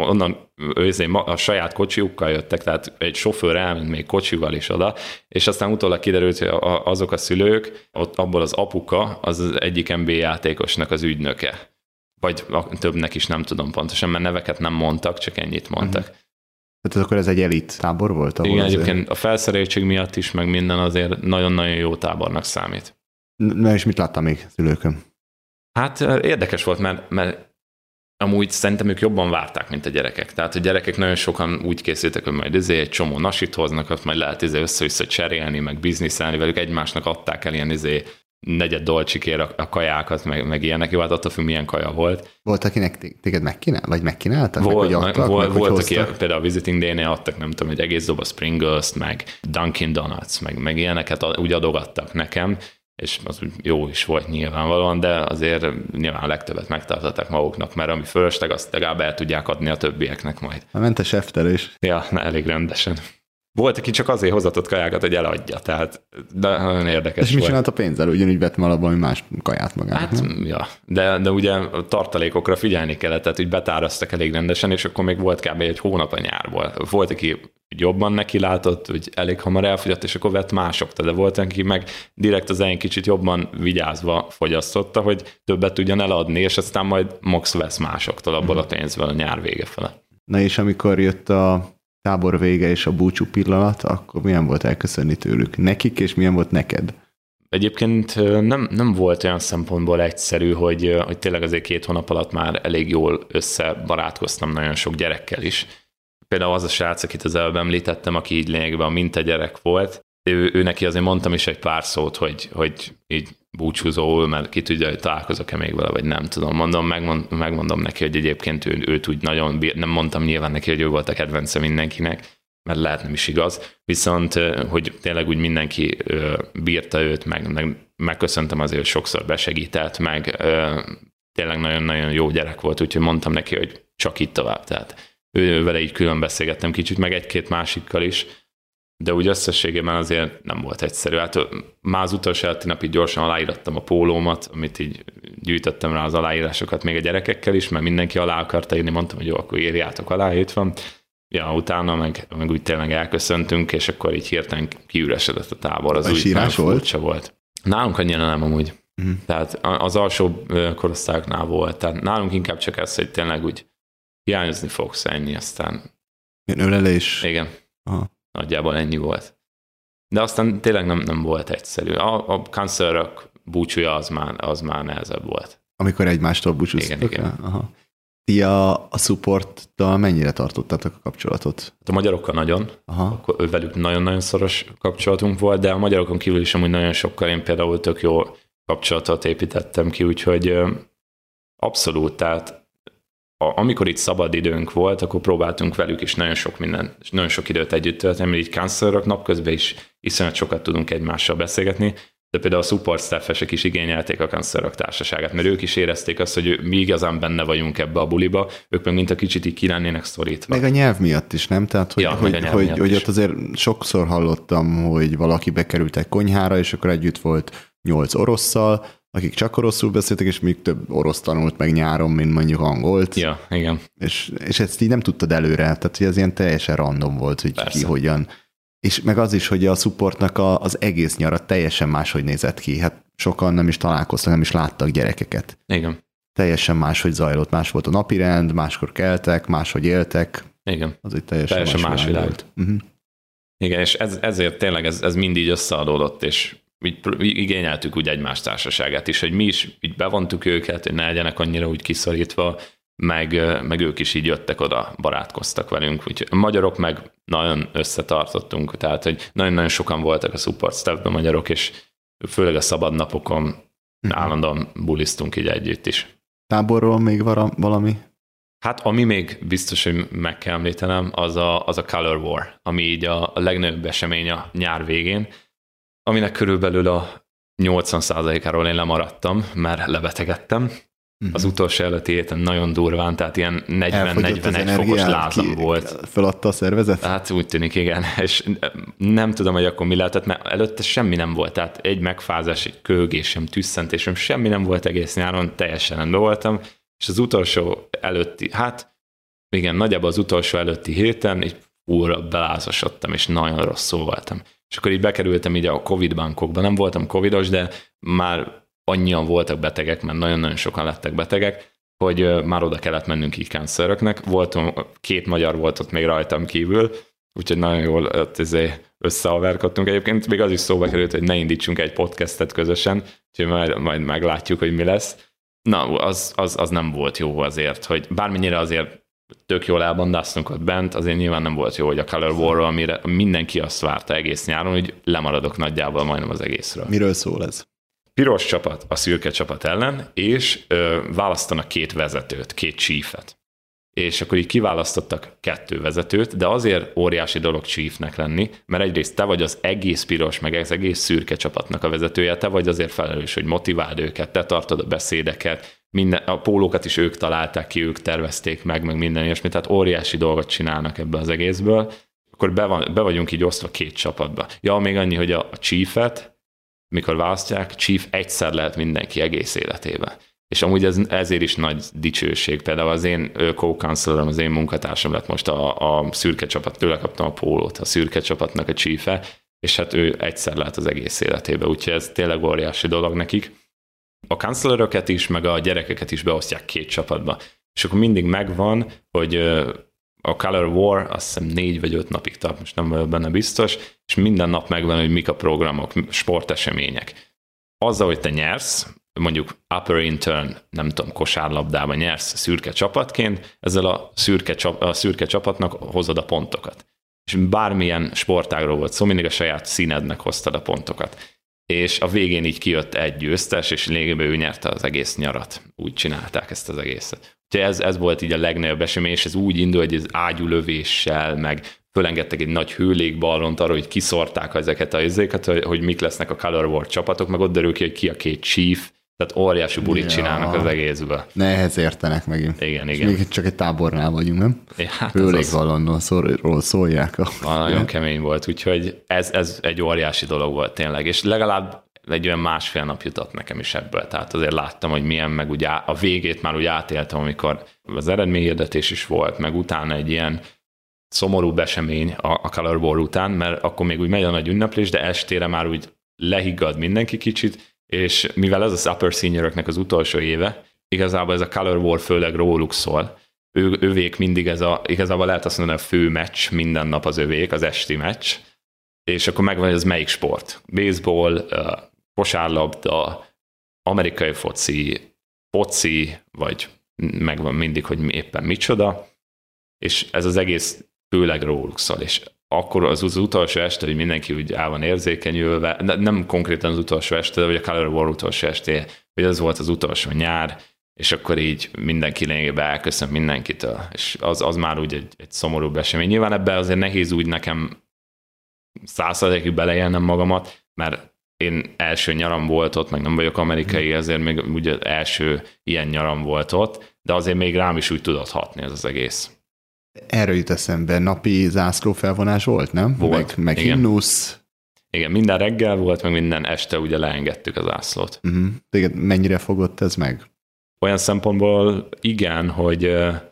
a saját kocsiukkal jöttek, tehát egy sofőr elment még kocsival is oda, és aztán utólag kiderült, hogy azok a szülők, ott abból az apuka, az egyik NBA játékosnak az ügynöke. Vagy többnek is, nem tudom pontosan, mert neveket nem mondtak, csak ennyit mondtak. Tehát akkor ez egy elit tábor volt? Igen, egyébként a felszereltség miatt is, meg minden azért nagyon-nagyon jó tábornak számít. Na és mit láttam még szülőkön? Hát érdekes volt, mert amúgy szerintem ők jobban várták, mint a gyerekek. Tehát a gyerekek nagyon sokan úgy készültek, hogy majd egy csomó nasit hoznak, azt majd lehet össze-vissza cserélni, meg bizniszelni velük, egymásnak adták el ilyen negyed dolcsikér a kajákat, meg ilyenek. Jó, hát attól függ, milyen kaja volt. Volt, akinek téged megkínáltak? Volt, aki például a Visiting Day-nél adtak, nem tudom, egy egész doboz Pringles-t, meg Dunkin' Donuts, meg ilyeneket úgy adogattak nekem, és az jó is volt nyilvánvalóan, de azért nyilván a legtöbbet megtartották maguknak, mert ami fölösleg, azt legalább el tudják adni a többieknek majd. Ment a seftelés. Ja, elég rendesen. Volt, aki csak azért hozatott kajákat, hogy eladja, tehát de nagyon érdekes volt. És mit csinált a pénzzel? Ugyanúgy vett valami más kaját magának. Hát, ja, de ugye a tartalékokra figyelni kellett, tehát úgy betáraztak elég rendesen, és akkor még volt kb. Egy hónap a nyárból. Volt, aki jobban nekilátott, hogy elég hamar elfogyott, és akkor vett másoktól, de volt, aki meg direkt az elején kicsit jobban vigyázva fogyasztotta, hogy többet tudjon eladni, és aztán majd max vesz másoktól abból a pénzből a nyár vége fele. Na és amikor jött a tábor vége és a búcsú pillanat, akkor milyen volt elköszönni tőlük? Nekik, és milyen volt neked? Egyébként nem volt olyan szempontból egyszerű, hogy tényleg azért 2 hónap alatt már elég jól összebarátkoztam nagyon sok gyerekkel is. Például az a srác, akit az előbb említettem, aki így lényegben a mintagyerek volt, ő neki azért mondtam is egy pár szót, hogy így búcsúzóul, mert ki tudja, hogy találkozok-e még vele, vagy nem tudom. Megmondom neki, hogy egyébként őt úgy nagyon nem mondtam nyilván neki, hogy ő volt a kedvence mindenkinek, mert lehet nem is igaz. Viszont, hogy tényleg úgy mindenki bírta őt, meg megköszöntem azért, hogy sokszor besegített, meg tényleg nagyon-nagyon jó gyerek volt, úgyhogy mondtam neki, hogy csak itt tovább. Tehát vele így külön beszélgettem kicsit, meg egy-két másikkal is, de úgy összességében azért nem volt egyszerű. Hát már az utolsó előtti nap így gyorsan aláírattam a pólómat, amit így gyűjtöttem rá az aláírásokat még a gyerekekkel is, mert mindenki alá akarta írni, mondtam, hogy jó, akkor írjátok alá, itt van. Ja, utána meg úgy tényleg elköszöntünk, és akkor így hirtelen kiüresedett a tábor. Az úgy sírás volt. Nálunk annyira nem amúgy. Tehát az alsó korosztályoknál volt. Tehát nálunk inkább csak ez, hogy tényleg úgy hiányozni fogsz, ennyi, aztán... Ölelés. Igen. Aha. Nagyjából ennyi volt. De aztán tényleg nem volt egyszerű. A kancelőrök búcsúja az már nehezebb volt. Amikor egymástól búcsúztak? Igen. Aha. Ti a supporttal mennyire tartottátok a kapcsolatot? A magyarokkal nagyon. Aha. Akkor velük nagyon-nagyon szoros kapcsolatunk volt, de a magyarokon kívül is amúgy nagyon sokkal, én például tök jó kapcsolatot építettem ki, úgyhogy abszolút, tehát amikor itt szabad időnk volt, akkor próbáltunk velük is nagyon sok időt együtt tölteni, így counselorok napközben is iszonyat sokat tudunk egymással beszélgetni, de például a support staff-esek is igényelték a counselorok társaságát, mert ők is érezték azt, hogy mi igazán benne vagyunk ebbe a buliba, ők meg mint a kicsit így ki lennének szorítva. Meg a nyelv miatt is, nem? Tehát, hogy ott azért sokszor hallottam, hogy valaki bekerült egy konyhára, és akkor együtt volt 8 orosszal, akik csak oroszul beszéltek, és még több orosz tanult meg nyáron, mint mondjuk angolt. Ja, igen. És ezt így nem tudtad előre, tehát hogy ez ilyen teljesen random volt, hogy persze. Ki hogyan. És meg az is, hogy a supportnak az egész nyara teljesen máshogy nézett ki. Hát sokan nem is találkoztak, nem is láttak gyerekeket. Igen. Teljesen máshogy zajlott. Más volt a napirend, máskor keltek, máshogy éltek. Igen. Az egy teljesen más világ volt. Igen, és ezért tényleg ez mind így összeadódott, és így igényeltük úgy egymás társaságát is, hogy mi is így bevontuk őket, hogy ne legyenek annyira úgy kiszorítva, meg ők is így jöttek oda, barátkoztak velünk. Úgyhogy a magyarok meg nagyon összetartottunk, tehát hogy nagyon-nagyon sokan voltak a support staffben magyarok, és főleg a szabad napokon állandóan bulisztunk így együtt is. Táborról még valami? Hát ami még biztos, hogy meg kell említenem, az a Color War, ami így a legnagyobb esemény a nyár végén, aminek körülbelül a 80%-áról én lemaradtam, mert lebetegedtem. Az utolsó előtti héten nagyon durván, tehát ilyen 40-41 fokos lázam volt. Föladta a szervezet? Hát úgy tűnik, igen. És nem tudom, hogy akkor mi lehetett, mert előtte semmi nem volt. Tehát egy megfázás, egy köhögésem, tüsszentésem, semmi nem volt egész nyáron, teljesen rendben voltam. És az utolsó előtti, hát igen, nagyjából az utolsó előtti héten így újra belázasodtam, és nagyon rosszul voltam. És akkor így bekerültem így a Covid bankokba. Nem voltam covidos, de már annyian voltak betegek, mert nagyon-nagyon sokan lettek betegek, hogy már oda kellett mennünk így counseloröknek. Voltam, 2 magyar volt ott még rajtam kívül, úgyhogy nagyon jól összeaverkodtunk. Egyébként még az is szóba került, hogy ne indítsunk egy podcastet közösen, úgyhogy majd meglátjuk, hogy mi lesz. Na, az nem volt jó azért, hogy bármennyire azért tök jól elbandáztunk ott bent, azért nyilván nem volt jó, hogy a Color War-ról, amire mindenki azt várta egész nyáron, hogy lemaradok nagyjából majdnem az egészről. Miről szól ez? Piros csapat a szürke csapat ellen, és választanak 2 vezetőt, 2 chiefet. És akkor így kiválasztottak 2 vezetőt, de azért óriási dolog chiefnek lenni, mert egyrészt te vagy az egész piros, meg az egész szürke csapatnak a vezetője, te vagy azért felelős, hogy motiváld őket, te tartod a beszédeket, a pólókat is ők találták ki, ők tervezték meg minden ilyesmit, tehát óriási dolgot csinálnak ebbe az egészből. Akkor be vagyunk így osztva 2 csapatba. Ja, még annyi, hogy a chiefet, mikor választják, chief egyszer lehet mindenki egész életében. És amúgy ezért is nagy dicsőség. Például az én co-counselorom, az én munkatársam lett most a szürke csapat, tőle kaptam a pólót, a szürke csapatnak a chiefe, és hát ő egyszer lehet az egész életében, úgyhogy ez tényleg óriási dolog nekik. A counseloröket is, meg a gyerekeket is beosztják 2 csapatba. És akkor mindig megvan, hogy a Color War azt hiszem 4 vagy 5 napig tart, most nem vagyok benne biztos, és minden nap megvan, hogy mik a programok, sportesemények. Azzal, hogy te nyersz, mondjuk upper intern, nem tudom, kosárlabdában nyersz szürke csapatként, ezzel a szürke csapatnak hozod a pontokat. És bármilyen sportágról volt szó, mindig a saját színednek hoztad a pontokat. És a végén így kijött egy győztes, és lényegében ő nyerte az egész nyarat. Úgy csinálták ezt az egészet. Úgyhogy ez volt így a legnagyobb esemény, és ez úgy indul, hogy ez ágyúlövéssel, meg fölengedtek egy nagy hőlégballont arra, hogy kiszorták ezeket a izéket, hogy mik lesznek a Color War csapatok, meg ott derül ki, hogy ki a 2 chief, tehát óriási bulit csinálnak az egészből. Nehez értenek megint. Igen. És még csak egy tábornál vagyunk, nem? Hát hőlégballonról szólják. Nagyon kemény volt, úgyhogy ez egy óriási dolog volt tényleg, és legalább egy olyan 1,5 nap jutott nekem is ebből, tehát azért láttam, hogy milyen, meg ugye a végét már úgy átéltem, amikor az eredményhirdetés is volt, meg utána egy ilyen szomorú esemény a Color War után, mert akkor még úgy megy a nagy ünneplés, de estére már úgy lehiggad mindenki kicsit, és mivel ez az upper senioroknek az utolsó éve, igazából ez a Color War főleg róluk szól. Ővék mindig igazából lehet azt mondani, a fő meccs, minden nap az övék, az esti meccs, és akkor megvan, hogy ez melyik sport. Baseball, kosárlabda, amerikai foci, vagy megvan mindig, hogy éppen micsoda, és ez az egész főleg róluk szól, és akkor az utolsó este, hogy mindenki úgy el van érzékenyülve, nem konkrétan az utolsó este, de vagy a Color War utolsó esté, hogy az volt az utolsó nyár, és akkor így mindenki lényegében elköszönt mindenkitől, és az már úgy egy szomorúbb esemény. Nyilván ebben azért nehéz úgy nekem 100%-ig beleélnem magamat, mert én első nyaram volt ott, meg nem vagyok amerikai, ezért még ugye első ilyen nyaram volt ott, de azért még rám is úgy tudott hatni ez az egész. Erről jut eszembe, napi zászlófelvonás volt, nem? Volt. Meg himnusz. Igen, minden reggel volt, meg minden este ugye leengedtük az zászlót. Téged mennyire fogott ez meg? Olyan szempontból igen, hogy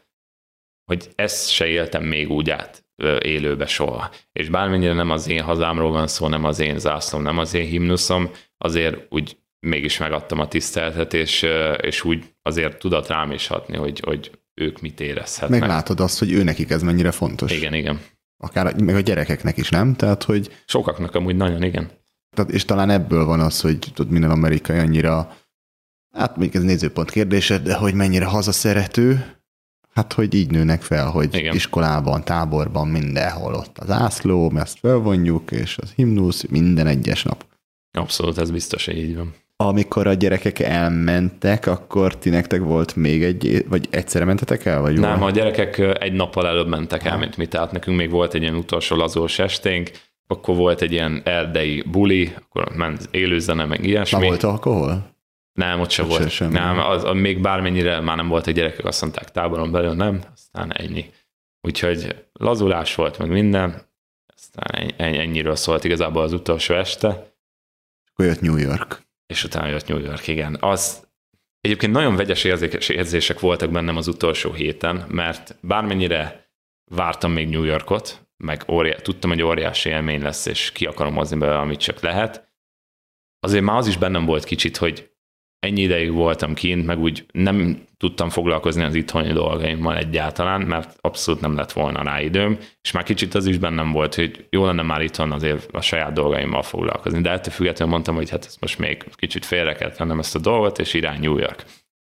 ezt se éltem még úgy át élőbe soha. És bármennyire nem az én hazámról van szó, nem az én zászlóm, nem az én himnuszom, azért úgy mégis megadtam a tiszteletet, és úgy azért tudott rám is hatni, hogy ők mit érezhetnek. Meglátod azt, hogy nekik ez mennyire fontos. Igen. Akár meg a gyerekeknek is, nem? Tehát, hogy... Sokaknak amúgy nagyon, igen. Tehát, és talán ebből van az, hogy tudod, minden amerikai annyira, hát még ez nézőpont kérdése, de hogy mennyire hazaszerető, hát hogy így nőnek fel, hogy igen. Iskolában, táborban, mindenhol ott az zászló, ezt felvonjuk, és az himnusz minden egyes nap. Abszolút, ez biztos, hogy így van. Amikor a gyerekek elmentek, akkor ti nektek volt még vagy egyszerre mentetek el? Vagy nem, a gyerekek egy nappal előbb mentek el, mint mi, tehát nekünk még volt egy ilyen utolsó lazós esténk, akkor volt egy ilyen erdei buli, akkor ment élőzene, meg ilyesmi. Na, volt alkohol? Nem, ott se volt. Nem, az még bármennyire már nem volt, a gyerekek azt mondták táboron belül, nem, aztán ennyi. Úgyhogy lazulás volt, meg minden, aztán ennyiről szólt igazából az utolsó este. Akkor jött New York. És utána jött New York, igen. Egyébként nagyon vegyes érzések voltak bennem az utolsó héten, mert bármennyire vártam még New Yorkot, meg tudtam, hogy óriási élmény lesz, és ki akarom hozni belőle, amit csak lehet, azért már az is bennem volt kicsit, hogy ennyi ideig voltam kint, meg úgy nem tudtam foglalkozni az itthoni dolgaimmal egyáltalán, mert abszolút nem lett volna rá időm, és már kicsit az is bennem volt, hogy jó lenne már itthon azért a saját dolgaimmal foglalkozni, de ettől függetlenül mondtam, hogy hát ezt most még kicsit félre kell tennem ezt a dolgot, és irány New York.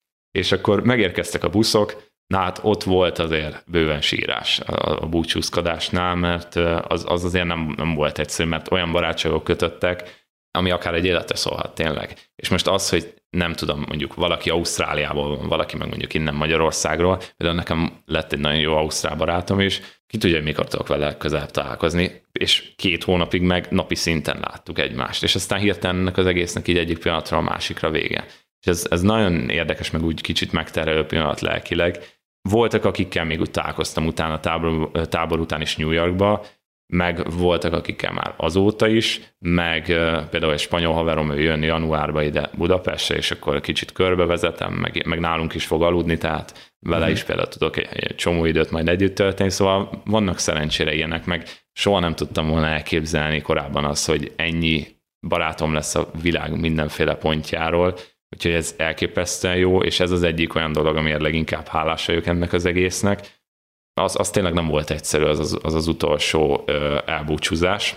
És akkor megérkeztek a buszok, hát ott volt azért bőven sírás a búcsúzkodásnál, mert az azért nem volt egyszerű, mert olyan barátságok kötöttek, ami akár egy életre szólhat tényleg. És most az, hogy nem tudom, mondjuk valaki Ausztráliából van, valaki meg mondjuk innen Magyarországról, például nekem lett egy nagyon jó ausztrál barátom is, ki tudja, hogy mikor tudok vele közelebb találkozni, és 2 hónapig meg napi szinten láttuk egymást, és aztán hirtelen ennek az egésznek így egyik pillanatra a másikra vége. És ez nagyon érdekes, meg úgy kicsit megterelő pillanat lelkileg. Voltak, akikkel még úgy találkoztam utána tábor után is New Yorkba, meg voltak, akikkel már azóta is, meg például egy spanyol haverom, ő jön januárba ide Budapestre, és akkor kicsit körbevezetem, meg nálunk is fog aludni, tehát vele is például tudok egy csomó időt majd együtt tölteni, szóval vannak szerencsére ilyenek, meg soha nem tudtam volna elképzelni korábban azt, hogy ennyi barátom lesz a világ mindenféle pontjáról, úgyhogy ez elképesztően jó, és ez az egyik olyan dolog, amiért leginkább hálás vagyok ennek az egésznek. Az tényleg nem volt egyszerű az utolsó elbúcsúzás.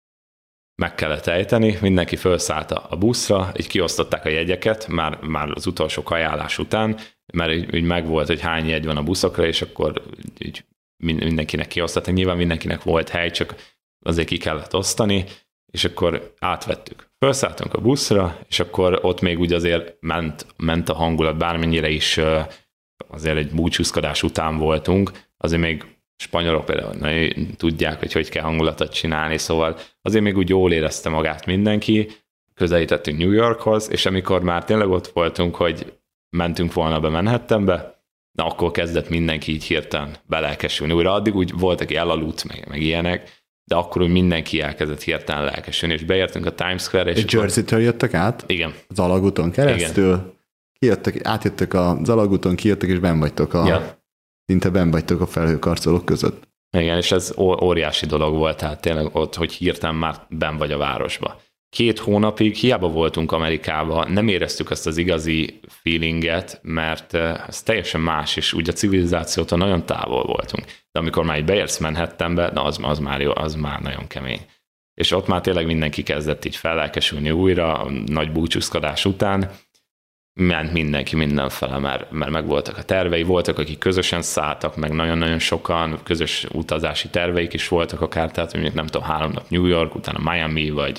Meg kellett ejteni, mindenki felszállt a buszra, így kiosztották a jegyeket, már az utolsó kajálás után, mert úgy megvolt, hogy hány jegy van a buszokra, és akkor így mindenkinek kiosztották. Nyilván mindenkinek volt hely, csak azért ki kellett osztani, és akkor átvettük. Felszálltunk a buszra, és akkor ott még úgy azért ment a hangulat, bármennyire is azért egy búcsúzkodás után voltunk, azért még spanyolok például tudják, hogy kell hangulatot csinálni, szóval azért még úgy jól érezte magát mindenki, közelítettünk New Yorkhoz, és amikor már tényleg ott voltunk, hogy mentünk volna be Manhattanbe, na akkor kezdett mindenki így hirtelen belelkesülni újra. Addig úgy volt, aki elaludt, meg ilyenek, de akkor úgy mindenki elkezdett hirtelen lelkesülni, és beértünk a Times Square-re. És Jersey-től jöttek át? Igen. Az alagúton keresztül? Igen. Átjöttek az alagúton, kijöttek, és benn vagytok szinte benn vagytok a felhőkarcolók között. Igen, és ez óriási dolog volt, tehát tényleg ott, hogy hirtelen már benn vagy a városba. 2 hónapig hiába voltunk Amerikában, nem éreztük azt az igazi feelinget, mert ez teljesen más, és úgy a civilizációtól nagyon távol voltunk. De amikor már így beérsz Manhattanbe, na az már jó, az már nagyon kemény. És ott már tényleg mindenki kezdett így fellelkesülni újra, a nagy búcsúzkodás után, ment mindenki mindenfele, mert megvoltak a tervei, voltak, akik közösen szálltak, meg nagyon-nagyon sokan, közös utazási terveik is voltak akár, tehát hogy nem tudom, 3 nap New York, utána Miami, vagy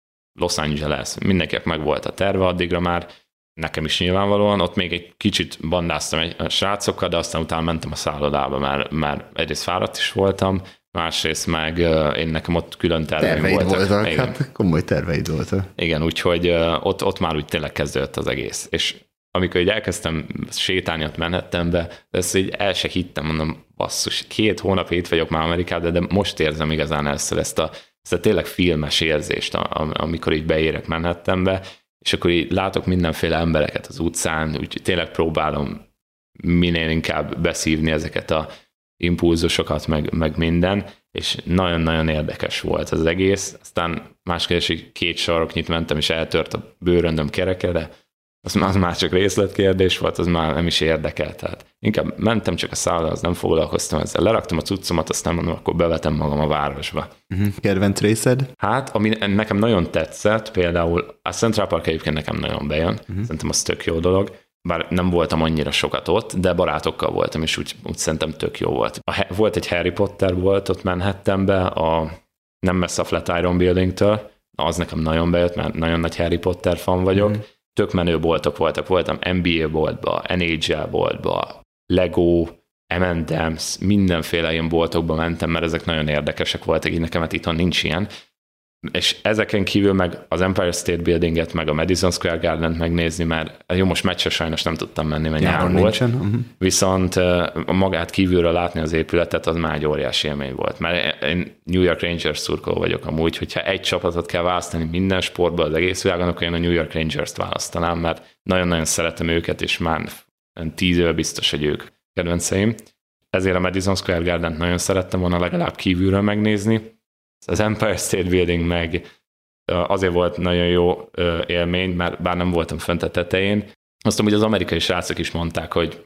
Los Angeles, mindenkinek meg volt a terve addigra már, nekem is nyilvánvalóan, ott még egy kicsit bandáztam a srácokkal, de aztán utána mentem a szállodába, mert egyrészt fáradt is voltam, másrészt meg én nekem ott külön terveim voltak. Hát komoly terveid voltak. Igen, úgyhogy ott már úgy tényleg kezdődött az egész. És amikor így elkezdtem sétálni ott Manhattanbe, de ezt így el se hittem, mondom, basszus, 2 hónap itt vagyok már Amerikában, de most érzem igazán először ezt a tényleg filmes érzést, amikor így beérek Manhattanbe, és akkor így látok mindenféle embereket az utcán, úgyhogy tényleg próbálom minél inkább beszívni ezeket a impulzusokat, meg minden, és nagyon-nagyon érdekes volt az egész. Aztán másképp 2 saroknyit mentem, és eltört a bőröndöm kereke, de az már csak részletkérdés volt, az már nem is érdekelt. Tehát inkább mentem csak a szállodába, az nem foglalkoztam ezzel. Leraktam a cuccomat, aztán mondom, akkor bevetem magam a városba. Kedvenc részed? Hát, ami nekem nagyon tetszett, például a Central Park egyébként nekem nagyon bejön, szerintem az tök jó dolog, bár nem voltam annyira sokat ott, de barátokkal voltam, és úgy szerintem tök jó volt. Volt egy Harry Potter volt ott Manhattanbe, nem messze a Flatiron Buildingtől, az nekem nagyon bejött, mert nagyon nagy Harry Potter fan vagyok. Tök menő boltok voltak, voltam NBA boltba, NHL boltba, Lego, M&M's, mindenféle ilyen boltokba mentem, mert ezek nagyon érdekesek voltak, így nekem itthon nincs ilyen. És ezeken kívül meg az Empire State Buildinget, meg a Madison Square Gardent megnézni, mert jó, most meccsre sajnos nem tudtam menni, mert nyáron volt. Viszont magát kívülről látni az épületet, az már egy óriási élmény volt. Mert én New York Rangers szurkoló vagyok amúgy, hogyha egy csapatot kell választani minden sportból az egész világon, akkor én a New York Rangers-t választanám, mert nagyon-nagyon szeretem őket, és már 10 éve biztos, hogy ők kedvenceim. Ezért a Madison Square Gardent nagyon szerettem volna legalább kívülről megnézni. Az Empire State Building meg azért volt nagyon jó élmény, mert bár nem voltam fönt a tetején. Azt amúgy az amerikai srácok is mondták, hogy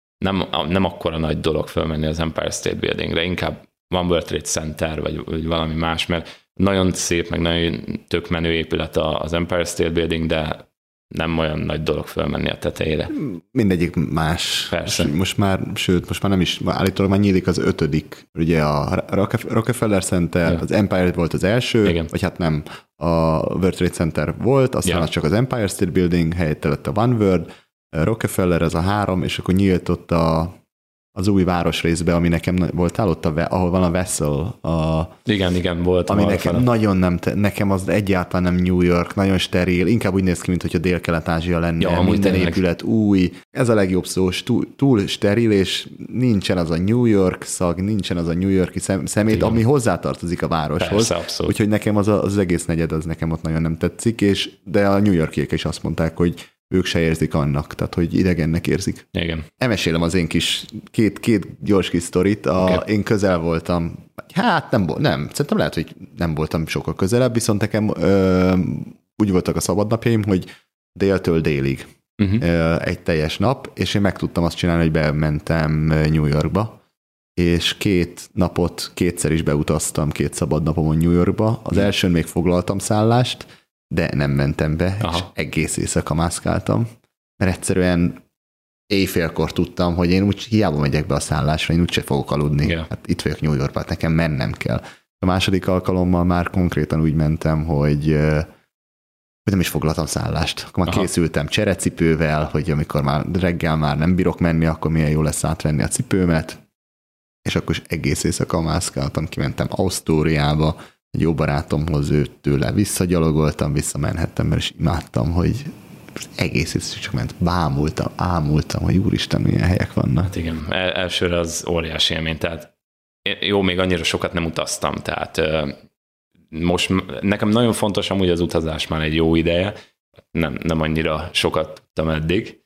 nem akkora nagy dolog fölmenni az Empire State Buildingre, inkább van World Trade Center, vagy valami más, mert nagyon szép, meg nagyon tök menő épület az Empire State Building, de nem olyan nagy dolog fölmenni a tetejére. Mindegyik más. Persze. Most már nem is, állítólag már nyílik az 5. Ugye a Rockefeller Center, az Empire volt az első, igen. Vagy hát nem, a World Trade Center volt, aztán az csak az Empire State Building, helyette lett a One World, Rockefeller ez a 3, és akkor nyílt ott az új városrészbe, ami nekem voltál ott, ahol van a Vessel. Igen, voltam. Ami nekem nagyon nekem az egyáltalán nem New York, nagyon steril, inkább úgy néz ki, mintha Dél-Kelet-Ázsia lenne, minden épület új. Ez a legjobb szó, túl steril, és nincsen az a New York szag, nincsen az a New Yorki szemét, igen. Ami hozzátartozik a városhoz. Persze, abszolút. Úgyhogy nekem az egész negyed, az nekem ott nagyon nem tetszik, de a New Yorkiek is azt mondták, hogy ők se érzik annak, tehát hogy idegennek érzik. Igen. Elmesélem az én kis két gyors kis sztorit. Okay. Én közel voltam, hát nem, szerintem lehet, hogy nem voltam sokkal közelebb, viszont nekem úgy voltak a szabadnapjaim, hogy déltől délig egy teljes nap, és én meg tudtam azt csinálni, hogy bementem New Yorkba, és 2 napot kétszer is beutaztam 2 szabadnapomon New Yorkba. Az elsőn még foglaltam szállást, de nem mentem be, és egész éjszaka mászkáltam, mert egyszerűen éjfélkor tudtam, hogy én úgy hiába megyek be a szállásra, én úgyse fogok aludni. Yeah. Hát itt vagyok New Yorkban, nekem mennem kell. A második alkalommal már konkrétan úgy mentem, hogy nem is foglaltam szállást. Akkor már készültem cserecipővel, hogy amikor már reggel már nem bírok menni, akkor milyen jó lesz átvenni a cipőmet, és akkor is egész éjszaka mászkáltam, kimentem Asztóriába, egy jó barátomhoz, tőle visszagyalogoltam, visszamenhettem, mert is imádtam, hogy egész éjszaka csak ment, ámultam, hogy úristen, milyen helyek vannak. Hát igen, elsőre az óriási élmény, tehát jó, még annyira sokat nem utaztam, tehát most nekem nagyon fontos amúgy az utazás már egy jó ideje, nem annyira sokat tudtam eddig,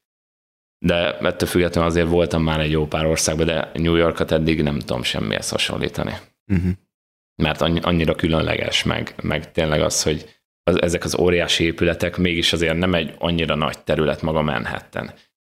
de ettől függetlenül azért voltam már egy jó pár országban, de New Yorkot eddig nem tudom semmihez hasonlítani. Mert annyira különleges, meg tényleg az, hogy ezek az óriási épületek mégis azért nem egy annyira nagy terület maga Manhattan.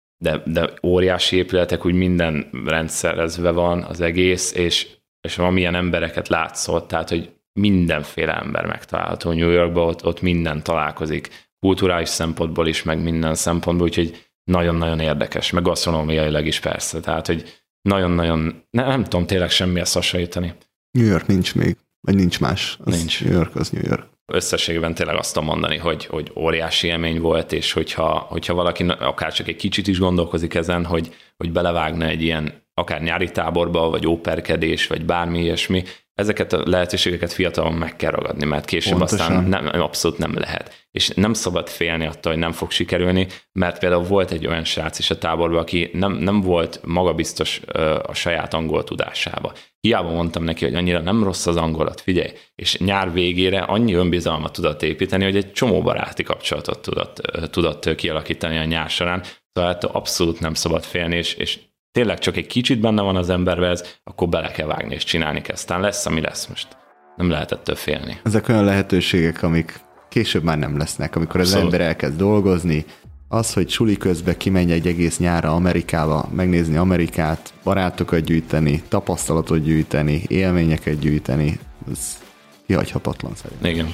De óriási épületek úgy minden rendszerezve van az egész, és amilyen embereket látszol, tehát hogy mindenféle ember megtalálható New Yorkban, ott minden találkozik. kulturális szempontból is, meg minden szempontból, úgyhogy nagyon-nagyon érdekes, meg gasztronómiailag is persze, tehát, hogy nagyon-nagyon, nem tudom tényleg semmihez hasonlítani. New York nincs még, vagy nincs más. Nincs. New York az New York. Összességében tényleg azt tudom mondani, hogy óriási élmény volt, és hogyha valaki akár csak egy kicsit is gondolkozik ezen, hogy belevágna egy ilyen akár nyári táborba, vagy óperkedés, vagy bármi ilyesmi, ezeket a lehetőségeket fiatalon meg kell ragadni, mert később aztán abszolút nem lehet. És nem szabad félni attól, hogy nem fog sikerülni, mert például volt egy olyan srác is a táborban, aki nem volt magabiztos a saját angol tudásába. Hiába mondtam neki, hogy annyira nem rossz az angolat, figyelj, és nyár végére annyi önbizalmat tudott építeni, hogy egy csomó baráti kapcsolatot tudott kialakítani a nyár során, szóval hát abszolút nem szabad félni, és tényleg csak egy kicsit benne van az emberbe ez, akkor bele kell vágni és csinálni kell. Aztán lesz, ami lesz most. Nem lehet ettől félni. Ezek olyan lehetőségek, amik később már nem lesznek, amikor az ember elkezd dolgozni, az, hogy suli közben kimenj egy egész nyárra Amerikába, megnézni Amerikát, barátokat gyűjteni, tapasztalatot gyűjteni, élményeket gyűjteni, ez kihagyhatatlan szerintem. Igen.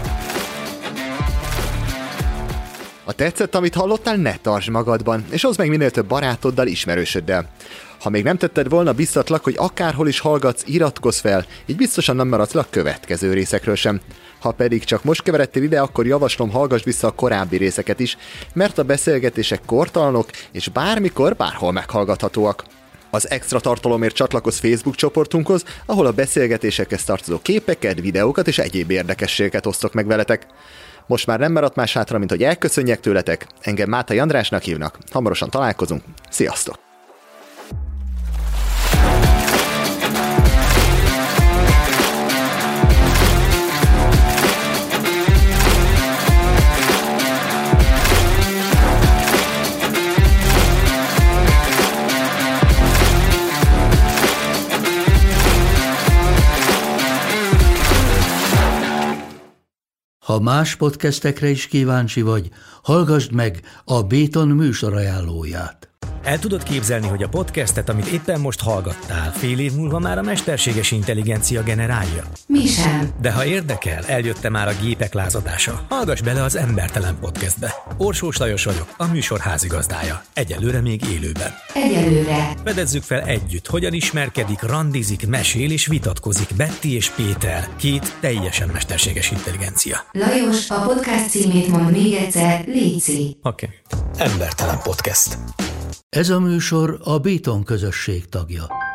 Ha tetszett, amit hallottál, ne tartsd magadban, és hozd meg minél több barátoddal, ismerősöddel. Ha még nem tetted volna, biztatlak, hogy akárhol is hallgatsz, iratkozz fel, így biztosan nem maradsz le a következő részekről sem. Ha pedig csak most keveredtél ide, akkor javaslom, hallgass vissza a korábbi részeket is, mert a beszélgetések kortalanok, és bármikor, bárhol meghallgathatóak. Az extra tartalomért csatlakozz Facebook csoportunkhoz, ahol a beszélgetésekhez tartozó képeket, videókat és egyéb érdekességeket osztok meg veletek. Most már nem maradt más hátra, mint hogy elköszönjek tőletek. Engem Mátai Andrásnak hívnak. Hamarosan találkozunk. Sziasztok! Ha más podcastekre is kíváncsi vagy, hallgassd meg a Béton műsor ajánlóját. El tudod képzelni, hogy a podcastet, amit éppen most hallgattál, fél év múlva már a mesterséges intelligencia generálja? Mi sem. De ha érdekel, eljött már a gépek lázadása. Hallgass bele az Embertelen Podcastbe. Orsós Lajos vagyok, a műsor házigazdája. Egyelőre még élőben. Egyelőre. Fedezzük fel együtt, hogyan ismerkedik, randizik, mesél és vitatkozik Betty és Péter, két teljesen mesterséges intelligencia. Lajos, a podcast címét mond még egyszer, léci. Oké. Embertelen Podcast. Ez a műsor a Béton közösség tagja.